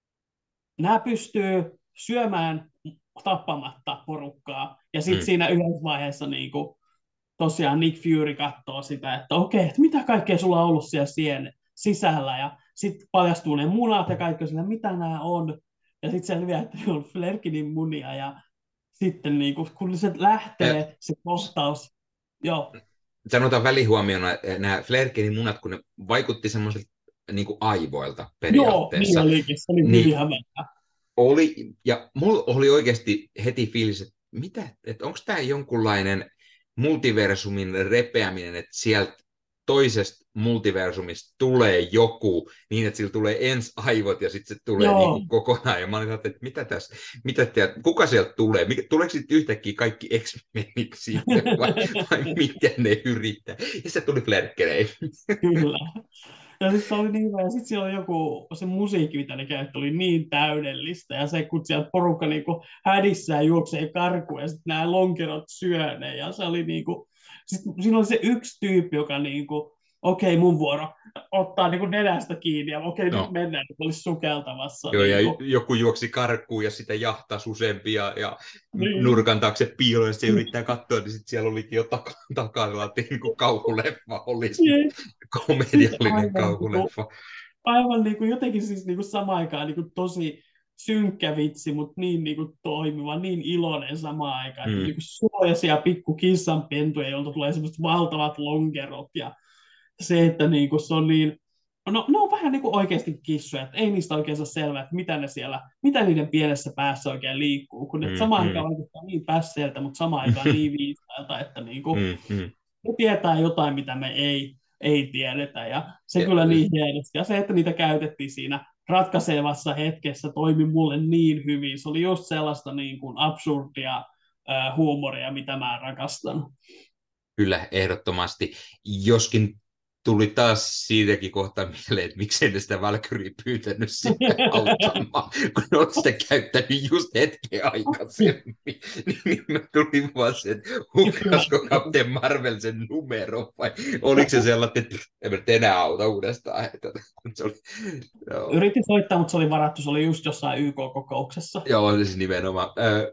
nämä pystyy syömään tappamatta porukkaa. Ja sitten siinä yhdessä vaiheessa niin kuin, tosiaan Nick Fury katsoo sitä, että okei, että mitä kaikkea sulla on ollut siellä sisällä. Ja sitten paljastuu ne munat ja kaikki sillä, mitä nämä on. Ja sitten selviää, että ne on Flerkinin munia. Ja sitten niin kuin, kun se lähtee, se kohtaus, joo. Sanotaan välihuomiona, nämä Flerkenin munat, kun ne vaikutti semmoisilta niin kuin aivoilta Joo, niin periaatteessa, olikin. Se oli niin hyvin hämäävää. oli, ja mulla oli oikeasti heti fiilis, että mitä, että onko tämä jonkunlainen multiversumin repeäminen, että sieltä toisesta multiversumista tulee joku niin, että sillä tulee ensi aivot ja sitten se tulee niin kuin kokonaan. Ja mä olin että mitä tässä, kuka sieltä tulee? Tuleeko sitten yhtäkkiä kaikki X-Menit siitä vai miten ne yrittää? Ja se tuli Flerkenei. Kyllä. Ja sitten se oli niin hyvä. Ja sitten siellä oli joku, se musiikki, mitä ne käytti, oli niin täydellistä. Ja se, kun sieltä porukka niinku hädissään juoksee karkuun ja sitten nämä lonkerot syö ne. Ja se oli niinku, sitten siinä oli se yksi tyyppi, joka niinku, okei, mun vuoro, ottaa niinku nenästä kiinni ja okei, nyt No. mennään, että olisi sukeltamassa. Joo, ja niinku. joku juoksi karkuun ja sitä jahtasi useampia ja Niin. nurkan taakse piiloon ja se yrittää katsoa, niin sitten siellä olikin jo takana niin kuin kauhuleffa olisi, komediallinen kauhuleffa. Aivan niin kuin jotenkin siis niin kuin samaan aikaan niin kuin tosi synkkä vitsi, mutta niin kuin toimiva, niin iloinen samaan aikaan. Että niin kuin suojaisia pikku kissanpentuja, joilta tulee semmoiset valtavat lonkerot ja se, että niin kuin se on niin, no ne on vähän niin kuin oikeasti kissoja, että ei niistä oikein saa selvää, että mitä ne siellä, mitä niiden pienessä päässä oikein liikkuu, kun ne samaan aikaan vaikuttaa niin pässeiltä, mutta samaan aikaan niin viisailta, että niin kuin, ne tietää jotain, mitä me ei tiedetä, ja se kyllä niin hienosti. Ja se, että niitä käytettiin siinä ratkaisevassa hetkessä, toimi mulle niin hyvin. Se oli just sellaista niin kuin absurdia huumoria, mitä mä rakastan. Kyllä, ehdottomasti. Joskin tuli taas siitäkin kohtaa mieleen, että miksei ne sitä Valkyrie pyytänyt sitten auttamaan, kun ne on sitä käyttänyt just hetken aikaisemmin. Niin mä tulin vaan se, että hukasko Captain Marvel sen numero, vai oliko se sellainen, että en enää auta uudestaan. Se oli, Yritin soittaa, mutta se oli varattu, se oli just jossain YK-kokouksessa. joo, siis nimenomaan.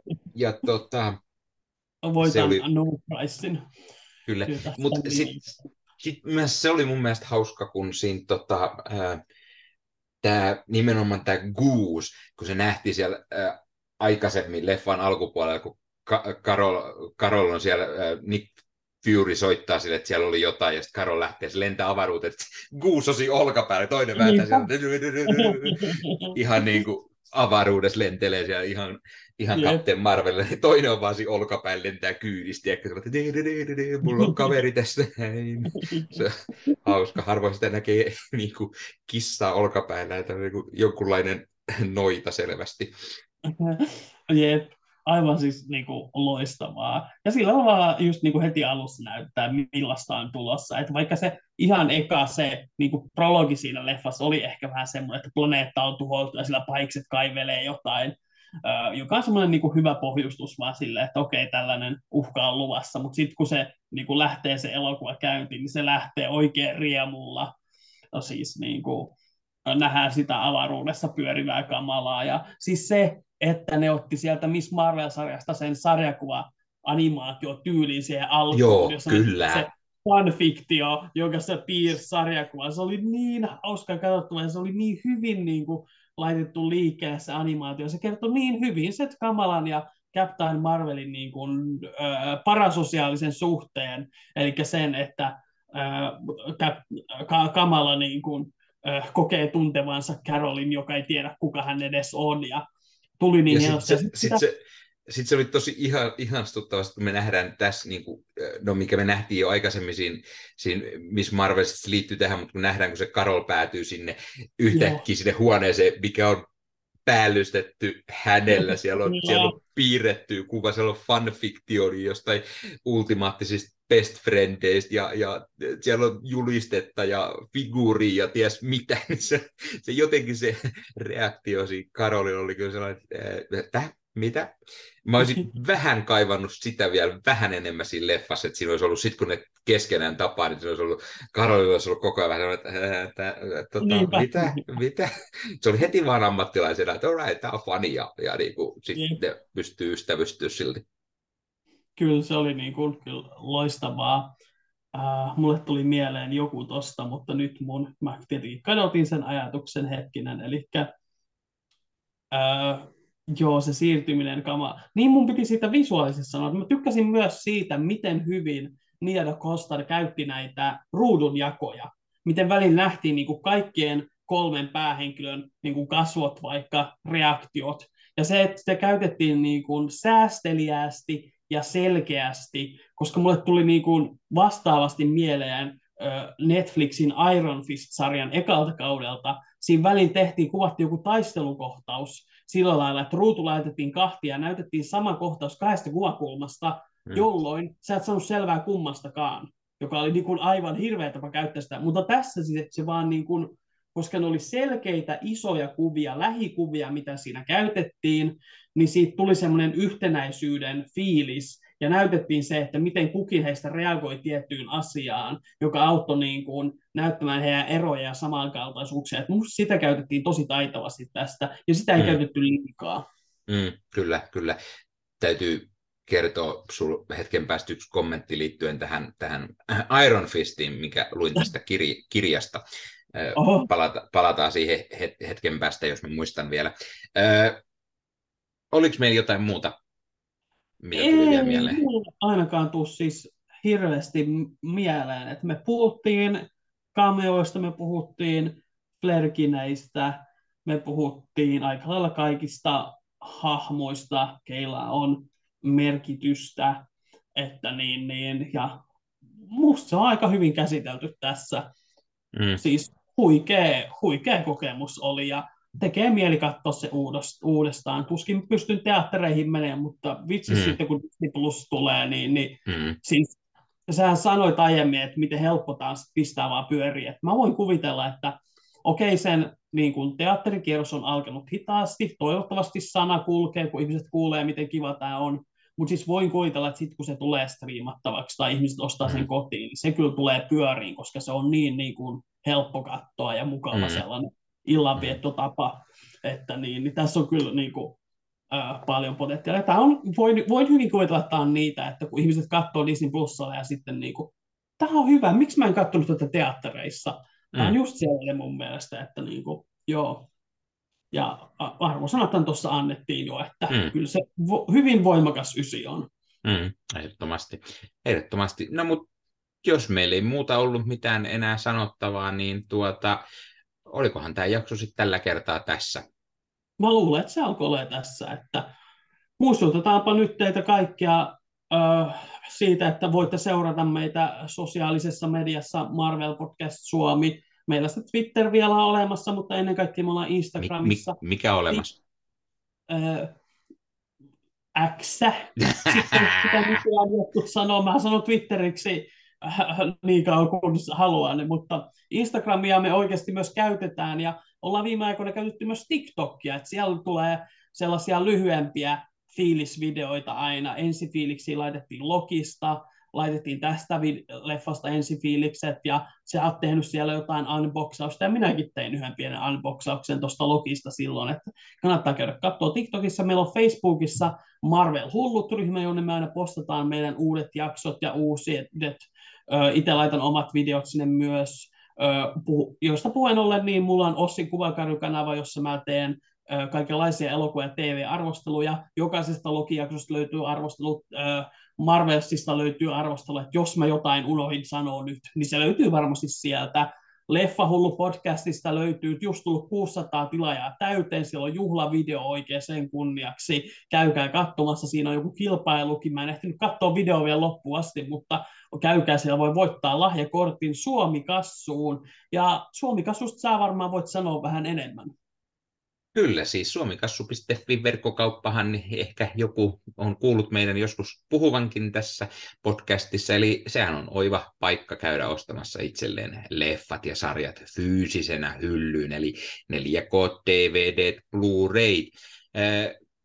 Ja se Voitan oli no pricein. kyllä, mutta sitten myös se oli mun mielestä hauska, kun siinä nimenomaan tämä Goose, kun se nähtiin siellä aikaisemmin leffan alkupuolella, kun Carol on siellä, Nick Fury soittaa sille, että siellä oli jotain, ja sitten Carol lähtee, se lentää avaruuteen, että Goose osi olkapäälle, toinen vääntää sieltä, ihan niin kuin avaruudessa lentelee siellä ihan Captain Marvel, toinen on vaan siinä olkapäin lentää kyydisti, ja mulla on kaveri tässä. Se on hauska, harvoin sitä näkee niin kuin kissaa olkapäillä, että on niin kuin jonkunlainen noita selvästi. Jep, aivan siis niin kuin, loistavaa. Ja sillä tavalla just niin kuin heti alussa näyttää, millaista on tulossa. Että vaikka se ihan eka se niin kuin prologi siinä leffassa oli ehkä vähän semmoinen, että planeetta on tuhoutu ja sillä pahikset kaivelee jotain, joka on semmoinen niin kuin hyvä pohjustus vaan silleen, että okei, tällainen uhka on luvassa. Mutta sitten kun se niin kuin lähtee se elokuva käyntiin, niin se lähtee oikein riemulla. No siis niin kuin, nähdään sitä avaruudessa pyörivää kamalaa. Ja siis se, että ne otti sieltä Miss Marvel-sarjasta sen sarjakuva-animaatio-tyylin siihen alkuun. Joo, jossa kyllä. Se fanfiktio, jonka se piirsi sarjakuva. Se oli niin hauska katsottava ja se oli niin hyvin niin kuin, laitettu liikkeelle se animaatio. Se kertoi niin hyvin se Kamalan ja Captain Marvelin niin kuin, parasosiaalisen suhteen, eli sen, että Kamala niin kuin, kokee tuntevansa Carolin, joka ei tiedä, kuka hän edes on, ja tuli niin hienosti. Sitten se oli tosi ihastuttavasti, kun me nähdään tässä, niin kuin, no mikä me nähtiin jo aikaisemmin siinä Miss Marvel, se liittyy tähän, mutta kun nähdään, kun se Carol päätyy sinne yhtäkkiä sinne huoneeseen, mikä on päällystetty hänellä, siellä on piirretty kuva, siellä on fanfiktioni jostain ultimaattisista best friendeistä, ja siellä on julistetta ja figuuria ja ties mitä, niin se jotenkin se reaktio siinä Carolin oli kyllä sellainen, että Mitä? Mä olisin vähän kaivannut sitä vielä vähän enemmän siinä leffassa, että siinä olisi ollut, sit kun ne keskenään tapaa, niin se olisi ollut, Karolilla olisi ollut koko ajan vähän, Niinpä. mitä? Se oli heti vaan ammattilaisena, että alright, tää on funny, ja niin kuin, sit Jep. ne pystyy ystävystyä silti. Kyllä se oli niin kuin, kyllä loistavaa. Mulle tuli mieleen joku tosta, mutta nyt mä tietenkin kadotin sen ajatuksen hetkinen, eli joo, se siirtyminen kama. Niin mun piti siitä visuaalisesti sanoa, että mä tykkäsin myös siitä, miten hyvin Nia da Costa käytti näitä ruudunjakoja. Miten välillä nähtiin niin kuin kaikkien kolmen päähenkilön niin kuin kasvot, vaikka reaktiot. Ja se, että sitä käytettiin niin kuin säästeliäästi ja selkeästi, koska mulle tuli niin kuin vastaavasti mieleen Netflixin Iron Fist-sarjan ekalta kaudelta. Siinä väliin kuvattiin joku taistelukohtaus, sillä lailla, että ruutu laitettiin kahtia ja näytettiin sama kohtaus kahdesta kuvakulmasta, Mm. jolloin sä et saanut selvää kummastakaan, joka oli niin kuin aivan hirveä tapa käyttää sitä. Mutta tässä se vaan niin kuin, koska ne oli selkeitä isoja kuvia, lähikuvia, mitä siinä käytettiin, niin siitä tuli semmoinen yhtenäisyyden fiilis, ja näytettiin se, että miten kukin heistä reagoi tiettyyn asiaan, joka auttoi niin kuin näyttämään heidän eroja ja samankaltaisuuksia. Että musta sitä käytettiin tosi taitavasti tästä, ja sitä ei Mm. käytetty liikaa. Kyllä, kyllä. Täytyy kertoa sul hetken päästä yksi kommentti liittyen tähän Iron Fistiin, mikä luin tästä kirjasta. Oho. Palataan siihen hetken päästä, jos mä muistan vielä. Oliko meillä jotain muuta, mitä tuli vielä Ei mieleen? mulle ainakaan tule siis hirveästi mieleen, että me puhuttiin cameoista, me puhuttiin flerkineistä, me puhuttiin aika lailla kaikista hahmoista, keillä on merkitystä, että ja musta se on aika hyvin käsitelty tässä. Mm. Siis huikea kokemus oli ja tekee mieli katsoa se uudestaan. Tuskin pystyn teattereihin menemään, mutta vitsi Mm. sitten kun Disney Plus tulee, niin Mm. siis sähän sanoit aiemmin, että miten helppo taas pistää vaan pyöriä. Mä voin kuvitella, että okei, sen niin kun teatterikierros on alkanut hitaasti, toivottavasti sana kulkee, kun ihmiset kuulee, miten kiva tämä on, mutta siis voin kuvitella, että sitten kun se tulee striimattavaksi tai ihmiset ostaa sen Mm. kotiin, niin se kyllä tulee pyöriin, koska se on niin kuin helppo katsoa ja mukava Mm. sellainen illanviettotapa, että niin tässä on kyllä niin kuin, paljon potentiaalia. Tämä on, voin hyvin kuvitella, että tämä on niitä, että kun ihmiset katsoo Disney Plusalla ja sitten niin kuin, tämä on hyvä, miksi mä en katsonut tätä teattereissa? Tämä on Mm. just sellainen mun mielestä, että niin kuin, joo. Ja arvosanathan tuossa annettiin jo, että Mm. kyllä se hyvin voimakas ysi on. Ehdottomasti. Ehdottomasti. No mutta jos meillä ei muuta ollut mitään enää sanottavaa, niin olikohan tämä jakso sitten tällä kertaa tässä? Mä luulen, että se alkoi olla tässä, että muistutetaanpa nyt teitä kaikkia siitä, että voitte seurata meitä sosiaalisessa mediassa Marvel Podcast Suomi. Meillä se Twitter vielä on olemassa, mutta ennen kaikkea me ollaan Instagramissa. Mikä on olemassa? X. Sitten sitä nykyään jotkut sanoo, mä sanon Twitteriksi niin kauan kuin haluan, mutta Instagramia me oikeasti myös käytetään ja ollaan viime aikoina käytetty myös TikTokia, että siellä tulee sellaisia lyhyempiä fiilisvideoita aina. Ensifiiliksi laitettiin Lokista, laitettiin tästä leffasta ensifiilikset ja sä oot tehnyt siellä jotain unboxausta ja minäkin tein yhden pienen unboxauksen tuosta Lokista silloin, että kannattaa käydä katsoa TikTokissa. Meillä on Facebookissa Marvel Hullut-ryhmä, jonne me aina postataan meidän uudet jaksot ja uusiet. Itse laitan omat videot sinne myös, joista puheen ollen, niin mulla on Ossin kuvakarjukanava, jossa mä teen kaikenlaisia elokuva- ja TV-arvosteluja. Jokaisesta Loki-jaksosta löytyy arvostelut, Marvelsista löytyy arvostelu, että jos mä jotain unohdin sanoa nyt, niin se löytyy varmasti sieltä. Leffahullu podcastista löytyy just tullut 600 tilaajaa täyteen, siellä on juhlavideo oikein sen kunniaksi, käykää katsomassa, siinä on joku kilpailukin, mä en ehtinyt katsoa videoa vielä loppuun asti, mutta käykää, siellä voi voittaa lahjakortin Suomi-kassuun, ja Suomi-kassusta saa varmaan voit sanoa vähän enemmän. Kyllä, siis suomikassu.fi-verkkokauppahan, niin ehkä joku on kuullut meidän joskus puhuvankin tässä podcastissa, eli sehän on oiva paikka käydä ostamassa itselleen leffat ja sarjat fyysisenä hyllyyn, eli 4K, DVD, Blu-ray.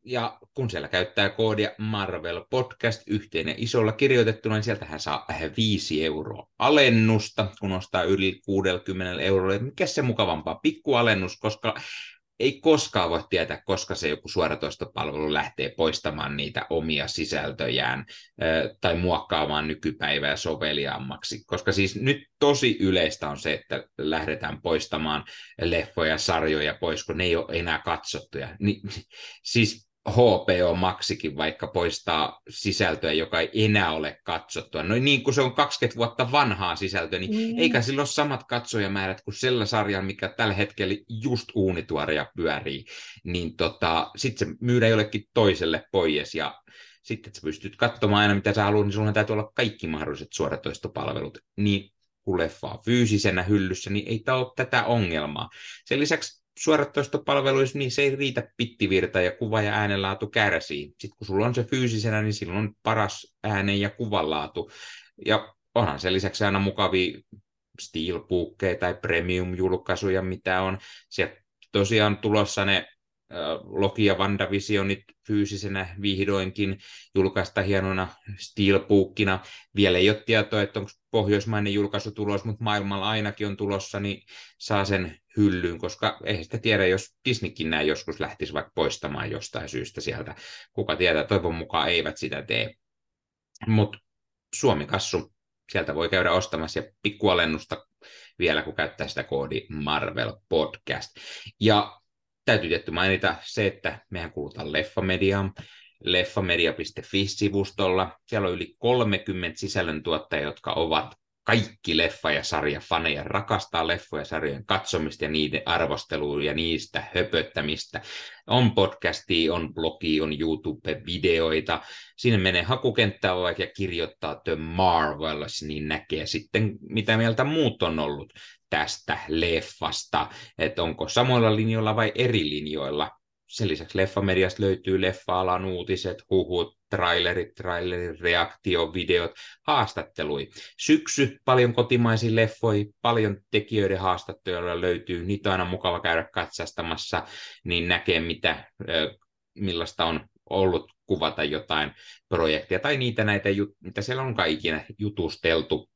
Ja kun siellä käyttää koodia Marvel Podcast yhteen isolla kirjoitettuna, niin sieltähän saa 5 euroa alennusta, kun ostaa yli 60 eurolla. Mikä se mukavampaa? Pikkualennus, koska ei koskaan voi tietää, koska se joku suoratoistopalvelu lähtee poistamaan niitä omia sisältöjään tai muokkaamaan nykypäivää soveliaammaksi. Koska siis nyt tosi yleistä on se, että lähdetään poistamaan leffoja, sarjoja pois, kun ne ei ole enää katsottuja. Siis HBO Maxikin vaikka poistaa sisältöä, joka ei enää ole katsottua. No niin kuin se on 20 vuotta vanhaa sisältöä, niin eikä sillä ole samat katsojamäärät kuin sillä sarjalla, mikä tällä hetkellä just uunituoreja pyörii. Niin sitten se myydään jollekin toiselle pois ja sitten, että sä pystyt katsomaan aina mitä sä haluat, niin sulla täytyy olla kaikki mahdolliset suoratoistopalvelut. Niin kun leffa on fyysisenä hyllyssä, niin ei tämä ole tätä ongelmaa. Sen lisäksi suoratoistopalveluissa niin se ei riitä pittivirta ja kuva- ja äänenlaatu kärsii. Sitten kun sulla on se fyysisenä, niin silloin on paras äänen- ja kuvanlaatu. Ja onhan sen lisäksi aina mukavia steelbookkeja tai premium-julkaisuja, mitä on. Sieltä tosiaan tulossa ne Loki ja WandaVisionit fyysisenä vihdoinkin julkaista hienona steelbookina. Vielä ei ole tietoa, että onko pohjoismainen julkaisu tulos, mutta maailmalla ainakin on tulossa, niin saa sen hyllyyn, koska eihän sitä tiedä, jos Disneykin näin joskus lähtisi vaikka poistamaan jostain syystä sieltä. Kuka tietää, toivon mukaan eivät sitä tee. Mutta Suomi-kassu, sieltä voi käydä ostamassa ja pikkualennusta vielä, kun käyttää sitä koodia Marvel Podcast. Ja täytyy tietty mainita se, että mehän kuulutaan Leffamediaan, leffamedia.fi-sivustolla. Siellä on yli 30 sisällöntuottajia, jotka ovat kaikki leffa- ja sarjafaneja, rakastaa leffoja ja sarjojen katsomista ja niiden arvostelua ja niistä höpöttämistä. On podcastia, on blogi, on YouTube-videoita. Sinne menee hakukenttään ja kirjoittaa The Marvels, niin näkee sitten, mitä mieltä muut on ollut tästä leffasta, että onko samoilla linjoilla vai eri linjoilla. Sen lisäksi Leffamediasta löytyy leffa-alan uutiset, huhut, trailerit, reaktiovideot, haastattelui. Syksy, paljon kotimaisia leffoja, paljon tekijöiden haastatteluja löytyy, niitä on aina mukava käydä katsastamassa, niin näkee millaista on ollut kuvata jotain projekteja tai näitä, mitä siellä onkaan ikinä jutusteltu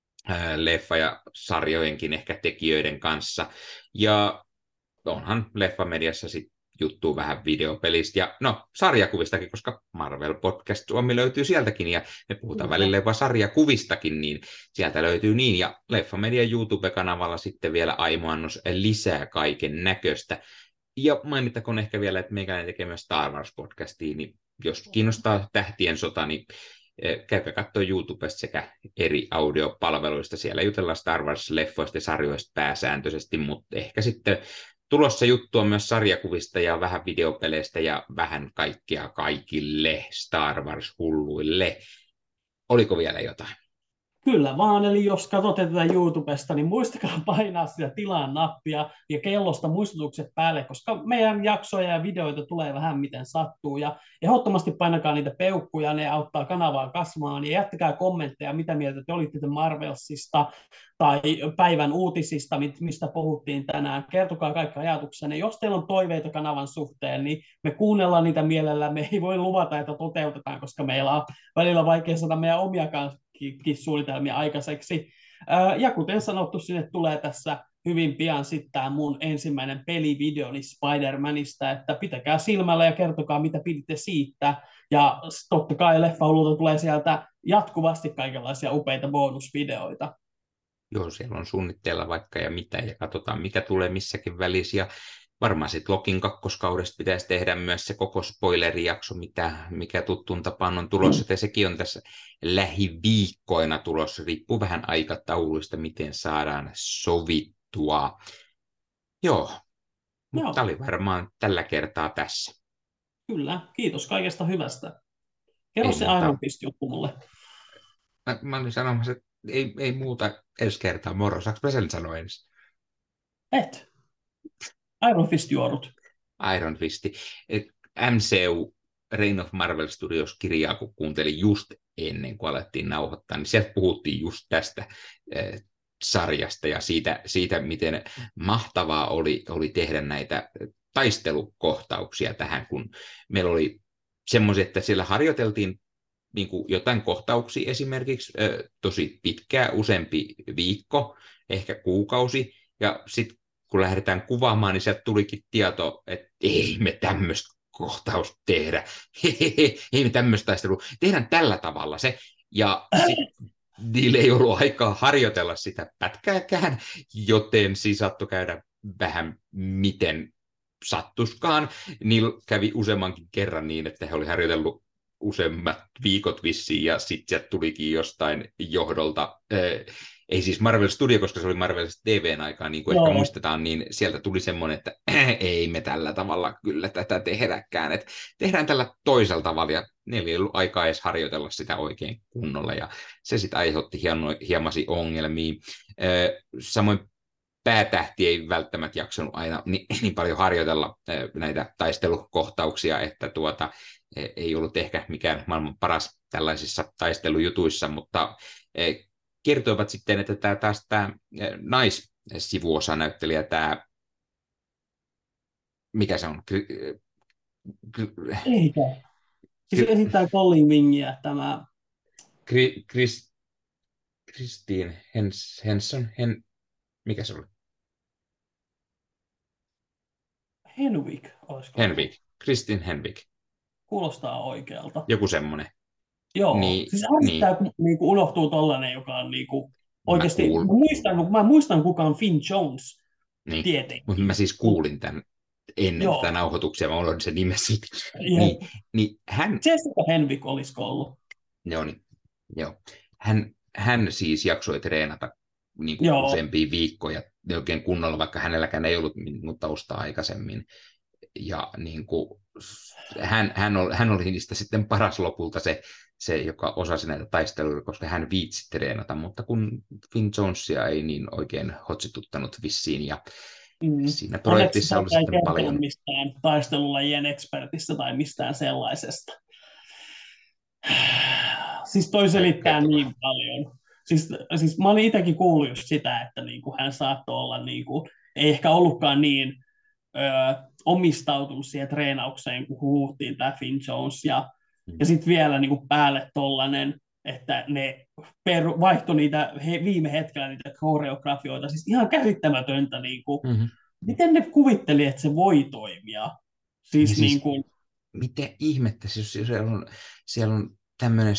leffa- ja sarjojenkin ehkä tekijöiden kanssa. Ja onhan Leffamediassa sitten juttuu vähän videopelistä ja sarjakuvistakin, koska Marvel Podcast Suomi löytyy sieltäkin ja me puhutaan välillä jopa sarjakuvistakin, niin sieltä löytyy niin. Ja Leffamedian YouTube-kanavalla sitten vielä aimoannos lisää kaiken näköistä. Ja mainittakoon ehkä vielä, että meikäläinen tekee myös Star Wars-podcastia, niin jos kiinnostaa Tähtien sota, niin käykää katsoa YouTubesta sekä eri audiopalveluista. Siellä jutellaan Star Wars-leffoista ja sarjoista pääsääntöisesti, mutta ehkä sitten tulossa juttua myös sarjakuvista ja vähän videopeleistä ja vähän kaikkea kaikille Star Wars-hulluille. Oliko vielä jotain? Kyllä vaan, eli jos katsotte tätä YouTubesta, niin muistakaa painaa sitä tilaa nappia ja kellosta muistutukset päälle, koska meidän jaksoja ja videoita tulee vähän miten sattuu. Ja ehdottomasti painakaa niitä peukkuja, ne auttaa kanavaa kasvamaan. Ja jättäkää kommentteja, mitä mieltä te olitte Marvelsista tai päivän uutisista, mistä puhuttiin tänään. Kertokaa kaikki ajatuksenne. Jos teillä on toiveita kanavan suhteen, niin me kuunnellaan niitä mielellä. Me ei voi luvata, että toteutetaan, koska meillä on välillä vaikea saada meidän omia suunnitelmia aikaiseksi. Ja kuten sanottu, sinne tulee tässä hyvin pian sitten tämä mun ensimmäinen pelivideoni Spider-Manista, että pitäkää silmällä ja kertokaa, mitä piditte siitä. Ja totta kai leffaululta tulee sieltä jatkuvasti kaikenlaisia upeita bonusvideoita. Joo, siellä on suunnitteilla vaikka ja mitä, ja katsotaan, mikä tulee missäkin välissä. Ja varmaan sitten Lokin kakkoskaudesta pitäisi tehdä myös se koko spoilerijakso, mikä tuttuun tapaan on tulossa. Ja sekin on tässä lähiviikkoina tulossa. Riippuu vähän aikatauluista, miten saadaan sovittua. Joo, mutta tämä oli varmaan tällä kertaa tässä. Kyllä, kiitos kaikesta hyvästä. Kerro se Iron Fist-juttu mulle. Mä olin sanomassa, että ei muuta ensi kertaa. Moro, saanko mä sen sanoa ensin? Et. Iron Fist juorut. Iron Fisti. MCU Reign of Marvel Studios-kirjaa, kun kuuntelin just ennen kuin alettiin nauhoittaa, niin sieltä puhuttiin just tästä sarjasta ja siitä miten mahtavaa oli tehdä näitä taistelukohtauksia tähän, kun meillä oli semmoisia, että siellä harjoiteltiin niin kuin jotain kohtauksia esimerkiksi tosi pitkää, useampi viikko, ehkä kuukausi, ja sitten kun lähdetään kuvaamaan, niin sieltä tulikin tieto, että ei me tämmöistä kohtausta tehdä, ei me tämmöistä taistelua, tehdään tällä tavalla se, ja sitten niillä ei ollut aikaa harjoitella sitä pätkääkään, joten siis saattoi käydä vähän miten sattuskaan. Niillä kävi useammankin kerran niin, että he olivat harjoitellut useammat viikot vissiin, ja sitten sieltä tulikin jostain johdolta, ei siis Marvel Studio, koska se oli Marvel TVn aikaa, niin kuin ehkä Joo. muistetaan, niin sieltä tuli semmoinen, että ei me tällä tavalla kyllä tätä tehdäkään, että tehdään tällä toisella tavalla, ja niillä ei ollut aikaa edes harjoitella sitä oikein kunnolla, ja se sitten aiheutti hiemasi ongelmia. Samoin päätähti ei välttämättä jaksanut aina niin paljon harjoitella näitä taistelukohtauksia, että ei ollut ehkä mikään maailman paras tällaisissa taistelujutuissa, mutta kertoivat sitten, että tämä naissivuosanäyttelijä, tämä, mikä se on? Eikä. Siis esittää Colin Wingia tämä Chris, Christine Henson, mikä se oli? Henwick, olisiko ollut? Henvik, Kristin Henvik, Kuulostaa oikealta. joku semmoinen. Joo, Niin, siis niin, ärsyttää, kun niinku unohtuu tollanen, joka on niinku, mä oikeasti, kuulin. mä muistan kuka on Finn Jones, Niin. Mutta mä tietenkin. siis kuulin tämän ennen tätä Joo, nauhoituksia, mä unohdin sen nimessä. ja niin hän, Jessica Henwick olisiko ollut. joo, niin, joo. Hän siis jaksoi treenata niin kuin Joo, useampia viikkoja oikein kunnolla, vaikka hänelläkään ei ollut niin kuin taustaa aikaisemmin. Ja niin kuin, hän oli niistä sitten paras lopulta se, joka osasi näitä taisteluja, koska hän viitsi treenata, mutta kun Finn Jonesia ei niin oikein hotsituttanut vissiin, ja siinä onneksi projektissa oli tätä ei sitten kertonut paljon. mistään taistelulajien ekspertistä tai mistään sellaisesta. Siis toi selittää niin paljon. Siis mä olin itsekin kuullut just sitä, että niinku hän saattoi olla, niinku, ei ehkä ollutkaan niin omistautunut siihen treenaukseen, kun huuttiin tämä Finn Jones. Ja sitten vielä niinku päälle tollanen, että ne vaihtoi niitä viime hetkellä niitä koreografioita. Siis ihan käsittämätöntä, niinku, Mm-hmm. miten ne kuvitteli, että se voi toimia. Ja Siis, siis, niinku, miten ihmettä, jos siellä on tämmöinen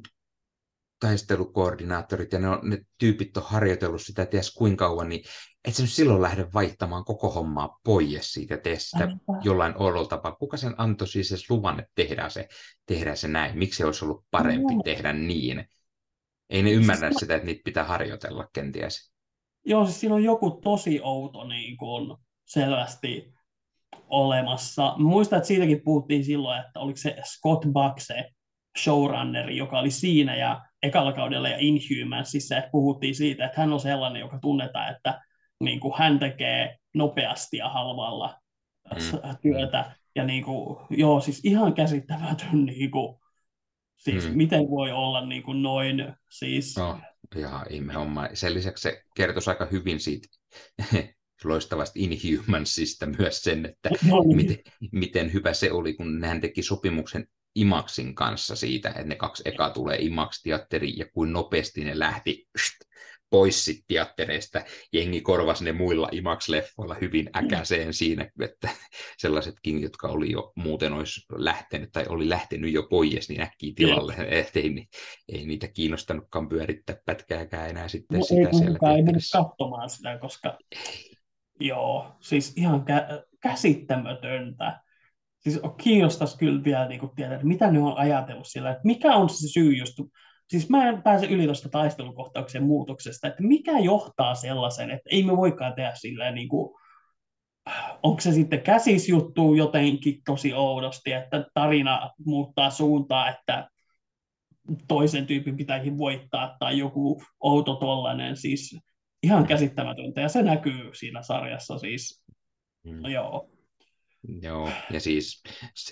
taistelukoordinaattorit ja ne tyypit on harjoitellut sitä ties kuinka kauan, niin et sä nyt silloin lähde vaihtamaan koko hommaa pois siitä, tee sitä jollain oudolla tapaa. Kuka sen antoi siis edes luvan, että tehdään se näin? Miksi olisi ollut parempi tehdä niin? Ei ne ymmärrä siis, sitä, että niitä pitää harjoitella kenties. joo, siis siinä on joku tosi outo niin kuin selvästi olemassa. Mä muistan, että siitäkin puhuttiin silloin, että oliko se Scott Buck se showrunneri, joka oli siinä ja ekalla kaudella ja Inhumansissa, että puhuttiin siitä, että hän on sellainen, joka tunnetaan, että niin kuin hän tekee nopeasti ja halvalla työtä. Ja niin kuin, joo, siis ihan käsittämätön, niin kuin, siis miten voi olla niin kuin noin, siis... No, ihan ihme homma. Sen lisäksi se kertoisi aika hyvin siitä loistavasta Inhumansista myös sen, että No niin. miten hyvä se oli, kun hän teki sopimuksen IMAXin kanssa siitä, että ne 2 ekaa tulee IMAX-teatteriin ja kuin nopeasti ne lähti pois sit teattereista. Jengi korvasi ne muilla IMAX-leffoilla hyvin äkäseen siinä, että sellaisetkin, jotka oli jo muuten olisi lähtenyt tai oli lähtenyt jo pois, niin äkkiä tilalle. Ei niitä kiinnostanutkaan pyörittää pätkääkään enää sitten No, sitä ei siellä kukaan ei mennyt teatterissa. katsomaan sitä, koska joo, siis ihan käsittämätöntä. Siis kiinnostaisi kyllä vielä niin tietää, että mitä ne on ajatellut sillä, että mikä on se syy just, siis mä en pääse yli tuosta taistelukohtauksen muutoksesta, että mikä johtaa sellaisen, että ei me voikaan tehdä sillä niin kuin, onko se sitten käsisjuttu jotenkin tosi oudosti, että tarina muuttaa suuntaa, että toisen tyypin pitääkin voittaa tai joku outo tollainen, siis ihan käsittämätöntä ja se näkyy siinä sarjassa siis, Mm. no joo. Joo, ja siis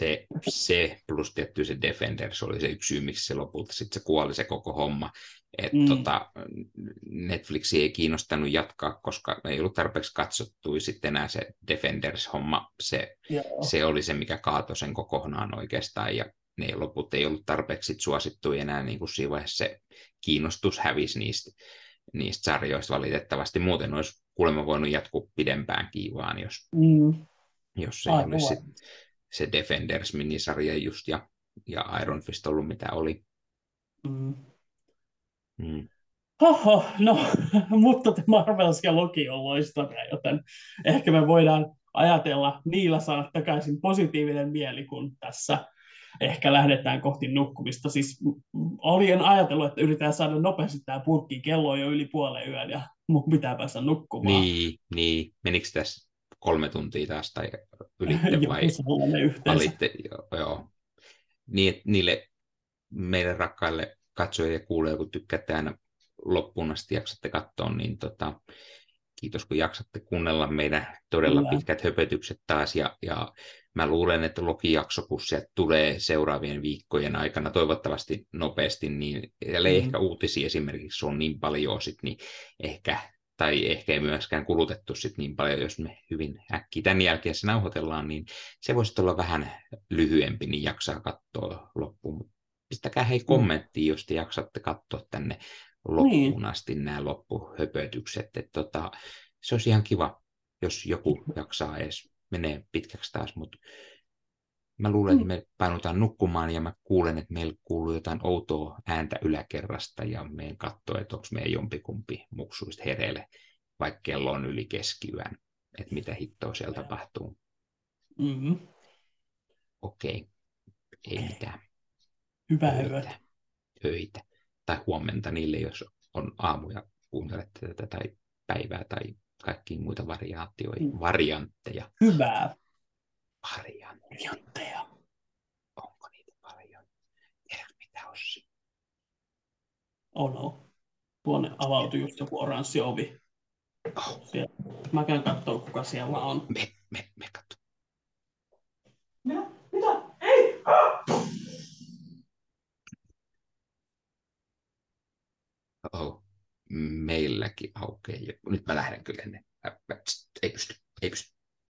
se plus tietty se Defenders oli se yksi syy, miksi se lopulta sitten se kuoli se koko homma. Että Mm, Netflixi ei kiinnostanut jatkaa, koska ei ollut tarpeeksi katsottu sitten enää se Defenders-homma. joo. Se oli se, mikä kaatoi sen kokonaan oikeastaan, ja ne loput ei ollut tarpeeksi suosittu enää, niin kuin siinä vaiheessa se kiinnostus hävisi niistä sarjoista valitettavasti. Muuten olisi kuulemma voinut jatkuu pidempäänkin vaan, Mm, jos ei aivan olisi varmasti. se Defenders-minisarja just ja Iron Fist ollut mitä oli. Mm. Mm. Hoho, no, mutta The Marvels ja Loki on loistavia, joten ehkä me voidaan ajatella niillä saada takaisin positiivinen mieli, kun tässä ehkä lähdetään kohti nukkumista. Siis olin ajatellut, että yritetään saada nopeasti tämä purkki. Kello on jo yli puolen yön ja mun pitää päästä nukkumaan. Niin. Menikö tässä 3 tuntia taas tai ylitte Joku vai sellainen yhteensä. alitte? Joo. Niin, että niille meidän rakkaille katsojille ja kuulijoille, kun tykkäätte aina loppuun asti jaksatte katsoa, niin kiitos kun jaksatte kuunnella meidän todella Kyllä. pitkät höpötykset taas. Ja mä luulen, että Loki-jakso, kun sieltä tulee seuraavien viikkojen aikana toivottavasti nopeasti, niin ellei ehkä Mm. uutisia esimerkiksi on niin paljon sit, niin ehkä, tai ehkä ei myöskään kulutettu sit niin paljon, jos me hyvin äkkiä tämän jälkeen se nauhoitellaan, niin se voisi olla vähän lyhyempi, niin jaksaa katsoa loppuun. Pistäkää hei Mm. kommenttiin, jos te jaksatte katsoa tänne Niin. loppuun asti nämä loppuhöpötykset. Se olisi ihan kiva, jos joku jaksaa edes menee pitkäksi taas, mutta mä luulen, että Mm. me painutaan nukkumaan ja mä kuulen, että meillä kuuluu jotain outoa ääntä yläkerrasta ja meidän katsoo, että onko meidän jompikumpi muksuista hereille, vaikka kello on yli keskiyön, että mitä hittoa siellä tapahtuu. Mm. Okei, ei Okei. mitään. Hyvää Öitä, yötä. öitä. Tai huomenta niille, jos on aamuja kuuntelette tätä tai päivää tai kaikkia muita Mm. variantteja. Hyvää Variantteja. jantteja. Onko niitä paljon? Tiedätkö mitä, Ossi? Oh no. Tuonne avautui just joku oranssi ovi. Oh, Siellä. Mä käyn katsoa, kuka siellä on. me katso. Mitä? Mitä? Ei! Oh, meilläkin aukeaa. Nyt mä lähden kyllä ennen. Ei pysty.